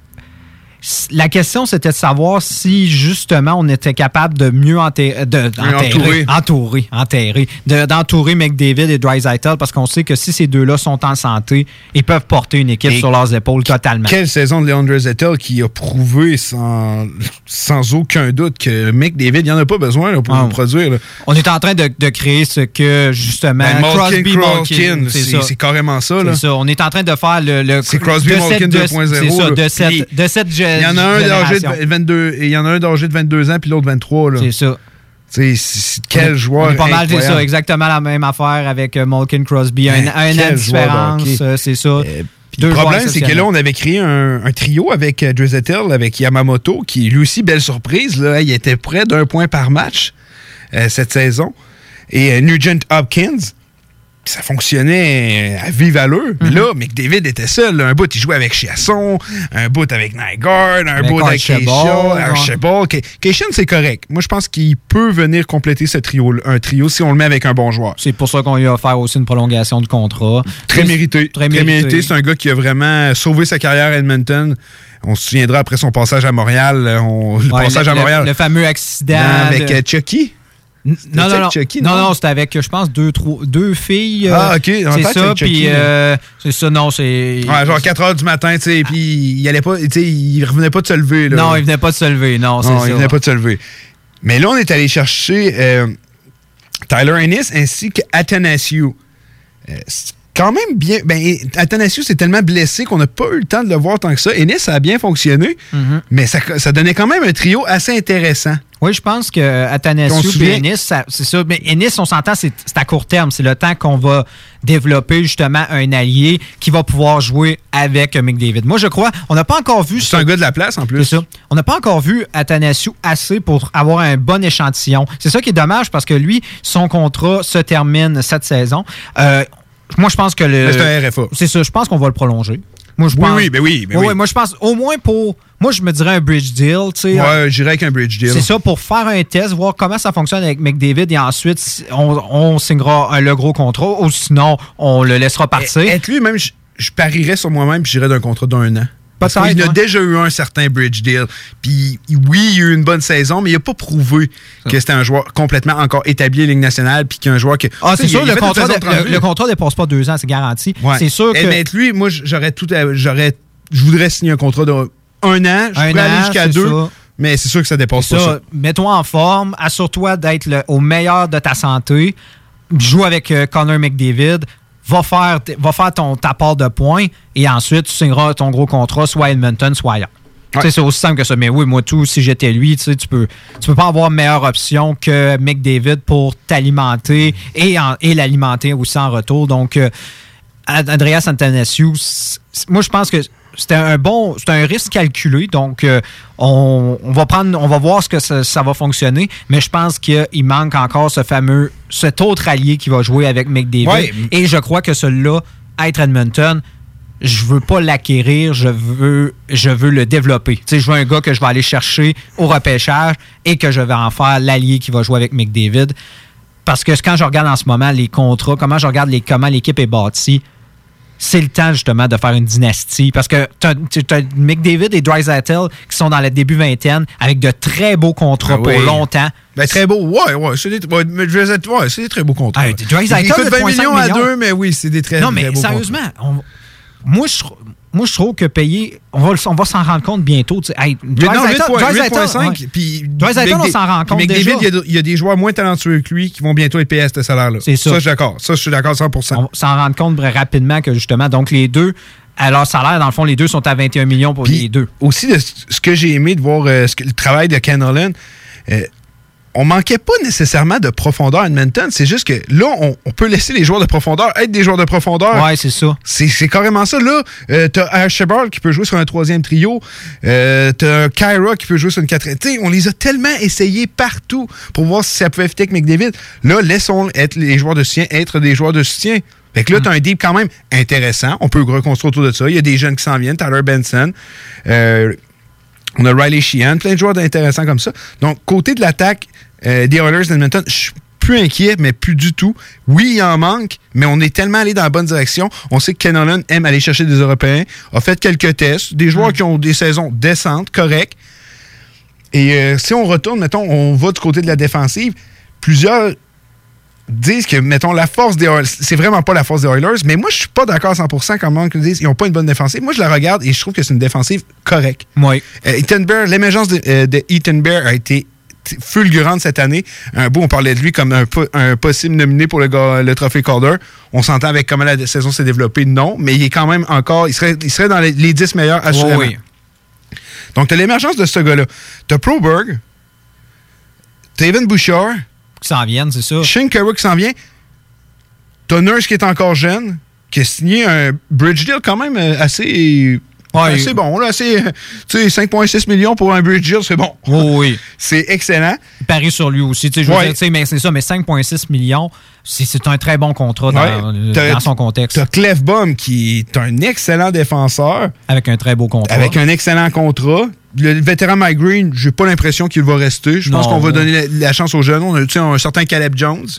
La question, c'était de savoir si, justement, on était capable de mieux enterrer, de, entourer, entourer, enterrer, de, d'entourer McDavid et Draisaitl, parce qu'on sait que si ces deux-là sont en santé, ils peuvent porter une équipe et sur leurs épaules totalement. Quelle saison de Leon Draisaitl qui a prouvé sans, sans aucun doute que McDavid, il n'y en a pas besoin là, pour ah, nous produire. Là. On est en train de, de créer ce que, justement, ben, Crosby Malkin, Malkin c'est, c'est, c'est carrément ça. Là. C'est ça. On est en train de faire le... le c'est Crosby Malkin deux point zéro. C'est ça, de cette, de cette Il y en a un d'âgé de vingt-deux, il y en a un d'âgé de vingt-deux ans puis l'autre vingt-trois. Là. C'est ça. C'est, c'est, quel on joueur on est pas mal, incroyable. C'est ça, exactement la même affaire avec euh, Malkin Crosby. Un, un an de différence, euh, c'est ça. Euh, le problème, c'est que là, on avait créé un, un trio avec euh, Draisaitl, avec Yamamoto, qui lui aussi, belle surprise, là, il était près d'un point par match euh, cette saison. Et euh, Nugent Hopkins, ça fonctionnait à vive allure. Mais mm-hmm. là, McDavid était seul. Là. Un bout, il jouait avec Chiasson, un bout avec Nygaard, un bout avec Keisha, Archibald. Keisha, c'est correct. Moi, je pense qu'il peut venir compléter ce trio, un trio si on le met avec un bon joueur. C'est pour ça qu'on lui a offert aussi une prolongation de contrat. Très mérité. Très, Très mérité. mérité. C'est un gars qui a vraiment sauvé sa carrière à Edmonton. On se souviendra après son passage à Montréal. On, le ouais, passage le, à Montréal. Le, le fameux accident. Avec de... Chucky. Non, non, non. Chucky, non, non, c'était avec, je pense, deux, trois, deux filles. Ah, OK. C'est ça, puis euh, c'est ça, non, c'est... Ouais, genre quatre heures du matin, tu sais, puis il allait pas, tu sais, il revenait pas de se lever, là. Non, il venait pas de se lever, non, c'est non, ça. Non, il venait pas de se lever. Mais là, on est allé chercher euh, Tyler Ennis ainsi qu'Athanasiou. Euh, quand même bien... Ben, Athanasiou s'est tellement blessé qu'on n'a pas eu le temps de le voir tant que ça. Ennis, ça a bien fonctionné, mm-hmm. mais ça, ça donnait quand même un trio assez intéressant. Oui, je pense que Athanasiou et Ennis, ça, c'est ça. Mais Ennis, on s'entend, c'est, c'est à court terme. C'est le temps qu'on va développer justement un allié qui va pouvoir jouer avec McDavid. Moi, je crois, on n'a pas encore vu... C'est ça, un gars de la place, en plus. C'est ça. On n'a pas encore vu Athanasiou assez pour avoir un bon échantillon. C'est ça qui est dommage parce que lui, son contrat se termine cette saison. Euh, moi, je pense que le... C'est un R F A. C'est ça. Je pense qu'on va le prolonger. Moi, je oui, pense, oui, ben oui, ben oui, oui. Moi, je pense, au moins pour... Moi, je me dirais un bridge deal, tu sais. Ouais, j'irais avec un bridge deal. C'est ça, pour faire un test, voir comment ça fonctionne avec McDavid et ensuite, on, on signera un, le gros contrat ou sinon, on le laissera partir. Et, être lui, même, je, je parierais sur moi-même puis j'irais d'un contrat d'un an. Parce qu'il en a déjà eu un certain Bridgedale. Puis oui, il a eu une bonne saison, mais il n'a pas prouvé ça. que c'était un joueur complètement encore établi à la Ligue nationale, puis qu'un joueur que... Ah, c'est sûr, le contrat, de, le, le contrat ne dépasse pas deux ans, c'est garanti. Ouais. C'est sûr que... Et mais lui, moi, j'aurais tout... j'aurais Je voudrais signer un contrat d'un an, je pourrais aller jusqu'à deux, ça. Mais c'est sûr que ça dépasse c'est pas ça. ça. Mets-toi en forme, assure-toi d'être le, au meilleur de ta santé, joue avec euh, Connor McDavid, va faire, va faire ton, ta part de points, et ensuite, tu signeras ton gros contrat, soit à Edmonton, soit ailleurs. Ouais. C'est aussi simple que ça. Mais oui, moi, tout, si j'étais lui, tu peux, tu peux pas avoir meilleure option que McDavid pour t'alimenter et, en, et l'alimenter aussi en retour. Donc, euh, Andreas Athanasiou, moi, je pense que c'était un bon, c'est un risque calculé, donc euh, on, on va prendre, on va voir ce que ça, ça va fonctionner, mais je pense qu'il manque encore ce fameux, cet autre allié qui va jouer avec McDavid, ouais. Et je crois que celui-là, être Edmonton, je veux pas l'acquérir, je veux, je veux le développer. Tu sais, je veux un gars que je vais aller chercher au repêchage et que je vais en faire l'allié qui va jouer avec McDavid, parce que quand je regarde en ce moment les contrats, comment je regarde les, comment l'équipe est bâtie, c'est le temps, justement, de faire une dynastie. Parce que tu as McDavid et Draisaitl qui sont dans le début vingtaine avec de très beaux contrats ah oui. pour longtemps. Ben, très beaux, ouais, ouais. C'est des, ouais, ouais, c'est des très beaux contrats. Ah, Draisaitl, il coûte vingt millions à deux, mais oui, c'est des très, non, mais très beaux sérieusement, contrats. On, moi, je Moi, je trouve que payer... On va, on va s'en rendre compte bientôt. Hey, huit virgule cinq, puis Draisaitl, on s'en rend compte déjà. McDavid, il y, y a des joueurs moins talentueux que lui qui vont bientôt être payés à ce salaire-là. C'est ça. Ça, je suis d'accord. Ça, je suis d'accord cent pour cent. On va s'en rendre compte rapidement que, justement, donc les deux, à leur salaire, dans le fond, les deux sont à vingt et un millions pour puis, les deux. Aussi, de, ce que j'ai aimé de voir euh, ce que, le travail de Ken Holland, euh, on manquait pas nécessairement de profondeur à Edmonton. C'est juste que là, on, on peut laisser les joueurs de profondeur être des joueurs de profondeur. Ouais, c'est ça. C'est, c'est carrément ça. Là, euh, t'as Archibald qui peut jouer sur un troisième trio. Euh, t'as Kyra qui peut jouer sur une quatrième. Tu sais, on les a tellement essayés partout pour voir si ça pouvait fitter avec McDavid. Là, laissons être les joueurs de soutien être des joueurs de soutien. Fait que là, t'as un deep quand même intéressant. On peut reconstruire autour de ça. Il y a des jeunes qui s'en viennent. Tyler Benson. Euh, on a Riley Sheehan. Plein de joueurs intéressants comme ça. Donc, côté de l'attaque, Euh, des Oilers d'Edmonton, je suis plus inquiet, mais plus du tout. Oui, il en manque, mais on est tellement allé dans la bonne direction. On sait que Ken Holland aime aller chercher des Européens, a fait quelques tests, des joueurs mmh. qui ont des saisons décentes, correctes. Et euh, si on retourne, mettons, on va du côté de la défensive, plusieurs disent que, mettons, la force des Oilers, c'est vraiment pas la force des Oilers, mais moi, je suis pas d'accord à cent pour cent quand ils disent qu'ils n'ont pas une bonne défensive. Moi, je la regarde et je trouve que c'est une défensive correcte. Oui. Euh, Ethan Bear, l'émergence de, euh, de Ethan Bear a été fulgurante cette année. Un bout, on parlait de lui comme un, un possible nominé pour le, le trophée Calder. On s'entend avec comment la saison s'est développée, non, mais il est quand même encore, il serait, il serait dans les, les dix meilleurs assurément. Oh oui. Donc, tu as l'émergence de ce gars-là. Tu as Proberg, tu as Evan Bouchard, qui s'en viennent, c'est ça. Shane Carroll qui s'en vient. Tu as Nurse qui est encore jeune, qui a signé un bridge deal quand même assez... Ouais, c'est bon, là, c'est cinq virgule six millions pour un bridge deal, c'est bon. Oh, oui. C'est excellent. Il parie sur lui aussi. Je ouais. veux dire, mais c'est ça, mais cinq virgule six millions, c'est, c'est un très bon contrat dans, ouais. dans son contexte. T'as Clefbaum qui est un excellent défenseur. Avec un très beau contrat. Avec un excellent contrat. Le vétéran Mike Green, j'ai pas l'impression qu'il va rester. Je pense non, qu'on va ouais. donner la, la chance aux jeunes. On a un, un certain Caleb Jones.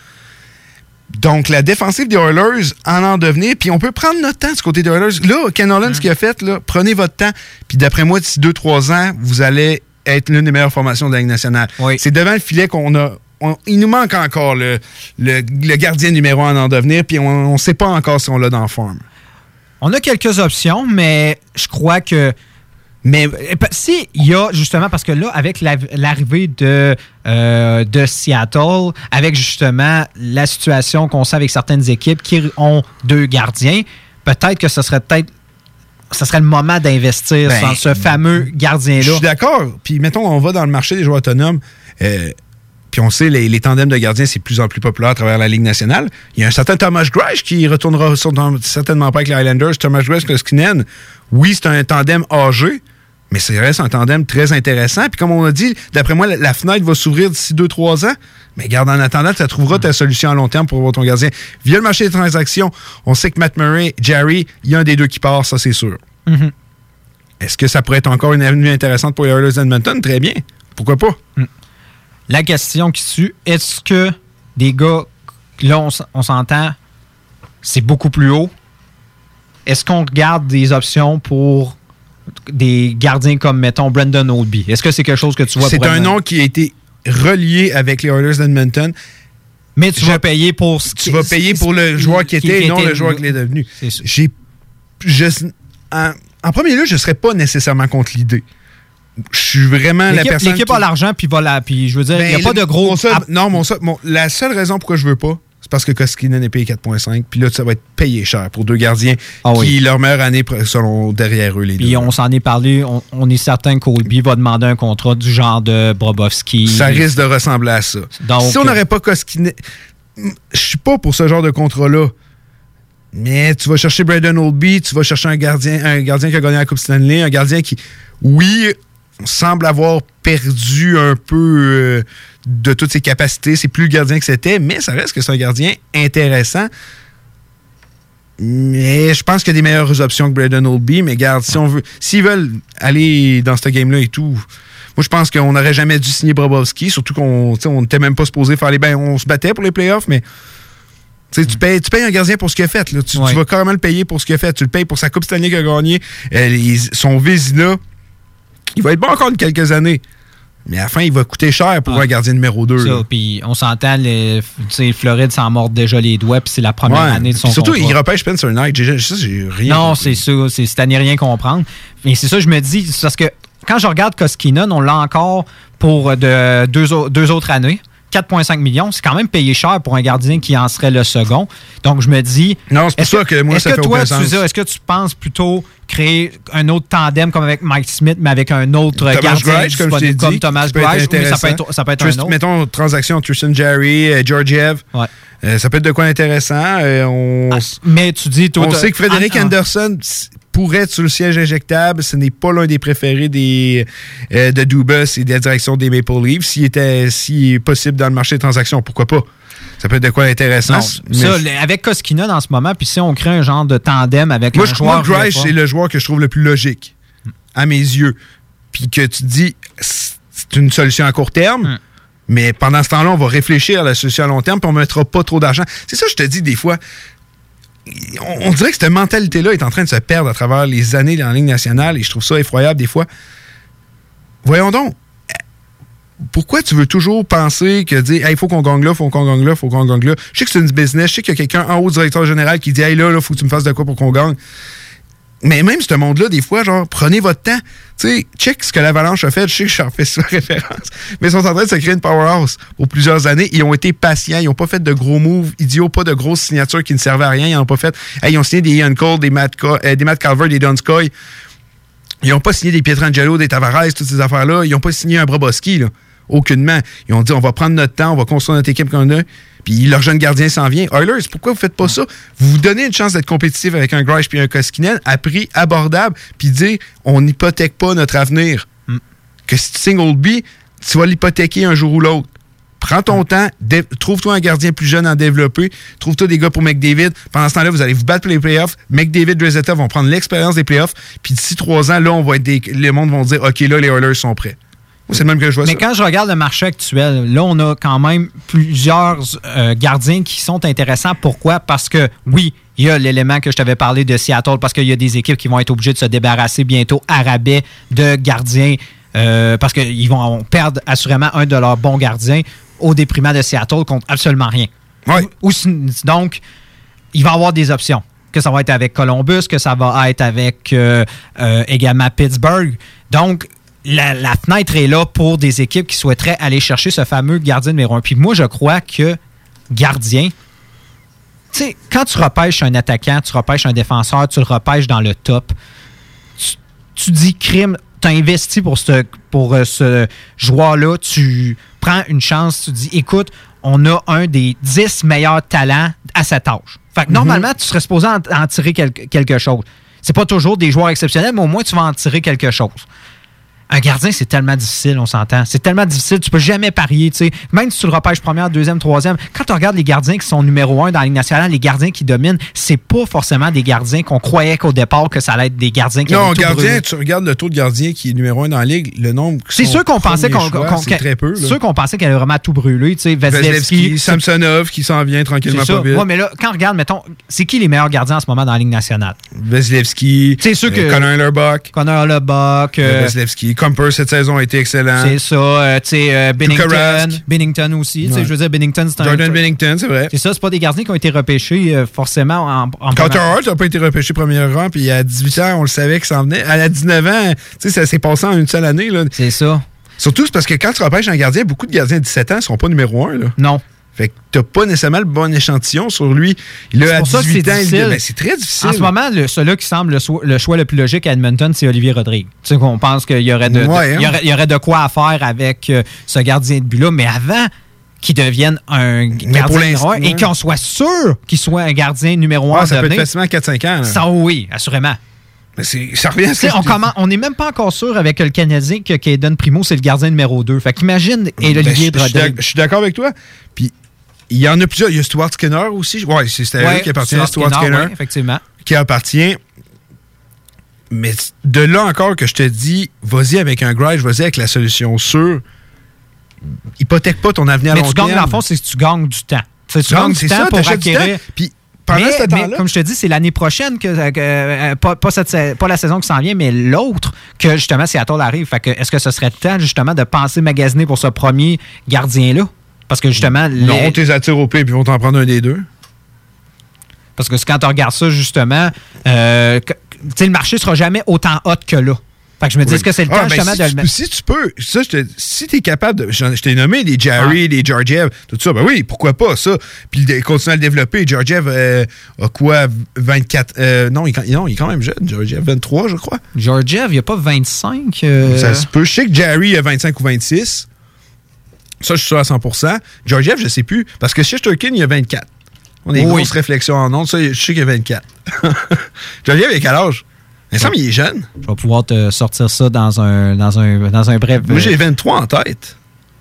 Donc, la défensive des Oilers en en devenir, puis on peut prendre notre temps du côté des Oilers. Là, Ken Holland, mmh. ce qu'il a fait, là, prenez votre temps, puis d'après moi, d'ici deux trois ans, vous allez être l'une des meilleures formations de la Ligue nationale. Oui. C'est devant le filet qu'on a... On, il nous manque encore le, le, le gardien numéro un en en devenir, puis on ne sait pas encore si on l'a dans la forme. On a quelques options, mais je crois que... Mais si il y a justement, parce que là, avec la, l'arrivée de, euh, de Seattle, avec justement la situation qu'on sait avec certaines équipes qui ont deux gardiens, peut-être que ce serait peut-être ce serait le moment d'investir ben, dans ce fameux gardien-là. Je suis d'accord. Puis mettons, on va dans le marché des joueurs autonomes. Euh, Puis on sait, les, les tandems de gardiens, c'est de plus en plus populaire à travers la Ligue nationale. Il y a un certain Thomas Greisch qui retournera sur, certainement pas avec les Highlanders. Thomas Greisch, Koskinen, oui, c'est un tandem âgé, mais c'est reste un tandem très intéressant. Puis comme on a dit, d'après moi, la, la fenêtre va s'ouvrir d'ici deux trois ans. Mais garde, en attendant, tu trouveras ta solution à long terme pour avoir ton gardien. Via le marché des transactions, on sait que Matt Murray, Jarry, il y a un des deux qui part, ça c'est sûr. Mm-hmm. Est-ce que ça pourrait être encore une avenue intéressante pour les Oilers d'Edmonton? Très bien. Pourquoi pas? Mm. La question qui suit, est-ce que des gars, là on, on s'entend, c'est beaucoup plus haut. Est-ce qu'on regarde des options pour des gardiens comme, mettons, Brandon Oldby? Est-ce que c'est quelque chose que tu vois? C'est un nom qui a été relié avec les Oilers d'Edmonton. Mais tu Je, vas payer pour... Tu vas payer pour le joueur qui était et non le joueur qui est devenu. J'ai, je, en, en premier lieu, je ne serais pas nécessairement contre l'idée. Je suis vraiment l'équipe, la personne L'équipe qui... a l'argent, puis va la... Puis je veux dire, il ben, n'y a pas de gros... Mon seul, non, mon seul, mon, la seule raison pourquoi je veux pas, c'est parce que Koskinen est payé quatre virgule cinq. Puis là, ça va être payé cher pour deux gardiens ah, qui, oui. leur meilleure année, sont derrière eux, les puis deux. Puis on s'en est parlé, on, on est certain que Oldby va demander un contrat du genre de Bobrovski. Ça risque de ressembler à ça. Donc, si on n'aurait pas Koskinen... Je suis pas pour ce genre de contrat-là. Mais tu vas chercher Brandon Oldby, tu vas chercher un gardien, un gardien qui a gagné la Coupe Stanley, un gardien qui, oui, semble avoir perdu un peu euh, de toutes ses capacités. C'est plus le gardien que c'était, mais ça reste que c'est un gardien intéressant. Mais je pense qu'il y a des meilleures options que Brandon Oldby. Mais garde, si on veut, s'ils veulent aller dans ce game-là et tout, moi je pense qu'on n'aurait jamais dû signer Bobrovski, surtout qu'on n'était même pas supposé faire les bains. On se battait pour les playoffs, mais tu payes, tu payes un gardien pour ce qu'il a fait. Là. Tu, ouais. tu vas carrément le payer pour ce qu'il a fait. Tu le payes pour sa Coupe Stanley qu'il a gagnée. Euh, son Vézina, il va être bon encore de quelques années. Mais à la fin, il va coûter cher pour ah, un gardien numéro deux. Puis on s'entend, le Floride s'en mord déjà les doigts, puis c'est la première ouais. année de son pis surtout, contrat. il repêche Spencer Knight. J'ai, ça, j'ai rien Non, compris. c'est ça. C'est, c'est à n'y rien comprendre. Mais c'est ça, je me dis, c'est parce que quand je regarde Koskinen, on l'a encore pour de deux, deux autres années. quatre virgule cinq millions, c'est quand même payé cher pour un gardien qui en serait le second. Donc, je me dis... Non, c'est pour ça que, que moi, ça que fait toi, aucun sens. Suza, est-ce que tu penses plutôt créer un autre tandem comme avec Mike Smith, mais avec un autre Thomas gardien Greisch, comme, je t'ai dit, comme Thomas Greisch, oui, ça peut être, ça peut être Trist, un autre. Mettons, transaction Tristan Jarry, euh, Georgiev. Ouais. Euh, ça peut être de quoi intéressant. Euh, on, ah, mais tu dis... Toi, on sait que Frédéric ah, Anderson... pourrait être sur le siège injectable. Ce n'est pas l'un des préférés des, euh, de Dubas et de la direction des Maple Leafs. S'il était si possible dans le marché des transactions, pourquoi pas? Ça peut être de quoi intéressant. Non, mais ça, je... avec Koskinen en ce moment, puis si on crée un genre de tandem avec moi, un je, joueur... Moi, Greisch, c'est le joueur que je trouve le plus logique, mm. à mes yeux. Puis que tu te dis, c'est une solution à court terme, mm. mais pendant ce temps-là, on va réfléchir à la solution à long terme, puis on ne mettra pas trop d'argent. C'est ça, je te dis des fois... On dirait que cette mentalité-là est en train de se perdre à travers les années en Ligue nationale et je trouve ça effroyable des fois. Voyons donc, pourquoi tu veux toujours penser que dire il hey, faut qu'on gagne là, il faut qu'on gagne là, il faut qu'on gagne là. Je sais que c'est une business, je sais qu'il y a quelqu'un en haut directeur général qui dit hey, là, il faut que tu me fasses de quoi pour qu'on gagne. Mais même ce monde-là, des fois, genre, prenez votre temps. Tu sais, check ce que l'Avalanche a fait. Je sais que j'en fais ça référence. Mais ils sont en train de se créer une powerhouse pour plusieurs années. Ils ont été patients. Ils n'ont pas fait de gros moves idiots, pas de grosses signatures qui ne servaient à rien. Ils n'ont pas fait. Hey, ils ont signé des Ian Cole, des Matt, euh, des Matt Calvert, des Donskoy. Ils n'ont pas signé des Pietrangelo, des Tavares, toutes ces affaires-là. Ils n'ont pas signé un Bobrovski, là. Aucunement. Ils ont dit on va prendre notre temps, on va construire notre équipe qu'on a. Puis leur jeune gardien s'en vient. Oilers, pourquoi vous faites pas ça? Vous vous donnez une chance d'être compétitif avec un Greisch puis un Koskinen à prix abordable, puis dire on n'hypothèque pas notre avenir. Mm. Que si tu signes Oldby, tu vas l'hypothéquer un jour ou l'autre. Prends ton mm. temps, dé- trouve-toi un gardien plus jeune à développer, trouve-toi des gars pour McDavid. Pendant ce temps-là, vous allez vous battre pour les playoffs. McDavid, Drizetta vont prendre l'expérience des playoffs, puis d'ici trois ans, là, on va être des... les mondes vont dire OK, là, les Oilers sont prêts. C'est le même que je vois Mais ça. quand je regarde le marché actuel, là, on a quand même plusieurs euh, gardiens qui sont intéressants. Pourquoi? Parce que, oui, il y a l'élément que je t'avais parlé de Seattle, parce qu'il y a des équipes qui vont être obligées de se débarrasser bientôt à rabais de gardiens, euh, parce qu'ils vont perdre assurément un de leurs bons gardiens au déprimant de Seattle contre absolument rien. Ouais. Ou, donc, il va y avoir des options. Que ça va être avec Columbus, que ça va être avec euh, euh, également Pittsburgh. Donc, La, la fenêtre est là pour des équipes qui souhaiteraient aller chercher ce fameux gardien numéro un. Puis moi, je crois que gardien, tu sais, quand tu repêches un attaquant, tu repêches un défenseur, tu le repêches dans le top, tu, tu dis crime, tu as investi pour ce, pour ce joueur-là, tu prends une chance, tu dis écoute, on a un des dix meilleurs talents à cet âge. Fait que mm-hmm. normalement, tu serais supposé en, en tirer quel, quelque chose. C'est pas toujours des joueurs exceptionnels, mais au moins, tu vas en tirer quelque chose. Un gardien, c'est tellement difficile, on s'entend. C'est tellement difficile, tu peux jamais parier. T'sais. Même si tu le repêches première, deuxième, troisième, quand tu regardes les gardiens qui sont numéro un dans la Ligue nationale, les gardiens qui dominent, c'est pas forcément des gardiens qu'on croyait qu'au départ que ça allait être des gardiens qui non, avaient tout gardien, brûlé. tu regardes le taux de gardien qui est numéro un dans la Ligue, le nombre. C'est sûr qu'on pensait qu'on, choix, qu'on, c'est très peu. C'est sûr qu'on pensait qu'elle allait vraiment tout brûler. Vasilevski, Vasilevski, Samsonov qui s'en vient tranquillement pas vite. Ouais, mais là, quand on regarde, mettons, c'est qui les meilleurs gardiens en ce moment dans la Ligue nationale? Vasilevski, c'est sûr que euh, Connor Hellebuyck. Connor Hellebuyck. Euh, Vasilevski. Comper cette saison a été excellent. C'est ça. Euh, tu sais, euh, Binnington. Binnington aussi. Ouais. Je veux dire, Binnington, c'est un. Jordan Binnington, c'est vrai. C'est ça, c'est pas des gardiens qui ont été repêchés euh, forcément en. en Carter Hart n'a pas été repêché premier rang, puis à dix-huit ans, on le savait qu'il s'en venait. À dix-neuf ans, tu sais, ça s'est passé en une seule année. Là. C'est ça. Surtout, c'est parce que quand tu repêches un gardien, beaucoup de gardiens de dix-sept ans ne sont pas numéro un. Là. Non. Fait que t'as pas nécessairement le bon échantillon sur lui. Il a à dix-huit ans, il, ben, c'est très difficile. En ce moment, le, celui qui semble le, so- le choix le plus logique à Edmonton, c'est Olivier Rodrigue. Tu sais qu'on pense qu'il y aurait de, ouais, de, hein? il y aurait, il y aurait de quoi à faire avec euh, ce gardien de but-là, mais avant qu'il devienne un gardien numéro un et qu'on soit sûr qu'il soit un gardien numéro un. Ah, ça peut être facilement quatre cinq ans. Là. Ça, oui, assurément. Mais c'est, ça revient à ce que on comment, on n'est même pas encore sûr avec le Canadien que Caden Primo, c'est le gardien numéro deux. Fait qu'imagine et ben, Olivier Rodrigue. Je suis d'accord avec toi. Puis il y en a plusieurs. Il y a Stuart Skinner aussi. Oui, c'était ouais, lui qui appartient Stuart à Stuart Skinner. Skinner. Ouais, effectivement. Qui appartient. Mais de là encore que je te dis, vas-y avec un Greisch, vas-y avec la solution sûre. Hypothèque pas ton avenir à long terme. Mais tu gagnes, dans le fond, c'est que tu gagnes du temps. Tu, tu gagnes du temps ça, pour acquérir. Puis pendant mais, ce temps-là, mais, comme je te dis, c'est l'année prochaine, que, que euh, pas, pas, cette, pas la saison qui s'en vient, mais l'autre, que justement Seattle arrive. Fait que, est-ce que ce serait le temps, justement, de penser magasiner pour ce premier gardien-là? Parce que, justement... Non, les... t'es attires au pied puis ils vont t'en prendre un des deux. Parce que quand tu regardes ça, justement, euh, le marché sera jamais autant hot que là. Fait que je me dis, oui. Est-ce que c'est le temps, ah, ben justement, si de le mettre? Si tu peux, ça, je te, si tu es capable de. Je, je t'ai nommé les Jarry, ah. les Georgiev, tout ça, ben oui, pourquoi pas, ça. Puis de, continuer à le développer. Georgiev euh, a quoi, vingt-quatre. Euh, non, il, non, il est quand même jeune, Georgiev, vingt-trois, je crois. Georgiev, il n'y a pas vingt-cinq. Euh... Ça se peut. Je sais que Jarry a vingt-cinq ou vingt-six. Ça, je suis sûr à cent pour cent. Georgiev, je ne sais plus. Parce que Shesterkin, il a vingt-quatre. On a des oui. grosses réflexions en ondes. Ça, je sais qu'il a vingt-quatre. Georgiev, il a quel âge? Il me semble qu'il est jeune. Je vais pouvoir te sortir ça dans un, dans un, dans un bref... Moi, j'ai vingt-trois en tête.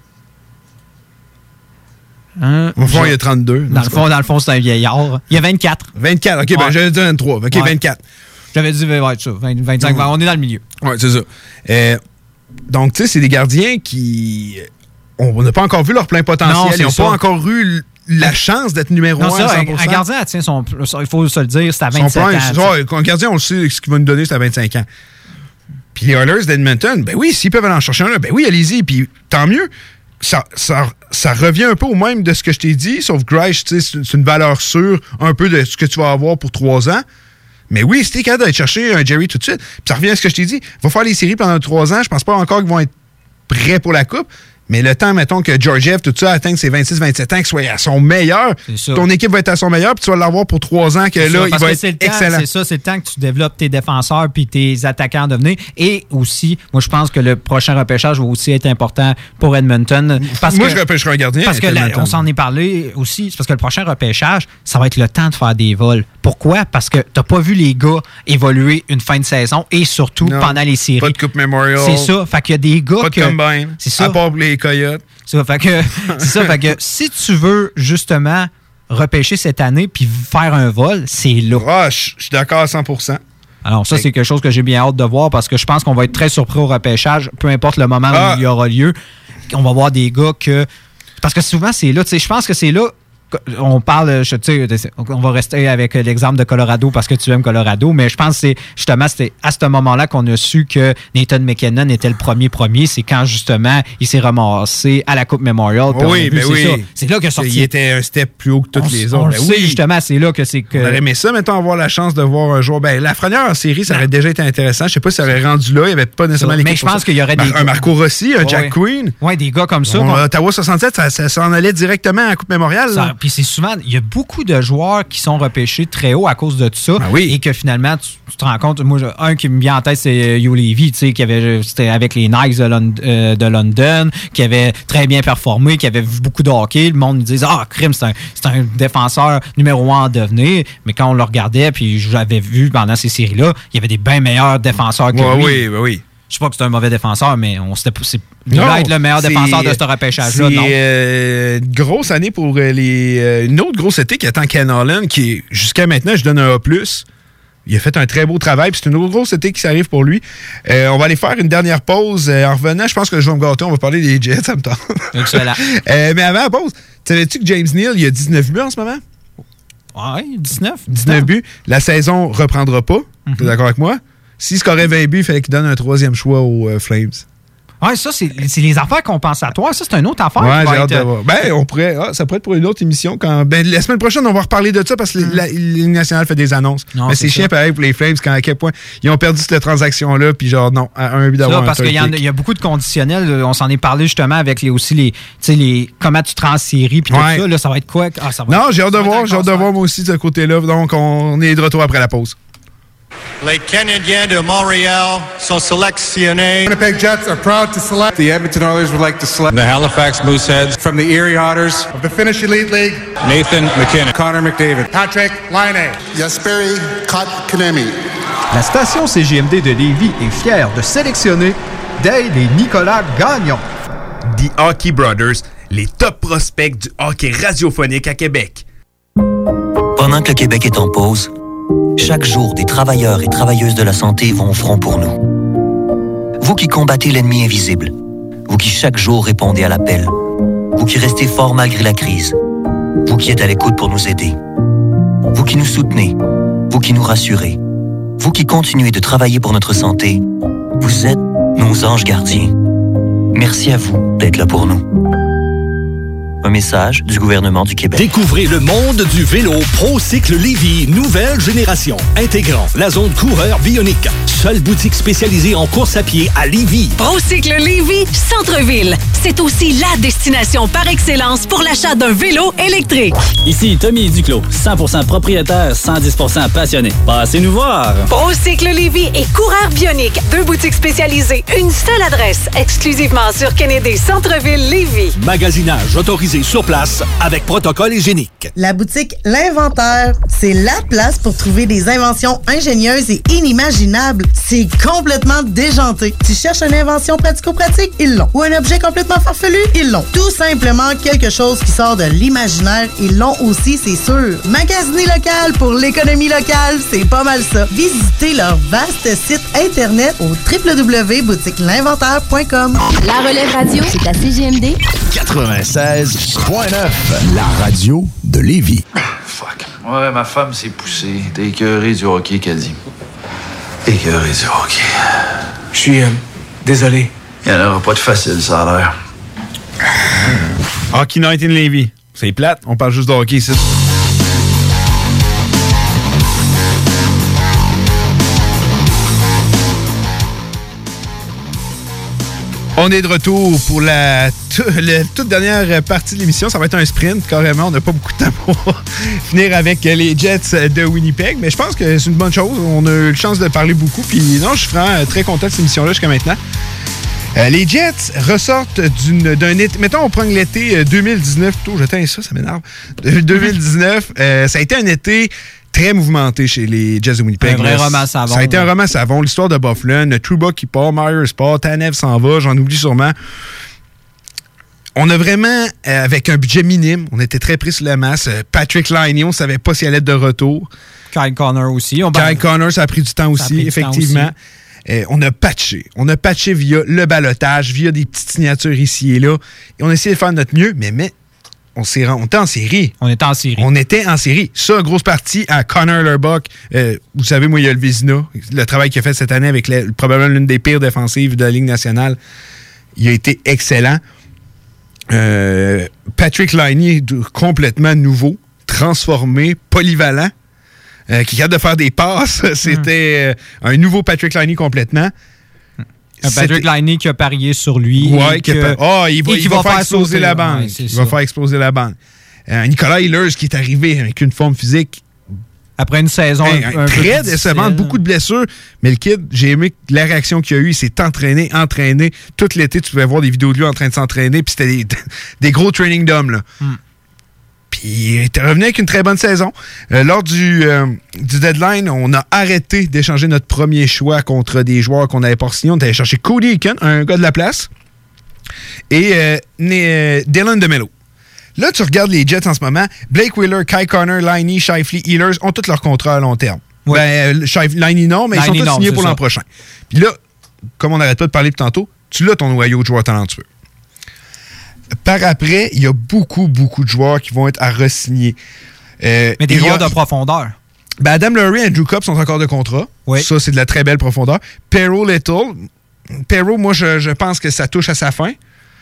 Hein? Au fond, il y a trente-deux. Dans le fond, dans le fond, c'est un vieillard. Il y a vingt-quatre. vingt-quatre, OK. Ouais. Ben, j'avais dit vingt-trois. OK, ouais. vingt-quatre. J'avais dit ouais, ça, vingt, vingt-cinq. Mmh. On est dans le milieu. Oui, c'est ça. Euh, donc, tu sais, c'est des gardiens qui... On n'a pas encore vu leur plein potentiel. Non, ils n'ont pas encore eu... la chance d'être numéro non, un à cent cent pour cent. Un gardien, tiens, son, il faut se le dire, c'est à vingt-sept son ans. Ouais, un gardien, on le sait, ce qu'il va nous donner, c'est à vingt-cinq ans. Puis les Oilers d'Edmonton, ben oui, s'ils peuvent aller en chercher un, ben oui, allez-y. Puis tant mieux. Ça, ça, ça revient un peu au même de ce que je t'ai dit, sauf que Greisch, c'est une valeur sûre un peu de ce que tu vas avoir pour trois ans. Mais oui, si t'es capable d'aller chercher un Jerry tout de suite, puis ça revient à ce que je t'ai dit, va faire les séries pendant trois ans, je pense pas encore qu'ils vont être prêts pour la Coupe. Mais le temps, mettons, que Georgiev, tout ça, atteigne ses vingt-six vingt-sept ans, qu'il soit à son meilleur, ton équipe va être à son meilleur, puis tu vas l'avoir pour trois ans, que c'est là, ça, il va être excellent. C'est ça, c'est le temps que tu développes tes défenseurs puis tes attaquants à devenir. Et aussi, moi, je pense que le prochain repêchage va aussi être important pour Edmonton. Parce moi, que, je repêcherai un gardien. Parce que la, on s'en est parlé aussi, c'est parce que le prochain repêchage, ça va être le temps de faire des vols. Pourquoi? Parce que t'as pas vu les gars évoluer une fin de saison et surtout non, pendant les séries. Pas de Coupe Memorial. C'est ça. Fait qu'il y a des gars pas que... de combine. C'est ça. À part les Coyotes. C'est ça. Fait que, c'est ça. Fait que si tu veux, justement, repêcher cette année puis faire un vol, c'est là. Ah, je suis d'accord à cent pour cent. Alors ça, c'est quelque chose que j'ai bien hâte de voir parce que je pense qu'on va être très surpris au repêchage, peu importe le moment ah. où il y aura lieu. On va voir des gars que... Parce que souvent, c'est là. Tu sais, je pense que c'est là... On parle, je, tu sais, on va rester avec l'exemple de Colorado parce que tu aimes Colorado, mais je pense que c'est justement c'était à ce moment-là qu'on a su que Nathan McKinnon était le premier premier. C'est quand justement il s'est ramassé à la Coupe Memorial. Oh oui, ben oui. C'est là que sorti. Il était un step plus haut que toutes on, les on autres. Ben oui, justement, c'est là que c'est que. On aurait aimé ça, mettons, avoir la chance de voir un jour. Ben, Lafrenière en série, ça non. aurait déjà été intéressant. Je sais pas si ça aurait rendu là. Il n'y avait pas nécessairement les. Mais je pense qu'il y aurait des. Un Marco Rossi, un Jack Quinn. Oui, des gars comme ça. Bon, Ottawa soixante-sept, ça, ça s'en allait directement à la Coupe Memorial. Puis c'est souvent. Il y a beaucoup de joueurs qui sont repêchés très haut à cause de tout ça. Ah oui. Et que finalement, tu, tu te rends compte, moi, un qui me vient en tête, c'est Hugh Levy, tu sais, qui avait, c'était avec les Knights de, Lond- euh, de London, qui avait très bien performé, qui avait vu beaucoup de hockey. Le monde me disait, ah, crime, c'est un, c'est un défenseur numéro un en devenir. Mais quand on le regardait, puis j'avais vu pendant ces séries-là, il y avait des bien meilleurs défenseurs que ouais, lui. Oui, oui, oui. Je sais pas que c'est un mauvais défenseur, mais on s'était poussé. Il devait être le meilleur défenseur de ce repêchage-là, non? C'est euh, une grosse année pour les. Euh, une autre grosse été qui attend Ken Holland, qui, jusqu'à maintenant, je donne un A plus. Il a fait un très beau travail, puis c'est une autre grosse été qui s'arrive pour lui. Euh, on va aller faire une dernière pause. Euh, en revenant, je pense que je vais me gâter. On va parler des Jets, ça me tente. Excellent. euh, mais avant la pause, savais-tu que James Neal, il a dix-neuf buts en ce moment? Oui, dix-neuf. dix-neuf buts. La saison reprendra pas. Mm-hmm. T'es d'accord avec moi? S'il scorait vingt buts, il fallait qu'il donne un troisième choix aux euh, Flames. Oui, ça, c'est, c'est les affaires compensatoires. Ça, c'est une autre affaire. Ouais, j'ai hâte être... de voir. Ben, on pourrait, ah, ça pourrait être pour une autre émission. Quand, ben, la semaine prochaine, on va reparler de ça parce que mm. la Ligue nationale fait des annonces. Non, mais c'est, c'est chiant pareil pour les Flames quand à quel point ils ont perdu cette transaction-là, puis genre, non, à un but d'avoir ça, un parce qu'il y, en, il y a beaucoup de conditionnels. On s'en est parlé justement avec les, aussi les, tu sais, les, comment tu transféries, puis ouais. tout ça. Là, ça va être quoi? Ah, ça va non, être, j'ai hâte de voir. J'ai hâte de voir moi aussi de ce côté-là. Donc, on est de retour après la pause. Les Canadiens de Montréal sont sélectionnés. Winnipeg Jets are proud to select. The Edmonton Oilers would like to select. The Halifax Mooseheads. From the Erie Otters. Of the Finnish Elite League. Nathan McKinnon. Connor McDavid. Patrick Laine. Jesperi Kotkaniemi. La station C J M D de Lévis est fière de sélectionner Dale et Nicolas Gagnon. The Hockey Brothers, les top prospects du hockey radiophonique à Québec. Pendant que le Québec est en pause, chaque jour, des travailleurs et travailleuses de la santé vont au front pour nous. Vous qui combattez l'ennemi invisible, vous qui chaque jour répondez à l'appel, vous qui restez fort malgré la crise, vous qui êtes à l'écoute pour nous aider, vous qui nous soutenez, vous qui nous rassurez, vous qui continuez de travailler pour notre santé, vous êtes nos anges gardiens. Merci à vous d'être là pour nous. Un message du gouvernement du Québec. Découvrez le monde du vélo ProCycle Lévis, nouvelle génération, intégrant la zone coureur bionique. Seule boutique spécialisée en course à pied à Lévis. ProCycle Lévis, centre-ville. C'est aussi la destination par excellence pour l'achat d'un vélo électrique. Ici Tommy Duclos, cent pour cent propriétaire, cent dix pour cent passionné. Passez nous voir. ProCycle Lévis et coureur bionique, deux boutiques spécialisées, une seule adresse, exclusivement sur Kennedy, centre-ville Lévis. Magasinage autorisé sur place avec protocole hygiénique. La boutique L'Inventaire, c'est la place pour trouver des inventions ingénieuses et inimaginables. C'est complètement déjanté. Tu cherches une invention pratico-pratique? Ils l'ont. Ou un objet complètement farfelu? Ils l'ont. Tout simplement quelque chose qui sort de l'imaginaire. Ils l'ont aussi, c'est sûr. Magasiner local pour l'économie locale, c'est pas mal ça. Visitez leur vaste site internet au w w w point boutique l'inventaire point com. La relève radio, c'est à C G M D quatre-vingt-seize point neuf, la radio de Lévis. Fuck. Ouais, ma femme s'est poussée. T'es écœuré du hockey, qu'elle dit. Écœuré du hockey. Je suis euh, désolé. Il n'y en aura pas de facile, ça a l'air. Hockey Night in Lévis. C'est plate, on parle juste de hockey ici. On est de retour pour la, t- la toute dernière partie de l'émission. Ça va être un sprint, carrément. On n'a pas beaucoup de temps pour finir avec les Jets de Winnipeg. Mais je pense que c'est une bonne chose. On a eu la chance de parler beaucoup. Puis non, je suis vraiment très content de cette émission-là jusqu'à maintenant. Euh, les Jets ressortent d'une, d'un été... Mettons, on prend l'été deux mille dix-neuf. Plutôt, j'attends ça, ça m'énerve. deux mille dix-neuf, euh, ça a été un été très mouvementé chez les Jets de Winnipeg. Un vrai roman savon. Ça a été un roman savon. L'histoire de Bufflin, Trouba qui part, Myers part, Tanev s'en va, j'en oublie sûrement. On a vraiment, euh, avec un budget minime, on était très pris sur la masse. Euh, Patrick Laine, on ne savait pas s'il allait être de retour. Kyle Connor aussi. On Kyle Connor, ça a pris du temps aussi, du effectivement. Temps aussi. Euh, on a patché. On a patché via le balotage, via des petites signatures ici et là. Et on a essayé de faire notre mieux, mais, mais on, s'est, on était en série. On était en série. On était en série. Ça, grosse partie à Connor Lurbuck. Euh, vous savez, moi, il y a le Vézina. Le travail qu'il a fait cette année avec la, probablement l'une des pires défensives de la Ligue nationale. Il a été excellent. Euh, Patrick Laine, complètement nouveau, transformé, polyvalent. Euh, qui est capable de faire des passes. C'était euh, un nouveau Patrick Laine complètement. Un Patrick Laine qui a parié sur lui. Ouais, que, que, oh, il va, il va, va faire exploser sauter, la bande. Ouais, il ça. va faire exploser la bande. Euh, Nicolas Ehlers qui est arrivé avec une forme physique. Après une saison un, un, un très décevante, beaucoup de blessures. Mais le kid, j'ai aimé la réaction qu'il a eue. Il s'est entraîné, entraîné. Tout l'été, tu pouvais voir des vidéos de lui en train de s'entraîner. Puis c'était des, des gros training d'hommes. Là. Hmm. Puis il est revenu avec une très bonne saison. Euh, lors du, euh, du deadline, on a arrêté d'échanger notre premier choix contre des joueurs qu'on n'avait pas signés. On allé chercher Cody Eakin, un gars de la place, et euh, euh, Dylan DeMello. Là, tu regardes les Jets en ce moment. Blake Wheeler, Kai Connor, Liney, Shifley, Ehlers ont tous leurs contrats à long terme. Ouais. Ben, Shif- Liney non, mais Liney ils sont tous non, signés pour l'an ça. prochain. Puis là, comme on n'arrête pas de parler depuis tantôt, tu l'as ton noyau de joueurs talentueux. Par après, il y a beaucoup, beaucoup de joueurs qui vont être à re-signer. Euh, mais des joueurs a, de profondeur. Ben Adam Lurie et Andrew Copp sont encore de contrat. Oui. Ça, c'est de la très belle profondeur. Perreault Little. Perreault, moi, je, je pense que ça touche à sa fin.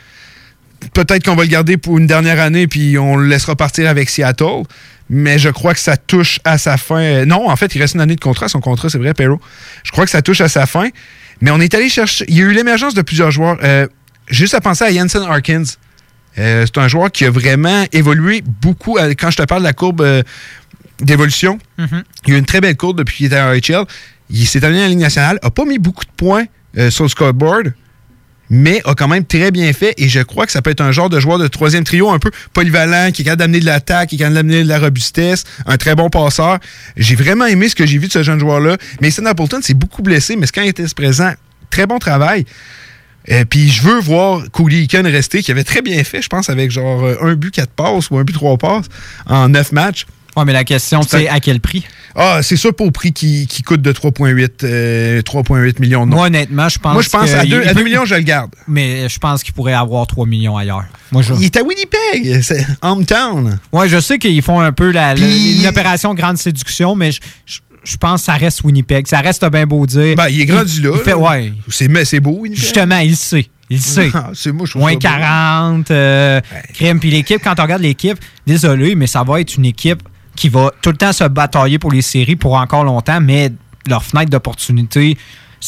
Peut-être qu'on va le garder pour une dernière année puis on le laissera partir avec Seattle. Mais je crois que ça touche à sa fin. Non, en fait, il reste une année de contrat. Son contrat, c'est vrai, Perreault. Je crois que ça touche à sa fin. Mais on est allé chercher... Il y a eu l'émergence de plusieurs joueurs. Euh, juste à penser à Jansen Harkins. Euh, c'est un joueur qui a vraiment évolué beaucoup. Quand je te parle de la courbe euh, d'évolution, mm-hmm. il y a eu une très belle courbe depuis qu'il était à R H L. Il s'est amené à la Ligue nationale, n'a pas mis beaucoup de points euh, sur le scoreboard, mais a quand même très bien fait. Et je crois que ça peut être un genre de joueur de troisième trio un peu polyvalent, qui est capable d'amener de l'attaque, qui est capable d'amener de la robustesse, un très bon passeur. J'ai vraiment aimé ce que j'ai vu de ce jeune joueur-là. Mason Appleton s'est beaucoup blessé, mais quand il était présent, très bon travail. Euh, Puis je veux voir Cody Eakin rester, qui avait très bien fait, je pense, avec genre un but, quatre passes ou un but, trois passes en neuf matchs. Oui, mais la question, c'est, c'est à quel prix? Ah, c'est sûr pas au prix qui, qui coûte de trois virgule huit euh, millions. Non. Moi, honnêtement, je pense Moi, je pense à deux, à deux millions, je le garde. Mais je pense qu'il pourrait avoir trois millions ailleurs. Moi, je... Il est à Winnipeg, c'est hometown. Oui, je sais qu'ils font un peu la, Puis... la, une opération grande séduction, mais je... je Je pense que ça reste Winnipeg. Ça reste bien beau dire. Ben, il est grandi là. Il fait, ouais. c'est, mais c'est beau, Winnipeg. Justement, il sait. Il sait. c'est moi, je trouve Moins ça quarante, euh, ouais. crème. Puis l'équipe, quand on regarde l'équipe, désolé, mais ça va être une équipe qui va tout le temps se batailler pour les séries pour encore longtemps, mais leur fenêtre d'opportunité,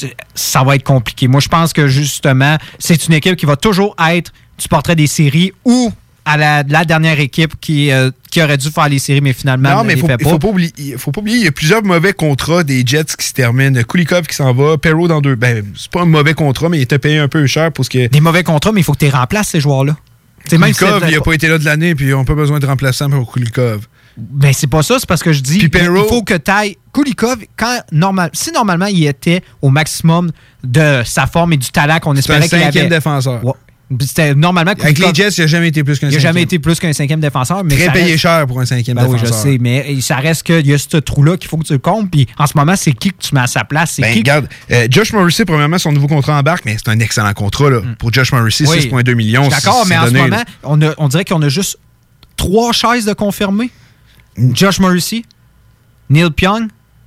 ça va être compliqué. Moi, je pense que justement, c'est une équipe qui va toujours être du portrait des séries ou à la, la dernière équipe qui, euh, qui aurait dû faire les séries, mais finalement, non, mais ne les faut, fait pas. Il faut pas oublier, faut pas oublier, il y a plusieurs mauvais contrats des Jets qui se terminent. Kulikov qui s'en va, Perreault dans deux. Ben, c'est pas un mauvais contrat, mais il était payé un peu cher pour ce que. Des mauvais contrats, mais il faut que tu remplaces ces joueurs-là. Kulikov, il n'a pas été là de l'année, puis on n'a pas besoin de remplaçant pour Kulikov. Ben, c'est pas ça, c'est parce que je dis il faut que tu ailles. Kulikov, quand normal, si normalement il était au maximum de sa forme et du talent qu'on espérait qu'il avait. C'est un cinquième défenseur. Ouais. C'était normalement avec les Jets, il n'a jamais été plus qu'un il cinquième. Il n'a jamais été plus qu'un cinquième défenseur. Mais très ça payé reste... cher pour un cinquième ben défenseur. Oui, je sais, mais ça reste qu'il y a ce trou-là qu'il faut que tu le comptes. Puis en ce moment, c'est qui que tu mets à sa place? C'est ben, qui regarde, euh, Josh Morrissey, premièrement, son nouveau contrat embarque, mais c'est un excellent contrat là. Mm. Pour Josh Morrissey, oui. six virgule deux millions. D'accord, c'est, mais c'est en donné, ce moment, on, a, on dirait qu'on a juste trois chaises de confirmés. Mm. Josh Morrissey, Neil Pionk,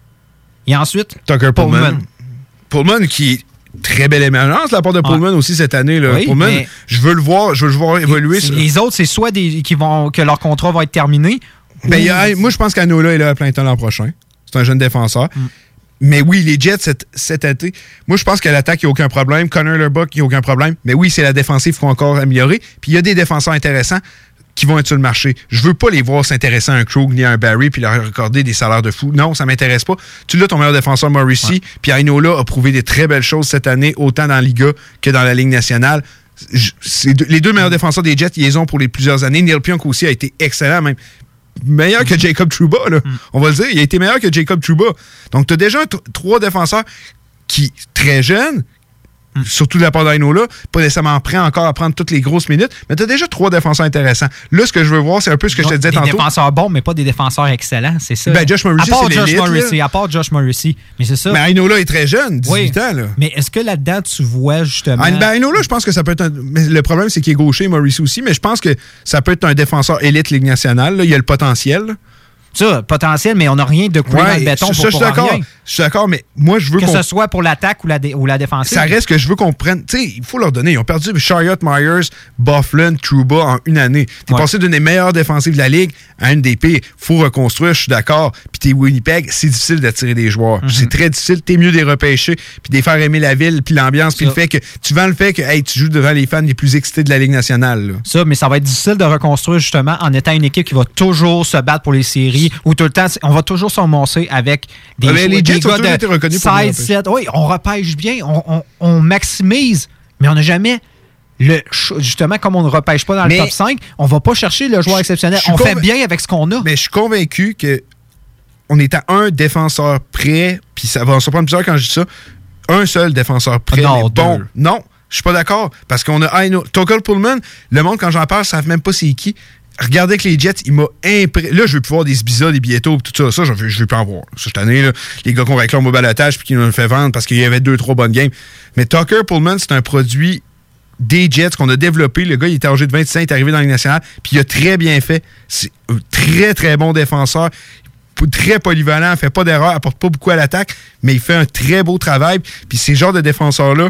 et ensuite Tucker Pullman. Pullman qui... Très belle émergence de la part de Pullman ouais. aussi cette année. Là. Oui, Pullman, mais... je veux le voir, je veux le voir évoluer. Les, les autres, c'est soit des, qui vont, que leur contrat va être terminé. Ben, ou... y a, moi, je pense qu'Anola est là à plein temps l'an prochain. C'est un jeune défenseur. Mm. Mais oui, les Jets, cet, cet été, moi, je pense qu'à l'attaque, il n'y a aucun problème. Connor Lurbuck, il n'y a aucun problème. Mais oui, c'est la défensive qu'il faut encore améliorer. Puis il y a des défenseurs intéressants qui vont être sur le marché. Je veux pas les voir s'intéresser à un Krug ni à un Barry puis leur accorder des salaires de fou. Non, ça m'intéresse pas. Tu l'as, ton meilleur défenseur, Morrissey, ouais. Puis Ainola a prouvé des très belles choses cette année, autant dans la Liga que dans la Ligue nationale. C'est deux, les deux meilleurs défenseurs des Jets, ils les ont pour les plusieurs années. Neil Pionk aussi a été excellent, même meilleur que Jacob Trouba, là. Mm. On va le dire. Il a été meilleur que Jacob Trouba. Donc, tu as déjà t- trois défenseurs qui, très jeunes, Mm. surtout de la part d'Ainola, pas nécessairement prêt encore à prendre toutes les grosses minutes, mais tu as déjà trois défenseurs intéressants. Là, ce que je veux voir, c'est un peu ce que non, je te disais des tantôt. Des défenseurs bons, mais pas des défenseurs excellents, c'est ça. Ben, Josh Morrissey, c'est Josh l'élite. Morrissey, à part Josh Morrissey, mais c'est ça. Mais Ainola est très jeune, dix-huit oui. ans. Là. Mais est-ce que là-dedans, tu vois justement... Ben, Ainola, je pense que ça peut être un... Mais le problème, c'est qu'il est gaucher, Morrissey aussi, mais je pense que ça peut être un défenseur élite Ligue nationale. Là. Il y a le potentiel. Là. Ça, potentiel, mais on n'a rien de coulé ouais, dans le béton ça, pour je suis d'accord. Rien. Je suis d'accord, mais moi, je veux que qu'on... ce soit pour l'attaque ou la, dé... ou la défensive. Ça reste que je veux qu'on prenne... Tu sais, il faut leur donner. Ils ont perdu Chariot, Myers, Bufflin, Trouba en une année. T'es ouais. passé d'une des meilleures défensives de la Ligue à une des pires. Faut reconstruire, je suis d'accord. Puis t'es Winnipeg, c'est difficile d'attirer des joueurs. Mm-hmm. C'est très difficile. T'es mieux de les repêcher, puis de les faire aimer la ville, puis l'ambiance, puis le fait que... Tu vends le fait que hey, tu joues devant les fans les plus excités de la Ligue nationale. Là. Ça, mais ça va être difficile de reconstruire, justement, en étant une équipe qui va toujours se battre pour les séries, ou tout le temps... On va toujours s'emmoncer avec des, ouais, les des Jets gars de seize sept. Oui, on repêche bien, on, on, on maximise, mais on n'a jamais le, justement, comme on ne repêche pas dans mais, le top cinq, on ne va pas chercher le joueur exceptionnel. On convain... fait bien avec ce qu'on a. Mais je suis convaincu que on est à un défenseur près, puis ça va en surprendre plusieurs quand je dis ça, un seul défenseur près, non, mais bon. Deux. Non, je suis pas d'accord, parce qu'on a Aino. Tucker Pullman, le monde, quand j'en parle, ne savent même pas c'est qui. Regardez que les Jets, il m'a impré... Là, je veux plus voir des Ibiza, des Bieto, tout ça. Ça, je veux, je veux plus en voir. Cette année, là, les gars qu'on réclame au balotage puis qui nous le fait vendre parce qu'il y avait deux, trois bonnes games. Mais Tucker Pullman, c'est un produit des Jets qu'on a développé. Le gars, il était âgé de vingt-six ans, il est arrivé dans la Ligue nationale, puis il a très bien fait. C'est un très, très bon défenseur. Très polyvalent, fait pas d'erreur, apporte pas beaucoup à l'attaque, mais il fait un très beau travail. Puis ces genres de défenseurs-là,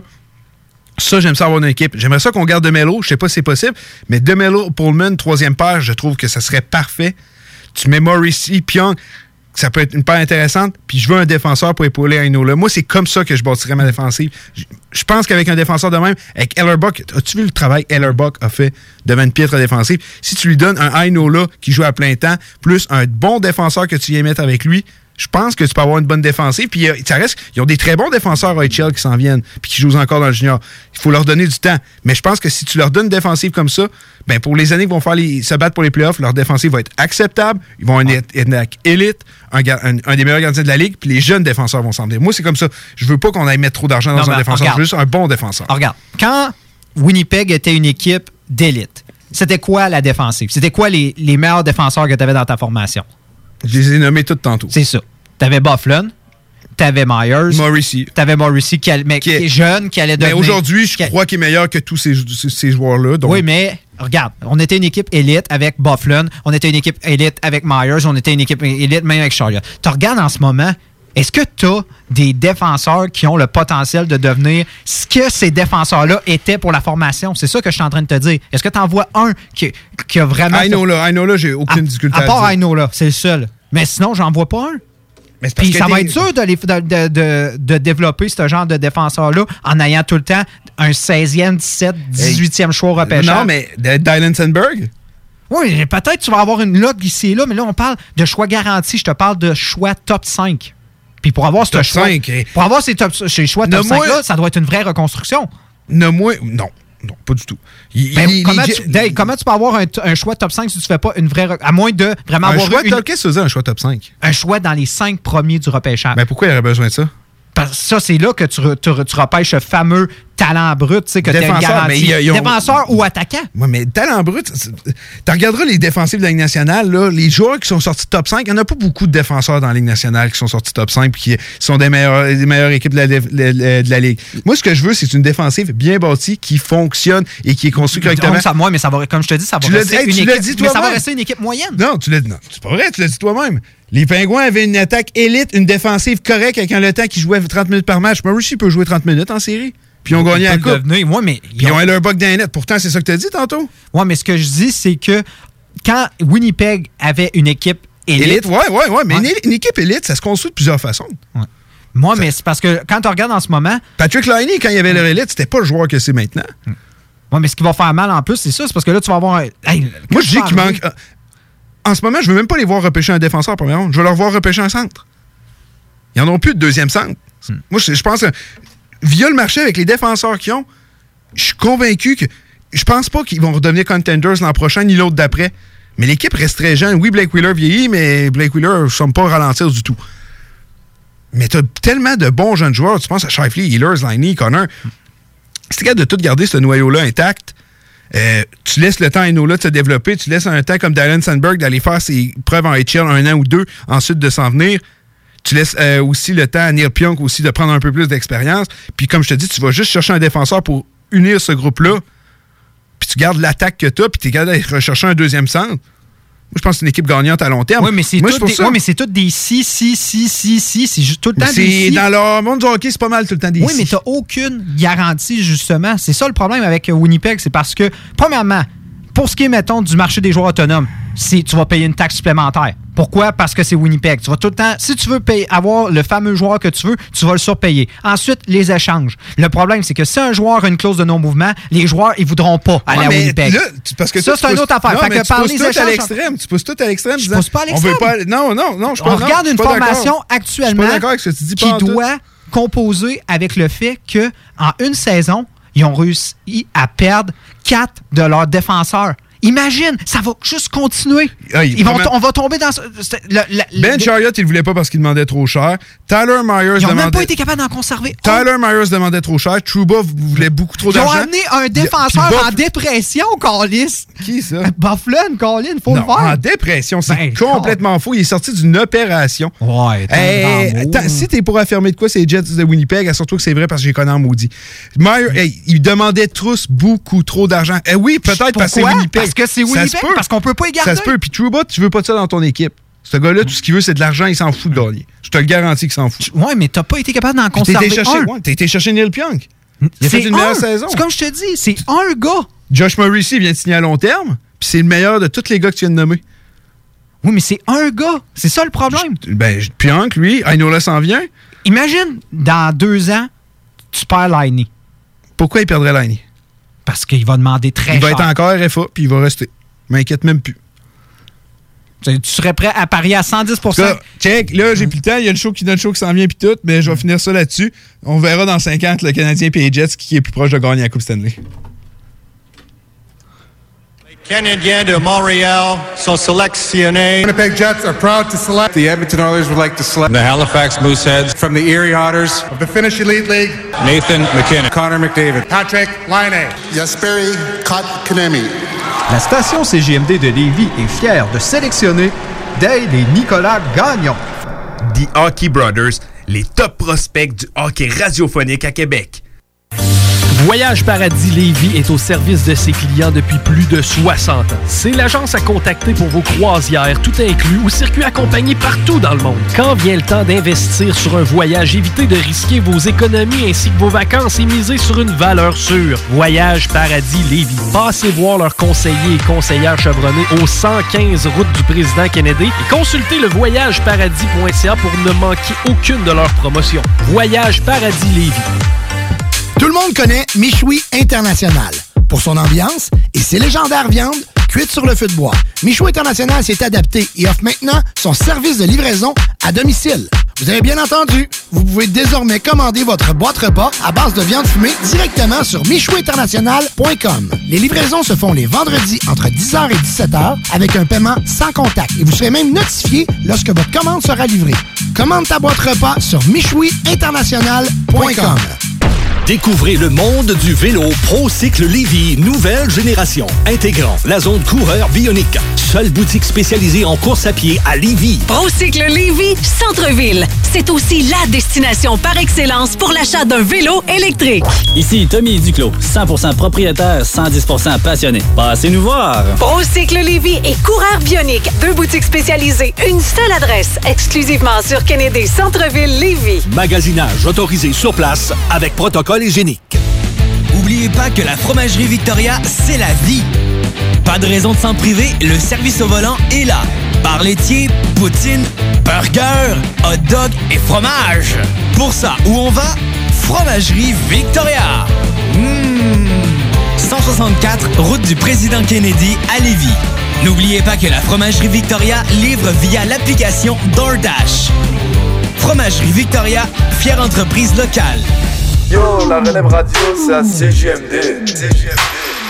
ça, j'aime ça avoir une équipe. J'aimerais ça qu'on garde DeMelo, je sais pas si c'est possible, mais DeMelo, Pullman, troisième paire, je trouve que ça serait parfait. Tu mets Morrissey, Pyong, ça peut être une paire intéressante, puis je veux un défenseur pour épauler Aino-là. Moi, c'est comme ça que je bâtirais ma défensive. Je, je pense qu'avec un défenseur de même, avec Hellerbuck, as-tu vu le travail Hellerbuck a fait devant une piètre défensive? Si tu lui donnes un Aino-là qui joue à plein temps, plus un bon défenseur que tu viens mettre avec lui, je pense que tu peux avoir une bonne défensive. Puis ça reste, ils ont des très bons défenseurs à H L qui s'en viennent, puis qui jouent encore dans le junior. Il faut leur donner du temps. Mais je pense que si tu leur donnes une défensive comme ça, ben pour les années qu'ils vont faire les, se battre pour les playoffs, leur défensive va être acceptable. Ils vont être une élite, un, un, un des meilleurs gardiens de la ligue, puis les jeunes défenseurs vont s'en venir. Moi, c'est comme ça. Je veux pas qu'on aille mettre trop d'argent dans non, un défenseur. Regarde. Je veux juste un bon défenseur. Regarde, quand Winnipeg était une équipe d'élite, c'était quoi la défensive? C'était quoi les, les meilleurs défenseurs que tu avais dans ta formation? Je les ai nommés tous tantôt. C'est ça. T'avais Bufflin, t'avais Myers, Morrissey. T'avais Morrissey qui, mais, qui, est, qui est jeune, qui allait devenir... Mais aujourd'hui, je crois qu'il est meilleur que tous ces, ces, ces joueurs-là. Donc... Oui, mais regarde, on était une équipe élite avec Bufflin, on était une équipe élite avec Myers, on était une équipe élite même avec Chariot. Tu regardes en ce moment, est-ce que tu as des défenseurs qui ont le potentiel de devenir ce que ces défenseurs-là étaient pour la formation? C'est ça que je suis en train de te dire. Est-ce que tu en vois un qui, qui a vraiment... Aino-là, Aino-là, j'ai aucune à, difficulté à, à part Aino-là, c'est le seul. Mais sinon, j'en vois pas un. Puis ça va être dur de, les, de, de, de, de développer ce genre de défenseur-là en ayant tout le temps un seizième, dix-septième, dix-huitième hey. choix au repêchage. Non, mais Dylan Sandberg? Oui, peut-être tu vas avoir une log ici et là, mais là, on parle de choix garanti. Je te parle de choix top cinq. Puis pour avoir ce choix, cinq, hey. pour avoir ces, top, ces choix top cinq-là, ça doit être une vraie reconstruction. Non, moi, non. Non, pas du tout. Il, ben, il, comment, il, tu, Dave, comment tu peux avoir un, un choix top cinq si tu ne fais pas une vraie... À moins de vraiment un avoir... Choix une, top, qu'est-ce que tu faisais, un choix top cinq? Un choix dans les cinq premiers du repêchage. Ben pourquoi il aurait besoin de ça? Parce que ça, c'est là que tu, tu, tu repêches ce fameux talent brut, tu sais, que tu as une garantie. Mais ont... Défenseur ou attaquant. Oui, mais talent brut, tu regarderas les défensifs de la Ligue nationale, là, les joueurs qui sont sortis top cinq, il n'y en a pas beaucoup de défenseurs dans la Ligue nationale qui sont sortis top cinq et qui sont des meilleures, des meilleures équipes de la, de, de, de la Ligue. Moi, ce que je veux, c'est une défensive bien bâtie, qui fonctionne et qui est construite correctement. Ça, moi, mais ça va, comme je te dis, ça va tu rester hey, une tu équipe, dit mais ça va rester une équipe moyenne. Non, tu l'as dit. Non, c'est pas vrai, tu l'as dit toi-même. Les Pingouins avaient une attaque élite, une défensive correcte avec un Le Temps qui jouait trente minutes par match. Morrissey peut jouer trente minutes en série. Puis ils ont gagné la coupe. Ouais, mais Puis ils ont un Hellerbuck dans les nets. Pourtant, c'est ça que tu as dit tantôt. Oui, mais ce que je dis, c'est que quand Winnipeg avait une équipe élite... Élite, oui, oui, oui. Mais ouais. Une, une équipe élite, ça se construit de plusieurs façons. Ouais. Moi, ça... mais c'est parce que quand tu regardes en ce moment... Patrick Laine, quand il y avait leur élite, c'était pas le joueur que c'est maintenant. Oui, mais ce qui va faire mal en plus, c'est ça. C'est parce que là, tu vas avoir... Un... Hey, moi, je dis qu'il manque... En ce moment, je veux même pas les voir repêcher un défenseur en première ronde. Je veux leur voir repêcher un centre. Ils n'en ont plus de deuxième centre. Hmm. Moi, je, je pense que via le marché avec les défenseurs qu'ils ont, je suis convaincu que je pense pas qu'ils vont redevenir contenders l'an prochain ni l'autre d'après. Mais l'équipe reste très jeune. Oui, Blake Wheeler vieillit, mais Blake Wheeler ne semble pas ralentir du tout. Mais tu as tellement de bons jeunes joueurs. Tu penses à Shifley, Ehlers, Liney, Connor. Si tu es capable de tout garder ce noyau-là intact, Euh, tu laisses le temps à Aino-là de se développer, tu laisses un temps comme Dylan Sandberg d'aller faire ses preuves en H L un an ou deux, ensuite de s'en venir. Tu laisses euh, aussi le temps à Neil Pionk aussi de prendre un peu plus d'expérience. Puis comme je te dis, tu vas juste chercher un défenseur pour unir ce groupe-là. Puis tu gardes l'attaque que tu as, puis tu es capable d'aller rechercher un deuxième centre. Moi, je pense que c'est une équipe gagnante à long terme. Oui, mais c'est toutes des si, si, si, si, si. C'est juste tout le temps mais des si. Dans le monde du hockey, c'est pas mal tout le temps des oui, si. Oui, mais tu n'as aucune garantie, justement. C'est ça le problème avec Winnipeg. C'est parce que, premièrement, pour ce qui est, mettons, du marché des joueurs autonomes, tu vas payer une taxe supplémentaire. Pourquoi? Parce que c'est Winnipeg. Tu vas tout le temps, si tu veux payer, avoir le fameux joueur que tu veux, tu vas le surpayer. Ensuite, les échanges. Le problème, c'est que si un joueur a une clause de non-mouvement, les joueurs, ils voudront pas aller ouais, à Winnipeg. Là, parce que ça, c'est une autre affaire. Non, fait mais que tu par pousses les tout échanges, à l'extrême. Tu pousses tout à l'extrême. Je pousse pas à l'extrême. On veut pas... Non, non, non. Je On regarde une formation actuellement avec ce que tu dis qui doit composer avec le fait qu'en une saison, ils ont réussi à perdre quatre de leurs défenseurs. Imagine, ça va juste continuer. Ah, il Ils vont, vraiment... on va tomber dans... Ce, le, le, Ben Chariot, il ne voulait pas parce qu'il demandait trop cher. Tyler Myers Ils n'ont demandait... même pas été capables d'en conserver. Tyler Myers demandait trop cher. Trouba voulait beaucoup trop Ils ont d'argent. amené un défenseur Buff... en dépression, Carlis. Qui, ça? Bufflin, Colin, faut non, le faire. En dépression, c'est ben, complètement faux. Il est sorti d'une opération. Ouais, hey, si t'es pour affirmer de quoi, c'est les Jets de Winnipeg, assure-toi que c'est vrai parce que j'ai connu en maudit. Myers, hey, il demandait tous beaucoup trop d'argent. Eh oui, peut-être parce que c'est Winnipeg. Parce que c'est Winnipeg, parce qu'on peut pas y garder. Ça se peut. Puis Trouba, tu veux pas de ça dans ton équipe. Ce gars-là, tout ce qu'il veut, c'est de l'argent, il s'en fout de gagner. Je te le garantis qu'il s'en fout. Ouais, mais t'as pas été capable d'en conserver t'as été chercher, un. ouais, t'as été chercher Neil Pionk. Il a fait une un. meilleure saison. C'est comme je te dis, c'est un gars. Josh Morrissey vient de signer à long terme, puis c'est le meilleur de tous les gars que tu viens de nommer. Oui, mais c'est un gars. C'est ça le problème. Je, ben, Pionk, lui, Ainola s'en vient. Imagine, dans deux ans, tu perds Liney. Pourquoi il perdrait Liney? Parce qu'il va demander très cher. Il va être encore R F A, puis il va rester. Je m'inquiète même plus. Tu serais prêt à parier à cent dix pour cent? Là, check, là, j'ai plus le temps. Il y a le show qui donne le show qui s'en vient, puis tout, mais je vais finir ça là-dessus. On verra dans cinquante le Canadien et les Jets qui est plus proche de gagner la Coupe Stanley. Les Canadiens de Montréal sont sélectionnés. Winnipeg Jets are proud to select. The Edmonton Oilers would like to select. The Halifax Mooseheads. From the Erie Otters. Of the Finnish Elite League. Nathan McKinnon. Connor McDavid. Patrick Laine. Jesperi Kotkaniemi. La station C J M D de Lévis est fière de sélectionner Dale et Nicolas Gagnon. The Hockey Brothers, les top prospects du hockey radiophonique à Québec. Voyage Paradis Lévis est au service de ses clients depuis plus de soixante ans. C'est l'agence à contacter pour vos croisières, tout inclus, ou circuits accompagnés partout dans le monde. Quand vient le temps d'investir sur un voyage, évitez de risquer vos économies ainsi que vos vacances et misez sur une valeur sûre. Voyage Paradis Lévis. Passez voir leurs conseillers et conseillères chevronnés au cent quinze route du Président Kennedy et consultez le voyage paradis point c a pour ne manquer aucune de leurs promotions. Voyage Paradis Lévis. Tout le monde connaît Michoui International pour son ambiance et ses légendaires viandes cuites sur le feu de bois. Michoui International s'est adapté et offre maintenant son service de livraison à domicile. Vous avez bien entendu, vous pouvez désormais commander votre boîte repas à base de viande fumée directement sur michoui international point com. Les livraisons se font les vendredis entre dix heures et dix-sept heures avec un paiement sans contact et vous serez même notifié lorsque votre commande sera livrée. Commande ta boîte repas sur michoui international point com. Découvrez le monde du vélo ProCycle Lévis, nouvelle génération, intégrant la zone coureur bionique. Seule boutique spécialisée en course à pied à Lévis. ProCycle Lévis, centre-ville. C'est aussi la destination par excellence pour l'achat d'un vélo électrique. Ici Tommy Duclos, cent pour cent propriétaire, cent dix pour cent passionné. Passez nous voir. ProCycle Lévis et coureur bionique, deux boutiques spécialisées, une seule adresse, exclusivement sur Kennedy, centre-ville Lévis. Magasinage autorisé sur place avec protocole hygiénique. N'oubliez pas que la fromagerie Victoria, c'est la vie. Pas de raison de s'en priver, le service au volant est là. Bar laitier, poutine, burger, hot dog et fromage. Pour ça, où on va? Fromagerie Victoria. Mmh. cent soixante-quatre, route du Président Kennedy à Lévis. N'oubliez pas que la Fromagerie Victoria livre via l'application DoorDash. Fromagerie Victoria, fière entreprise locale. Yo, la relève radio, c'est à C J M D. C J M D.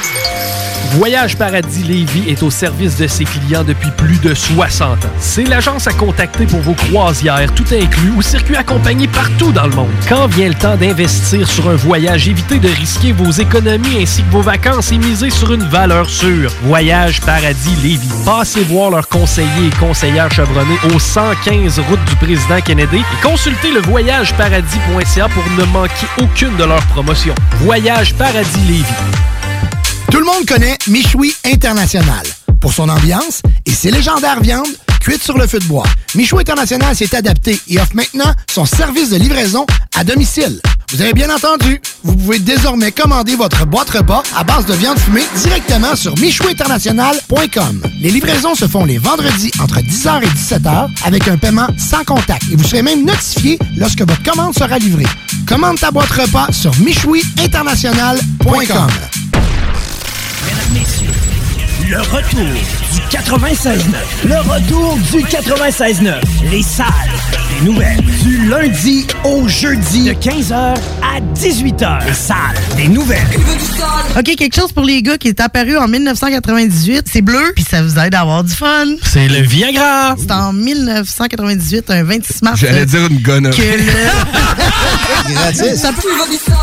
Voyage Paradis Lévis est au service de ses clients depuis plus de soixante ans. C'est l'agence à contacter pour vos croisières, tout inclus, ou circuits accompagnés partout dans le monde. Quand vient le temps d'investir sur un voyage, évitez de risquer vos économies ainsi que vos vacances et misez sur une valeur sûre. Voyage Paradis Lévis. Passez voir leurs conseillers et conseillères chevronnés au cent quinze route du Président Kennedy et consultez le voyage paradis point c a pour ne manquer aucune de leurs promotions. Voyage Paradis Lévis. Tout le monde connaît Michoui International pour son ambiance et ses légendaires viandes cuites sur le feu de bois. Michoui International s'est adapté et offre maintenant son service de livraison à domicile. Vous avez bien entendu, vous pouvez désormais commander votre boîte repas à base de viande fumée directement sur michoui international point com. Les livraisons se font les vendredis entre dix heures et dix-sept heures avec un paiement sans contact et vous serez même notifié lorsque votre commande sera livrée. Commande ta boîte repas sur michoui international point com. Mesdames, messieurs, Le retour du quatre-vingt-seize neuf. Le retour du quatre-vingt-seize neuf. Les salles des nouvelles. Du lundi au jeudi de quinze heures à dix-huit heures. Les salles des nouvelles. OK, quelque chose pour les gars qui est apparu en dix-neuf cent quatre-vingt-dix-huit. C'est bleu, puis ça vous aide à avoir du fun. C'est le Viagra. C'est en dix-neuf cent quatre-vingt-dix-huit, un vingt-six mars. J'allais dire une gonne. Que le... Gratis. Ça peut...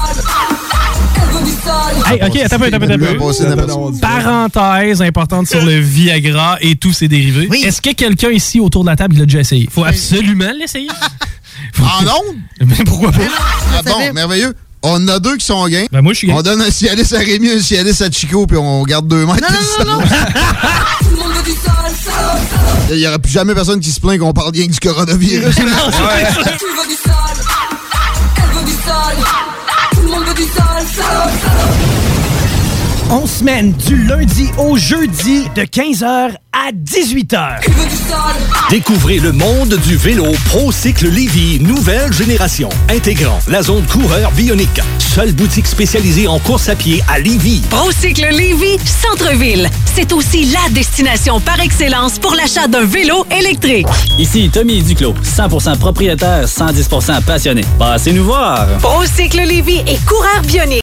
Hey, OK, attends un peu, attends un peu, attends un peu. Parenthèse importante sur le Viagra et tous ses dérivés. Oui. Est-ce que quelqu'un ici autour de la table l'a déjà essayé? Faut absolument l'essayer. En ondes? Mais pourquoi pas? Ah bon, merveilleux. On a deux qui sont gains. Ben moi, je suis gain. On donne un Cialis à Rémi, un Cialis à Chico, puis on garde deux mètres. Non, non, non, non. Il n'y aura plus jamais personne qui se plaint qu'on parle bien du coronavirus. Tu veux du sol, elle veut du sol, tout le monde veut du sol, sol, sol. On semaine du lundi au jeudi de quinze heures à dix-huit heures. Découvrez le monde du vélo ProCycle Lévy, nouvelle génération, intégrant la zone coureur bionique. Seule boutique spécialisée en course à pied à Lévy. ProCycle Lévy, centre-ville. C'est aussi la destination par excellence pour l'achat d'un vélo électrique. Ici Tommy Duclos, cent pour cent propriétaire, cent dix pour cent passionné. Passez nous voir. ProCycle Lévy et coureur bionique.